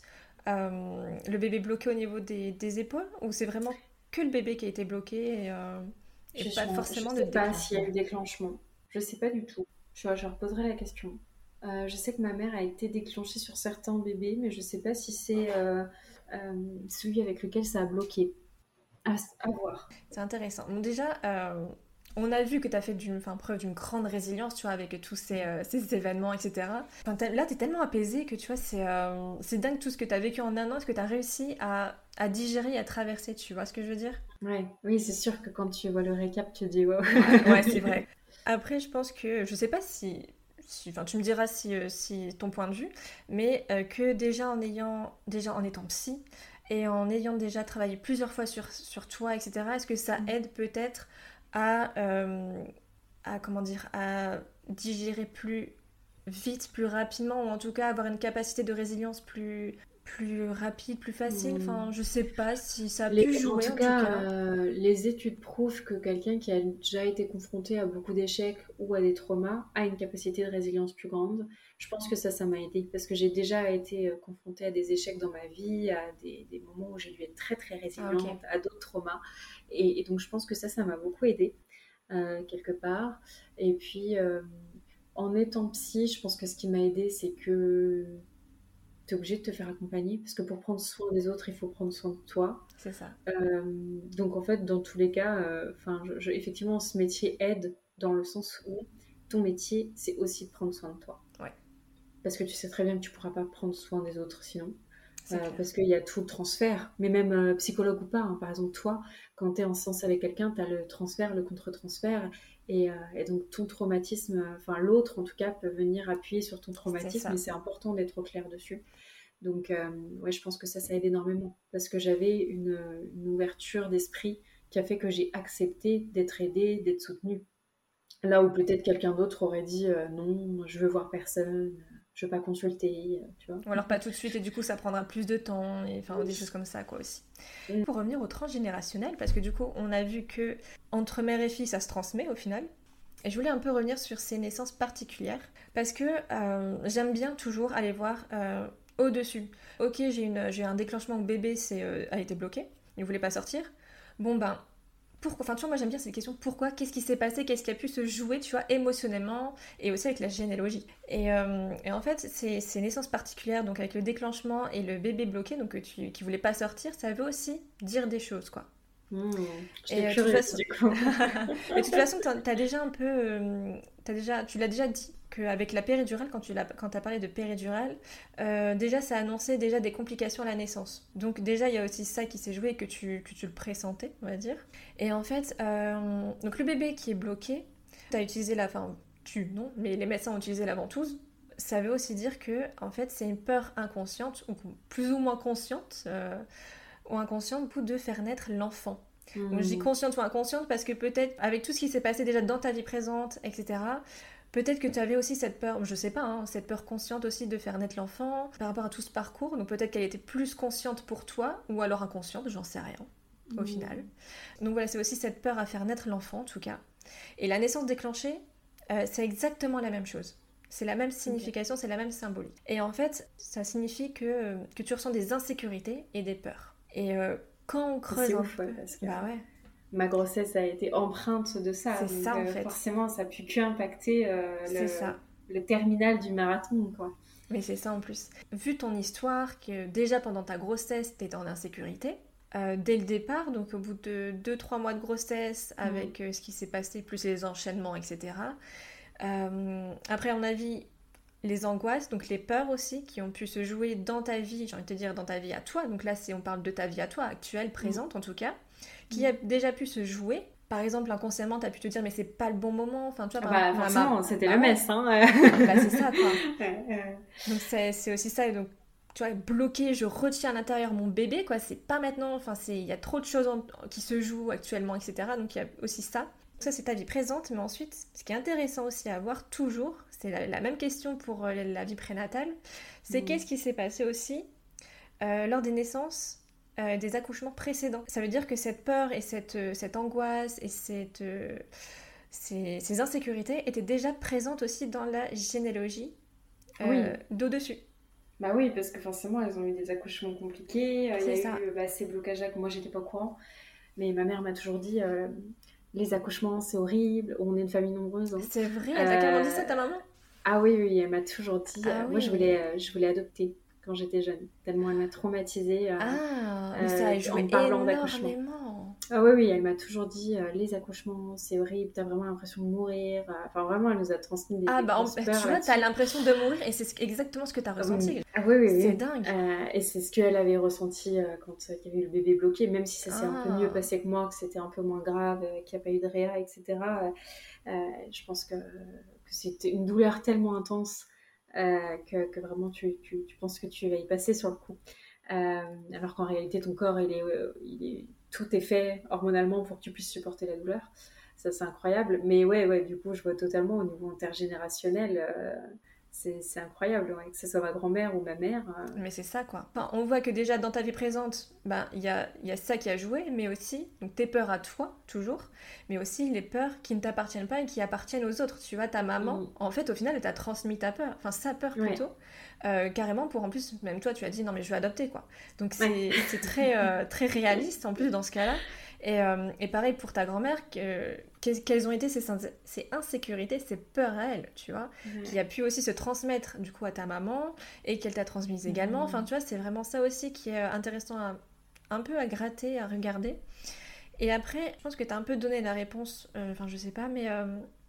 euh, le bébé bloqué au niveau des, des épaules, ou c'est vraiment que le bébé qui a été bloqué et, euh, et Je, pas je forcément de sais pas s'il y a déclenchement? eu déclenchement. Je sais pas du tout. Je, je reposerai la question. Euh, je sais que ma mère a été déclenchée sur certains bébés, mais je sais pas si c'est euh, euh, celui avec lequel ça a bloqué. À, à voir. C'est intéressant. Bon, déjà, euh, on a vu que tu as fait d'une, enfin, preuve d'une grande résilience, tu vois, avec tous ces, euh, ces événements, et cetera. Enfin, t'as- là, tu es tellement apaisé que, tu vois, c'est euh, c'est dingue tout ce que tu as vécu en un an, ce que tu as réussi à, à digérer et à traverser, tu vois ce que je veux dire? Ouais, oui, c'est sûr que quand tu vois le récap, tu te dis wow. Ouais, ouais, c'est vrai. Après, je pense que, je sais pas si, si- enfin, tu me diras si, euh, si ton point de vue, mais euh, que déjà en ayant, déjà en étant psy et en ayant déjà travaillé plusieurs fois sur, sur toi, et cetera, est-ce que ça aide peut-être à, euh, à, comment dire, à digérer plus vite, plus rapidement, ou en tout cas avoir une capacité de résilience plus, plus rapide, plus facile? Enfin, Hmm. je sais pas si ça a Les- pu en jouer tout en tout cas, cas. euh, les études prouvent que quelqu'un qui a déjà été confronté à beaucoup d'échecs ou à des traumas a une capacité de résilience plus grande. Je pense que ça, ça m'a aidé parce que j'ai déjà été euh, confrontée à des échecs dans ma vie, à des, des moments où j'ai dû être très très Ah, ok, résiliente, à d'autres traumas. Et, et donc, je pense que ça, ça m'a beaucoup aidé quelque part. Et puis, euh, en étant psy, je pense que ce qui m'a aidé, c'est que tu es obligé de te faire accompagner parce que pour prendre soin des autres, il faut prendre soin de toi. c'est ça. Euh, donc en fait, dans tous les cas, euh, enfin, je- je- effectivement, ce métier aide dans le sens où ton métier, c'est aussi de prendre soin de toi. Ouais, Parce que tu sais très bien que tu pourras pas prendre soin des autres sinon. c'est Euh, clair. parce qu'il y a tout le transfert, mais même euh, psychologue ou pas, hein. Par exemple, toi, quand tu es en séance avec quelqu'un, tu as le transfert, le contre-transfert, et, euh, et donc ton traumatisme, euh, enfin l'autre en tout cas, peut venir appuyer sur ton C'est traumatisme, et ça. c'est important d'être au clair dessus. Donc, euh, ouais, je pense que ça, ça aide énormément, parce que j'avais une, une ouverture d'esprit qui a fait que j'ai accepté d'être aidée, d'être soutenue. Là où peut-être quelqu'un d'autre aurait dit euh, non, je veux voir personne, je veux pas consulter, euh, tu vois. Ou alors pas tout de suite et du coup ça prendra plus de temps et enfin des choses Oui. comme ça quoi aussi. Mm. Pour revenir au transgénérationnel parce que du coup on a vu que entre mère et fille ça se transmet au final. Et je voulais un peu revenir sur ces naissances particulières parce que euh, j'aime bien toujours aller voir euh, au-dessus. Ok, j'ai une j'ai un déclenchement où bébé c'est, euh, a été bloqué, il voulait pas sortir. Bon ben pourquoi, enfin tu vois, moi j'aime bien cette question pourquoi, qu'est-ce qui s'est passé, qu'est-ce qui a pu se jouer, tu vois, émotionnellement et aussi avec la généalogie. Et, euh, et en fait, ces, ces naissances particulières, donc avec le déclenchement et le bébé bloqué, donc que tu, qui voulait pas sortir, ça veut aussi dire des choses, quoi. Mm. J'étais Et euh, de toute curieuse façon, du coup. mais de toute façon, t'as, t'as déjà un peu, euh, t'as déjà, tu l'as déjà dit qu'avec la péridurale, quand tu l'as, quand t'as parlé de péridurale, euh, déjà ça annonçait déjà des complications à la naissance. Donc déjà il y a aussi ça qui s'est joué et que tu, que tu le pressentais, on va dire. Et en fait, euh, donc le bébé qui est bloqué, t'as utilisé la, enfin tu non, mais les médecins ont utilisé la ventouse. Ça veut aussi dire que en fait c'est une peur inconsciente ou plus ou moins consciente euh, ou inconsciente pour de faire naître l'enfant. Donc je dis Mm. consciente ou inconsciente parce que peut-être avec tout ce qui s'est passé déjà dans ta vie présente, et cetera, peut-être que tu avais aussi cette peur, je sais pas, hein, cette peur consciente aussi de faire naître l'enfant par rapport à tout ce parcours. Donc peut-être qu'elle était plus consciente pour toi ou alors inconsciente, j'en sais rien au final. Mm. Donc voilà, c'est aussi cette peur à faire naître l'enfant en tout cas. Et la naissance déclenchée, euh, c'est exactement la même chose. C'est la même Ok. signification, c'est la même symbolique. Et en fait, ça signifie que, que tu ressens des insécurités et des peurs. Et euh, quand on creuse C'est un ouf, ouais, peu, parce que bah ouais, ma grossesse a été empreinte de ça, c'est donc ça en euh, fait. forcément ça a pu que impacter euh, C'est le, ça. le terminal du marathon, quoi. Mais c'est ça en plus. Vu ton histoire, que déjà pendant ta grossesse, t'étais en insécurité, euh, dès le départ, donc au bout de deux trois mois de grossesse, Mm. avec euh, ce qui s'est passé, plus les enchaînements, et cetera. Euh, après, on a vu les angoisses, donc les peurs aussi, qui ont pu se jouer dans ta vie, j'ai envie de te dire dans ta vie à toi. Donc là, c'est, on parle de ta vie à toi, actuelle, Mm. présente en tout cas, qui Mm. a déjà pu se jouer. Par exemple, inconsciemment, t'as pu te dire, mais c'est pas le bon moment. Enfin, tu vois, Ah par bah exemple, ma maman. forcément, c'était Bah le ouais, mess, hein. bah c'est ça, quoi. Ouais, ouais. Donc c'est, c'est aussi ça. Et donc, tu vois, bloqué, je retiens à l'intérieur mon bébé, quoi. C'est pas maintenant. Enfin, c'est, il y a trop de choses en- qui se jouent actuellement, et cetera. Donc il y a aussi ça. Ça, c'est ta vie présente, mais ensuite, ce qui est intéressant aussi à voir toujours, c'est la, la même question pour euh, la vie prénatale, c'est Mm. qu'est-ce qui s'est passé aussi euh, lors des naissances euh, des accouchements précédents. Ça veut dire que cette peur et cette, euh, cette angoisse et cette, euh, ces, ces insécurités étaient déjà présentes aussi dans la généalogie Oui, euh, d'au-dessus. bah oui, parce que forcément, elles ont eu des accouchements compliqués. euh, Il y C'est a ça. eu bah, ces blocages que moi, j'étais pas au courant. Mais ma mère m'a toujours dit, euh, les accouchements, c'est horrible. On est une famille nombreuse, hein. C'est vrai, elle t'a carrément dit ça, Euh, ta maman? Ah oui, oui, elle m'a toujours dit. Ah euh, moi, je oui. voulais, euh, je voulais adopter quand j'étais jeune, tellement elle m'a traumatisée euh, Ah, mais ça euh, a joué en me parlant d'accouchement. énormément. Ah oui, oui, elle m'a toujours dit euh, les accouchements, c'est horrible, t'as vraiment l'impression de mourir. Euh, Enfin, vraiment, elle nous a transmis des, Ah des bah en- grosses peurs tu vois, t'as là-dessus. l'impression de mourir et c'est ce- exactement ce que t'as Hum, ressenti. Ah oui, oui, C'est oui. dingue. Euh, et c'est ce qu'elle avait ressenti euh, quand euh, il y avait eu le bébé bloqué, même si ça s'est un peu mieux Ah, passé que moi, que c'était un peu moins grave, euh, qu'il n'y a pas eu de réa, et cetera. Euh, euh, je pense que, que c'était une douleur tellement intense euh, que, que vraiment tu, tu, tu penses que tu vas y passer sur le coup. Euh, alors qu'en réalité, ton corps, il est, euh, il est, tout est fait hormonalement pour que tu puisses supporter la douleur. Ça, c'est incroyable. Mais ouais, ouais, du coup, je vois totalement au niveau intergénérationnel. Euh, c'est, c'est incroyable, ouais, que ce soit ma grand-mère ou ma mère. euh. mais c'est ça quoi. Enfin, on voit que déjà dans ta vie présente, ben il y a, il y a ça qui a joué, mais aussi donc tes peurs à toi toujours, mais aussi les peurs qui ne t'appartiennent pas et qui appartiennent aux autres. Tu vois, ta maman, Mm. en fait, au final, elle t'a transmis ta peur, enfin sa peur Ouais, plutôt, euh, carrément pour en plus, même toi, tu as dit non mais je vais adopter quoi. Donc ouais. c'est c'est très euh, très réaliste en plus dans ce cas-là. Et, euh, et pareil pour ta grand-mère, que, que- quelles ont été ses, ses insécurités, ses peurs à elle, tu vois, qui a Ouais. pu aussi se transmettre du coup à ta maman et qu'elle t'a transmise également. Enfin, Mm. tu vois, c'est vraiment ça aussi qui est intéressant à, un peu à gratter, à regarder. Et après, je pense que tu as un peu donné la réponse, euh, enfin, je sais pas, mais euh,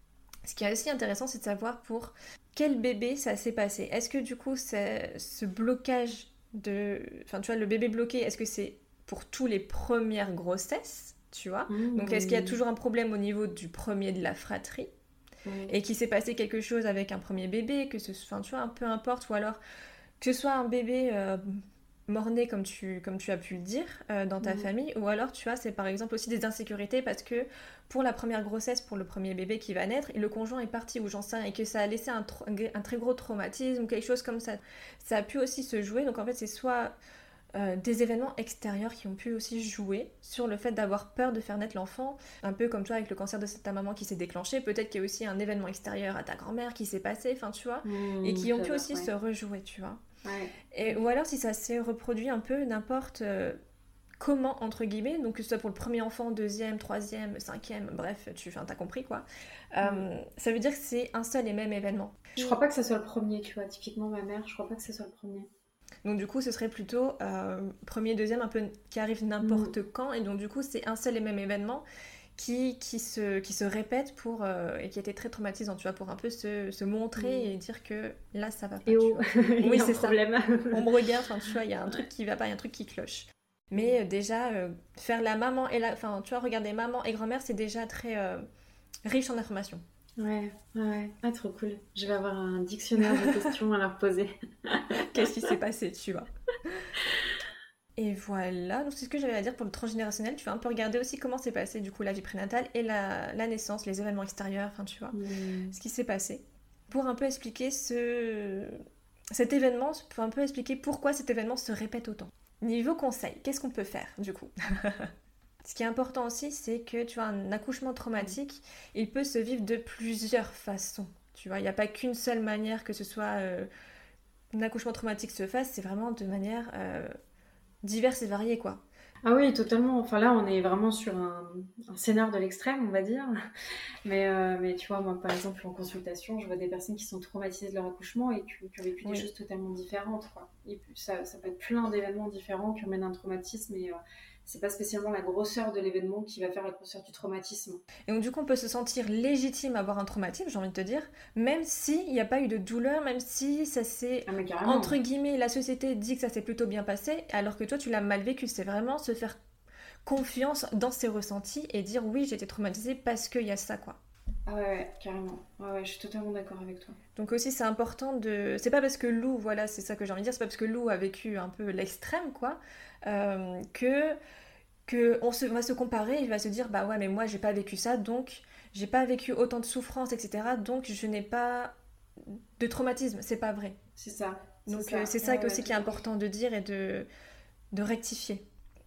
ce qui est aussi intéressant, c'est de savoir pour quel bébé ça s'est passé. Est-ce que du coup, ce blocage de. Enfin, tu vois, le bébé bloqué, est-ce que c'est pour tous les premières grossesses, tu vois? Donc, est-ce qu'il y a Mm. toujours un problème au niveau du premier de la fratrie Ouais. et qu'il s'est passé quelque chose avec un premier bébé, que ce soit, enfin, tu vois, un peu importe, ou alors que ce soit un bébé euh, mort-né comme tu, comme tu as pu le dire euh, dans ta Mm. famille, ou alors tu vois c'est par exemple aussi des insécurités parce que pour la première grossesse, pour le premier bébé qui va naître, le conjoint est parti ou j'en sais rien, et que ça a laissé un, tr- un très gros traumatisme ou quelque chose comme ça. Ça a pu aussi se jouer, donc en fait c'est soit euh, des événements extérieurs qui ont pu aussi jouer sur le fait d'avoir peur de faire naître l'enfant, un peu comme toi avec le cancer de ta maman qui s'est déclenché, peut-être qu'il y a aussi un événement extérieur à ta grand-mère qui s'est passé, enfin tu vois, et Mm. qui ont Ça pu va, aussi se ouais. rejouer, tu vois. Ouais. Et, ou alors si ça s'est reproduit un peu n'importe euh, comment, entre guillemets, donc que ce soit pour le premier enfant, deuxième, troisième, cinquième, bref, tu enfin, t'as compris quoi. Mm. Euh, ça veut dire que c'est un seul et même événement. Je crois pas que ça soit le premier, tu vois. Typiquement, ma mère, je crois pas que ce soit le premier. Donc du coup, ce serait plutôt euh, premier, deuxième, un peu qui arrive Mm. n'importe quand, et donc du coup, c'est un seul et même événement qui, qui, se, qui se répète pour, euh, et qui était très traumatisant, tu vois, pour un peu se, se montrer Mm. et dire que là, ça va pas, Et tu oh, vois. il y Oui, a un c'est ça. problème. On me regarde, enfin, tu vois, il y a un truc Ouais. qui va pas, il y a un truc qui cloche. Mm. Mais euh, déjà, euh, faire la maman et la... Enfin, tu vois, regarder maman et grand-mère, c'est déjà très euh, riche en informations. Ouais, ouais, ouais. Ah, trop cool. Je vais avoir un dictionnaire de questions à leur poser. Qu'est-ce qui s'est passé, tu vois. Et voilà, donc c'est ce que j'avais à dire pour le transgénérationnel. Tu vas un peu regarder aussi comment s'est passé du coup la vie prénatale et la, la naissance, les événements extérieurs, enfin tu vois, Mm. ce qui s'est passé. Pour un peu expliquer ce... cet événement, pour un peu expliquer pourquoi cet événement se répète autant. Niveau conseil, qu'est-ce qu'on peut faire du coup? Ce qui est important aussi, c'est que tu vois, un accouchement traumatique, il peut se vivre de plusieurs façons. Tu vois, il n'y a pas qu'une seule manière que ce soit euh, un accouchement traumatique se fasse, c'est vraiment de manière euh, diverse et variée, quoi. Ah oui, totalement. Enfin là, on est vraiment sur un, un scénar de l'extrême, on va dire. Mais, euh, mais tu vois, moi, par exemple, en consultation, je vois des personnes qui sont traumatisées de leur accouchement et qui, qui ont vécu des Oui. choses totalement différentes, quoi. Et puis, ça, ça peut être plein d'événements différents qui emmènent un traumatisme et euh, c'est pas spécialement la grosseur de l'événement qui va faire la grosseur du traumatisme. Et donc du coup, on peut se sentir légitime à avoir un traumatisme, j'ai envie de te dire, même s'il n'y a pas eu de douleur, même si ça s'est, Ah mais entre carrément. guillemets, la société dit que ça s'est plutôt bien passé, alors que toi, tu l'as mal vécu. C'est vraiment se faire confiance dans ses ressentis et dire oui, j'ai été traumatisée parce qu'il y a ça, quoi. Ah ouais, ouais, carrément. Ouais, ouais, je suis totalement d'accord avec toi. Donc aussi, c'est important de... C'est pas parce que Lou, voilà, c'est ça que j'ai envie de dire, c'est pas parce que Lou a vécu un peu l'extrême, quoi, euh, que... que on, se, on va se comparer, il va se dire bah ouais mais moi j'ai pas vécu ça donc j'ai pas vécu autant de souffrance etc donc je n'ai pas de traumatisme, c'est pas vrai. C'est ça, c'est Donc euh, ça. c'est ça Ouais, qui ouais, aussi qui est totalement. important de dire et de, de rectifier.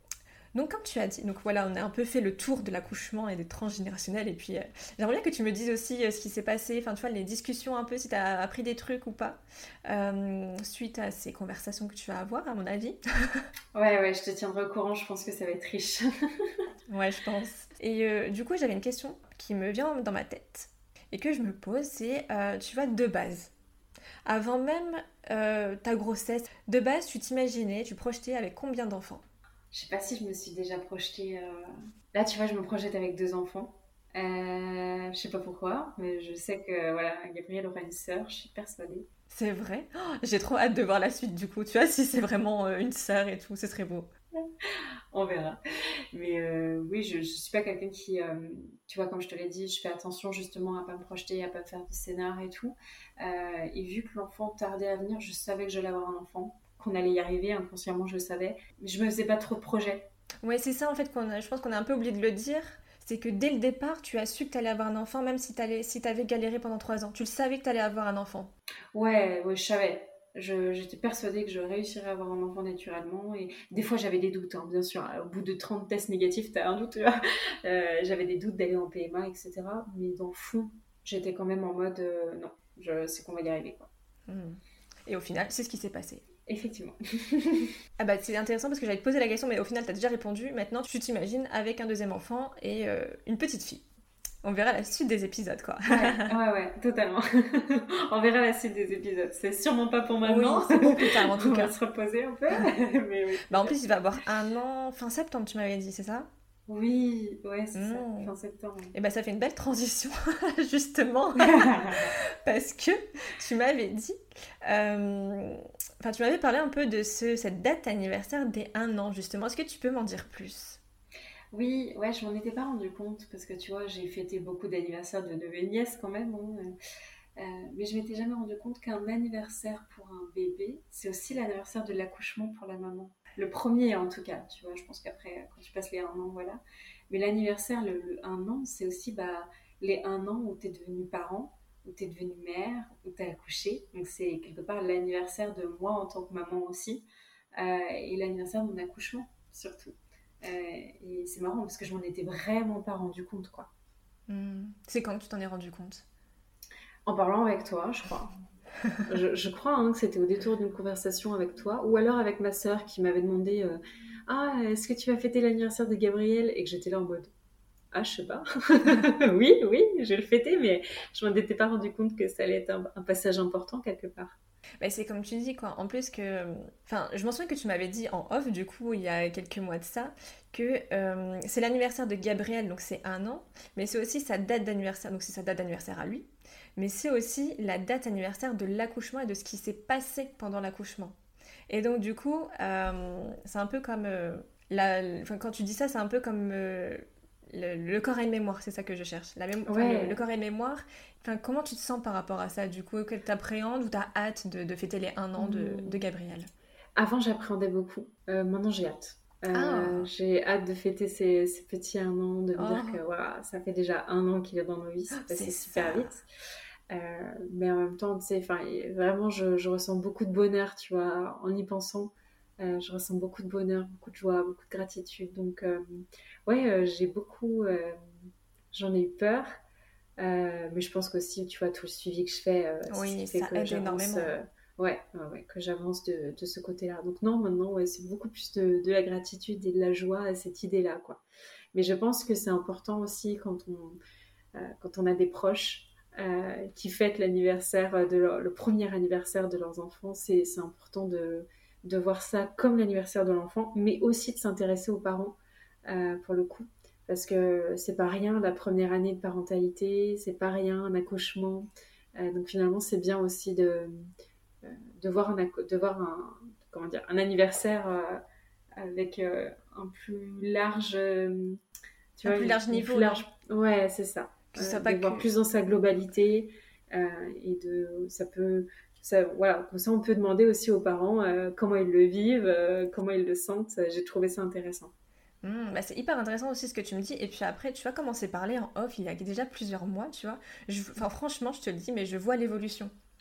Donc comme tu as dit, donc voilà, on a un peu fait le tour de l'accouchement et des transgénérationnels. Et puis euh, j'aimerais bien que tu me dises aussi euh, ce qui s'est passé, enfin tu vois, les discussions un peu, si tu as appris des trucs ou pas, euh, suite à ces conversations que tu vas avoir, à mon avis. Ouais, ouais, je te tiendrai au courant, je pense que ça va être riche. Ouais, je pense. Et euh, du coup, j'avais une question qui me vient dans ma tête et que je me pose, c'est, euh, tu vois, de base. Avant même euh, ta grossesse, de base, tu t'imaginais, tu projetais avec combien d'enfants? Je sais pas si je me suis déjà projetée. euh, Là, tu vois, je me projette avec deux enfants. Euh, je sais pas pourquoi, mais je sais que voilà, Gabriel aura une sœur, je suis persuadée. C'est vrai? Oh, j'ai trop hâte de voir la suite du coup. Tu vois, si c'est vraiment euh, une sœur et tout, ce serait beau. On verra. Mais euh, oui, je, je suis pas quelqu'un qui, euh, tu vois, comme je te l'ai dit, je fais attention justement à pas me projeter, à pas me faire de scénar et tout. Euh, et vu que l'enfant tardait à venir, je savais que j'allais avoir un enfant, qu'on allait y arriver, inconsciemment je le savais. Mais je me faisais pas trop de projets. Ouais, c'est ça en fait qu'on a, je pense qu'on a un peu oublié de le dire. C'est que dès le départ, tu as su que tu allais avoir un enfant, même si tu si t'avais galéré pendant trois ans. Tu le savais que tu allais avoir un enfant. Ouais, ouais, je savais. Je- j'étais persuadée que je réussirais à avoir un enfant naturellement. Et des fois, j'avais des doutes, hein, bien sûr. Au bout de trente tests négatifs, t'as un doute. Tu vois. Euh, j'avais des doutes d'aller en P M A, et cetera. Mais dans le fond, j'étais quand même en mode euh, non, je sais qu'on va y arriver, quoi. Hmm. Et au final, c'est ce qui s'est passé. Effectivement. Ah bah c'est intéressant parce que j'allais te poser la question, mais au final, tu as déjà répondu. Maintenant, tu t'imagines avec un deuxième enfant et euh, une petite fille. On verra la suite des épisodes, quoi. Ouais, ouais, ouais, totalement. On verra la suite des épisodes. C'est sûrement pas pour Oui, maintenant. c'est pour plus tard en tout On va cas. se reposer un peu. Mais oui, Bah tout en à plus, il fait. va avoir un an, fin septembre, tu m'avais dit, c'est ça? Oui, ouais, c'est ça. Hmm. Fin septembre. Et bah ça fait une belle transition, justement, parce que tu m'avais dit, euh, enfin tu m'avais parlé un peu de ce, cette date anniversaire des un an, justement. Est-ce que tu peux m'en dire plus? Oui, ouais, je m'en étais pas rendu compte parce que tu vois, j'ai fêté beaucoup d'anniversaires de, de mes nièces quand même, hein. Euh, mais je m'étais jamais rendu compte qu'un anniversaire pour un bébé, c'est aussi l'anniversaire de l'accouchement pour la maman. Le premier en tout cas, tu vois, je pense qu'après, quand tu passes les un an, voilà. Mais l'anniversaire, le, le un an, c'est aussi bah, les un an où tu es devenu parent, où tu es devenu mère, où tu as accouché. Donc c'est quelque part l'anniversaire de moi en tant que maman aussi, euh, et l'anniversaire de mon accouchement surtout. Euh, et c'est marrant parce que je m'en étais vraiment pas rendu compte, quoi. Hmm. C'est quand que tu t'en es rendu compte? En parlant avec toi, je crois. Je, je crois hein, que c'était au détour d'une conversation avec toi, ou alors avec ma sœur qui m'avait demandé euh, ah, est-ce que tu vas fêter l'anniversaire de Gabriel? Et que j'étais là en mode ah, je sais pas. Oui, oui, je vais le fêter, mais je m'en étais pas rendu compte que ça allait être un, un passage important quelque part. Bah, c'est comme tu dis, quoi. En plus que... Enfin, je m'en souviens que tu m'avais dit en off, du coup, il y a quelques mois de ça, que euh, c'est l'anniversaire de Gabriel, donc c'est un an, mais c'est aussi sa date d'anniversaire, donc c'est sa date d'anniversaire à lui, mais c'est aussi la date anniversaire de l'accouchement et de ce qui s'est passé pendant l'accouchement. Et donc, du coup, euh, c'est un peu comme... euh, la... enfin, quand tu dis ça, c'est un peu comme... euh, le, le corps et une mémoire, c'est ça que je cherche. La mémo- enfin, le, le Ouais. corps et une mémoire. Enfin, comment tu te sens par rapport à ça, du coup, que t'appréhendes ou t'as hâte de, de fêter les un an de, de Hum. Gabriel? Avant, j'appréhendais beaucoup. Euh, maintenant, j'ai hâte. Euh, Ah. j'ai hâte de fêter ces, ces petits un an, de me dire que Oh, voilà, ça fait déjà un an qu'il est dans nos vies, c'est c'est passé ça. super vite. Euh, mais en même temps, tu sais, enfin, vraiment, je, je ressens beaucoup de bonheur, tu vois, en y pensant. Euh, je ressens beaucoup de bonheur, beaucoup de joie, beaucoup de gratitude. Donc, euh, ouais, euh, j'ai beaucoup, euh, j'en ai eu peur. Euh, mais je pense qu'aussi, tu vois, tout le suivi que je fais, euh, c'est ce Oui, qui fait ça que aide j'avance, énormément. euh, ouais, ouais, ouais, que j'avance de, de ce côté-là. Donc non, maintenant, ouais, c'est beaucoup plus de, de la gratitude et de la joie à cette idée-là, quoi. Mais je pense que c'est important aussi quand on, euh, quand on a des proches euh, qui fêtent l'anniversaire de leur, le premier anniversaire de leurs enfants, c'est, c'est important de, de voir ça comme l'anniversaire de l'enfant, mais aussi de s'intéresser aux parents euh, pour le coup. Parce que c'est pas rien la première année de parentalité, c'est pas rien un accouchement. Euh, donc finalement, c'est bien aussi de, euh, de, voir, un, de voir un, comment dire, un anniversaire euh, avec euh, un plus large, euh, tu Un vois, plus une, large une plus niveau, non? large, ouais, c'est ça, Que ce euh, soit pas de voir que... plus dans sa globalité euh, et de, ça peut, ça, voilà, comme ça on peut demander aussi aux parents euh, comment ils le vivent, euh, comment ils le sentent. J'ai trouvé ça intéressant. Hmm, bah c'est hyper intéressant aussi ce que tu me dis. Et puis après, tu vois comment c'est parlé en off il y a déjà plusieurs mois, tu vois. Je- Enfin, franchement, je te le dis, mais je vois l'évolution.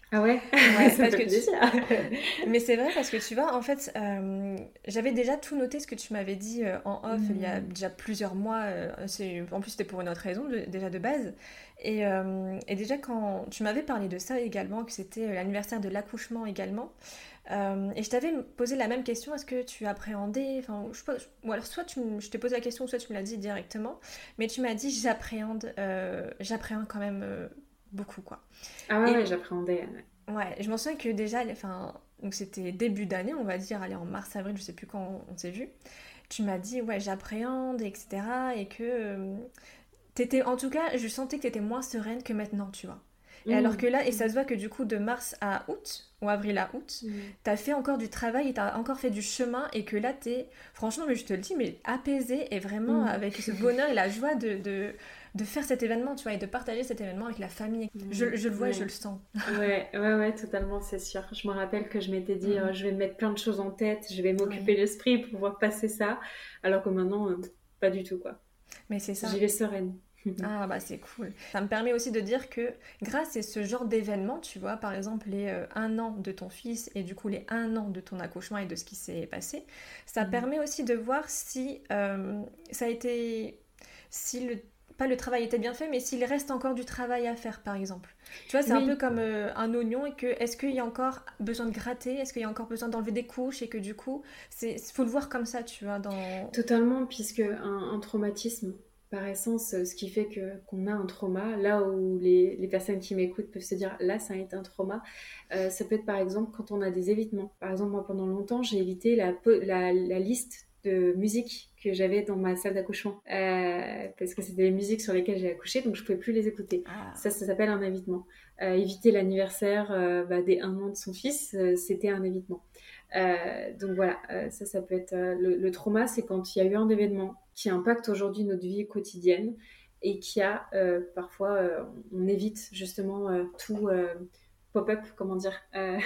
Ah ouais, Ouais, ça me parce fait que tu... plaisir. Mais c'est vrai parce que tu vois, en fait, euh, j'avais déjà tout noté ce que tu m'avais dit euh, en off il y a Hmm. déjà plusieurs mois. euh, c'est... En plus, c'était pour une autre raison, de- déjà de base. Et, euh, et déjà, quand tu m'avais parlé de ça également, que c'était euh, l'anniversaire de l'accouchement également, euh, et je t'avais posé la même question, est-ce que tu appréhendais, enfin, je, sais ou alors soit tu, me- je t'ai posé la question, soit tu me l'as dit directement, mais tu m'as dit j'appréhende, euh, j'appréhende quand même euh, beaucoup, quoi. Ah ouais, Et ouais, j'appréhendais. Ouais. ouais, je m'en souviens que déjà, enfin, donc c'était début d'année, on va dire, allez, en mars-avril, je sais plus quand on s'est vu. Tu m'as dit, ouais, j'appréhende, et cetera. Et que euh, t'étais, en tout cas, je sentais que t'étais moins sereine que maintenant, tu vois. Et alors que Hmm. là, et ça Hmm. se voit que du coup, de mars à août, ou avril à août, Hmm. t'as fait encore du travail et t'as encore fait du chemin, et que là, t'es, franchement, mais je te le dis, mais apaisée et vraiment Hmm. avec ce bonheur et la joie de, de, de faire cet événement, tu vois, et de partager cet événement avec la famille. Hmm. Je, je le vois et je Ouais. le sens. Ouais, ouais, ouais, totalement, c'est sûr. Je me rappelle que je m'étais dit, euh, Mhm. je vais me mettre plein de choses en tête, je vais m'occuper Oui. l'esprit pour pouvoir passer ça, alors que maintenant, euh, pas du tout, quoi. Mais c'est ça. J'y vais sereine. Ah bah c'est cool. Ça me permet aussi de dire que grâce à ce genre d'événement, tu vois, par exemple les euh, un an de ton fils et du coup les un an de ton accouchement et de ce qui s'est passé, ça Hmm. permet aussi de voir si euh, ça a été, si le, pas le travail était bien fait, mais s'il reste encore du travail à faire, par exemple. Tu vois, c'est un peu Oui, comme euh, un oignon et que est-ce qu'il y a encore besoin de gratter, est-ce qu'il y a encore besoin d'enlever des couches et que du coup, c'est faut le voir comme ça, tu vois, dans... totalement, puisque un, un traumatisme, par essence, euh, ce qui fait que qu'on a un trauma, là où les, les personnes qui m'écoutent peuvent se dire, là, ça a été un trauma, euh, ça peut être par exemple quand on a des évitements. Par exemple, moi, pendant longtemps, j'ai évité la, po- la, la liste de musique que j'avais dans ma salle d'accouchement, euh, parce que c'était les musiques sur lesquelles j'ai accouché, donc je pouvais plus les écouter. Ah, Ça, ça s'appelle un évitement. Euh, éviter l'anniversaire euh, bah, des un an de son fils, euh, c'était un évitement. Euh, donc voilà, euh, ça, ça peut être euh, le, le trauma, c'est quand il y a eu un événement qui impacte aujourd'hui notre vie quotidienne et qui a euh, parfois, euh, on évite justement euh, tout euh, pop-up, comment dire, euh,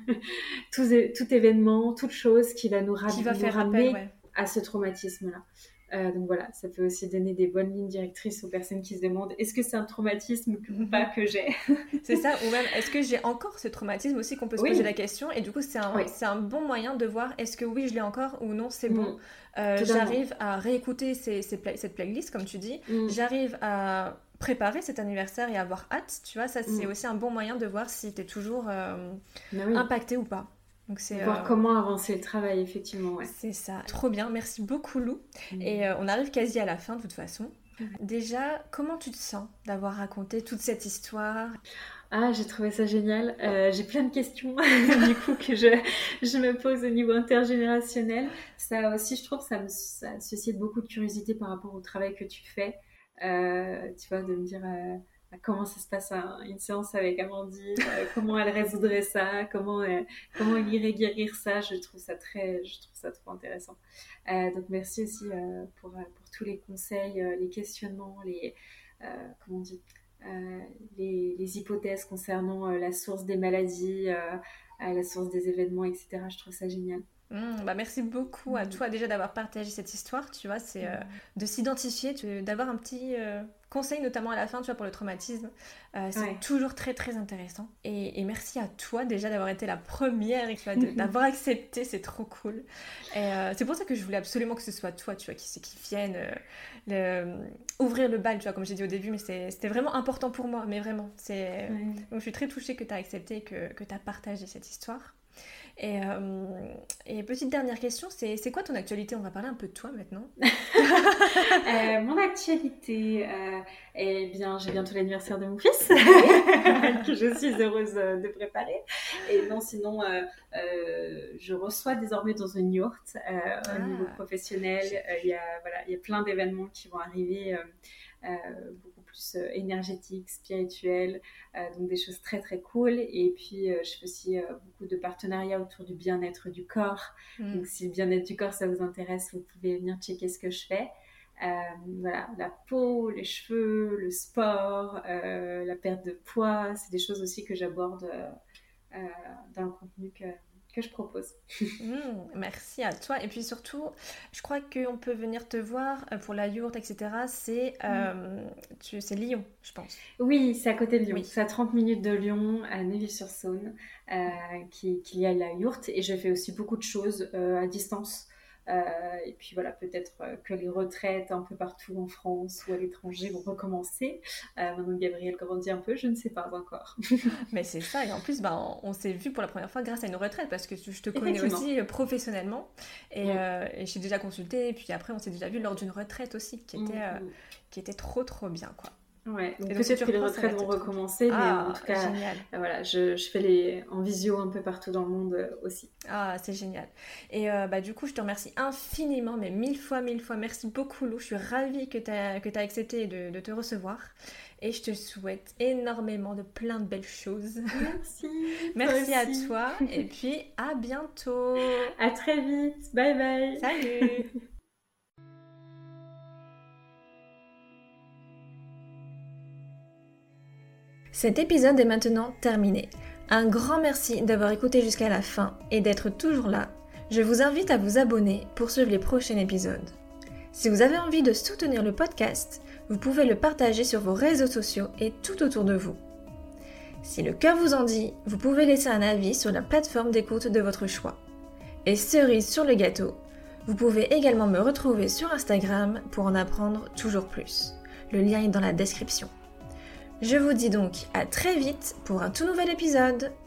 tout, tout événement, toute chose qui va nous, ra- qui va nous faire appel, ramener ouais. à ce traumatisme-là. Euh, donc voilà, ça peut aussi donner des bonnes lignes directrices aux personnes qui se demandent est-ce que c'est un traumatisme ou pas que j'ai. C'est ça, ou même est-ce que j'ai encore ce traumatisme aussi qu'on peut se poser la Oui, question et du coup c'est un, oui, c'est un bon moyen de voir est-ce que oui je l'ai encore ou non c'est bon. mm, Euh, totalement. j'arrive à réécouter ces, ces play- cette playlist comme tu dis, Mm, j'arrive à préparer cet anniversaire et avoir hâte, tu vois, ça c'est mm. aussi un bon moyen de voir si t'es toujours euh, Ben oui. impacté ou pas. Donc c'est Voir euh, comment avancer le travail, effectivement, ouais. c'est ça, trop bien, merci beaucoup Lou. Et Mm. euh, on arrive quasi à la fin de toute façon. Déjà, comment tu te sens d'avoir raconté toute cette histoire? Ah, j'ai trouvé ça génial. Euh, j'ai plein de questions, du coup, que je, je me pose au niveau intergénérationnel. Ça aussi, je trouve, ça me ça suscite beaucoup de curiosité par rapport au travail que tu fais. Euh, tu vois, de me dire euh, comment ça se passe un- une séance avec Amandine, euh, comment elle résoudrait ça, comment, euh, comment elle irait guérir ça. Je trouve ça très, je trouve ça trop intéressant. Euh, donc, merci aussi euh, pour, euh, pour tous les conseils, euh, les questionnements, les, euh, comment on dit, euh, les, les hypothèses concernant euh, la source des maladies, euh, euh, la source des événements, et cetera. Je trouve ça génial. Hmm, bah merci beaucoup à Mm. toi déjà d'avoir partagé cette histoire, tu vois, c'est euh, Mm. de s'identifier, de- d'avoir un petit euh, conseil notamment à la fin, tu vois, pour le traumatisme. Euh, c'est Ouais. toujours très très intéressant. Et, et merci à toi déjà d'avoir été la première et tu vois, de- d'avoir accepté, c'est trop cool. Et euh, c'est pour ça que je voulais absolument que ce soit toi, tu vois, qui, qui vienne euh, le- ouvrir le bal, tu vois, comme j'ai dit au début, mais c'est- c'était vraiment important pour moi, mais vraiment. C'est... Ouais. Donc je suis très touchée que tu as accepté et que, que tu as partagé cette histoire. Et, euh, et petite dernière question, c'est c'est quoi ton actualité? On va parler un peu de toi maintenant. Euh, mon actualité, euh, eh bien, j'ai bientôt l'anniversaire de mon fils, Oui. que je suis heureuse euh, de préparer. Et non, sinon, euh, euh, je reçois désormais dans une yourte euh, au niveau Ah, professionnel. j'ai Euh, Il y vu. a, voilà, il y a plein d'événements qui vont arriver, euh, euh, beaucoup plus euh, énergétiques, spirituels, euh, donc des choses très très cool. Et puis, euh, je fais aussi euh, beaucoup de partenariats autour du bien-être du corps. Hmm. Donc, si le bien-être du corps, ça vous intéresse, vous pouvez venir checker ce que je fais. Euh, voilà, la peau, les cheveux, le sport, euh, la perte de poids, c'est des choses aussi que j'aborde euh, euh, dans le contenu que, que je propose. Mmh, merci à toi. Et puis surtout, je crois qu'on peut venir te voir pour la yourte, et cetera. C'est, euh, tu, c'est Lyon, je pense. Oui, c'est à côté de Lyon. Oui. C'est à trente minutes de Lyon, à Neuville-sur-Saône, euh, qui- qu'il y a la yourte. Et je fais aussi beaucoup de choses euh, à distance. Euh, et puis voilà, peut-être euh, que les retraites un peu partout en France ou à l'étranger vont recommencer. Euh, maintenant que Gabriel grandit un peu, je ne sais pas encore. Mais c'est ça. Et en plus, ben, on, on s'est vu pour la première fois grâce à une retraite parce que je te connais Effectivement. aussi euh, professionnellement. Et, Mm. euh, et j'ai déjà consulté. Et puis après, on s'est déjà vu lors d'une retraite aussi qui était, euh, Mm. qui était trop, trop bien, quoi. Ouais, donc Et donc, si peut-être tu que les reprends, ça va retraites vont être trop recommencer, mais Ah, en tout cas, génial. euh, voilà, je, je fais les en visio un peu partout dans le monde euh, aussi. Ah, c'est génial. Et euh, bah, du coup, je te remercie infiniment, mais mille fois, mille fois. Merci beaucoup, Lou. Je suis ravie que tu as que t'as accepté de, de te recevoir. Et je te souhaite énormément de plein de belles choses. Merci. Merci toi à aussi. toi. Et puis, à bientôt. À très vite. Bye bye. Salut. Cet épisode est maintenant terminé. Un grand merci d'avoir écouté jusqu'à la fin et d'être toujours là. Je vous invite à vous abonner pour suivre les prochains épisodes. Si vous avez envie de soutenir le podcast, vous pouvez le partager sur vos réseaux sociaux et tout autour de vous. Si le cœur vous en dit, vous pouvez laisser un avis sur la plateforme d'écoute de votre choix. Et cerise sur le gâteau, vous pouvez également me retrouver sur Instagram pour en apprendre toujours plus. Le lien est dans la description. Je vous dis donc à très vite pour un tout nouvel épisode.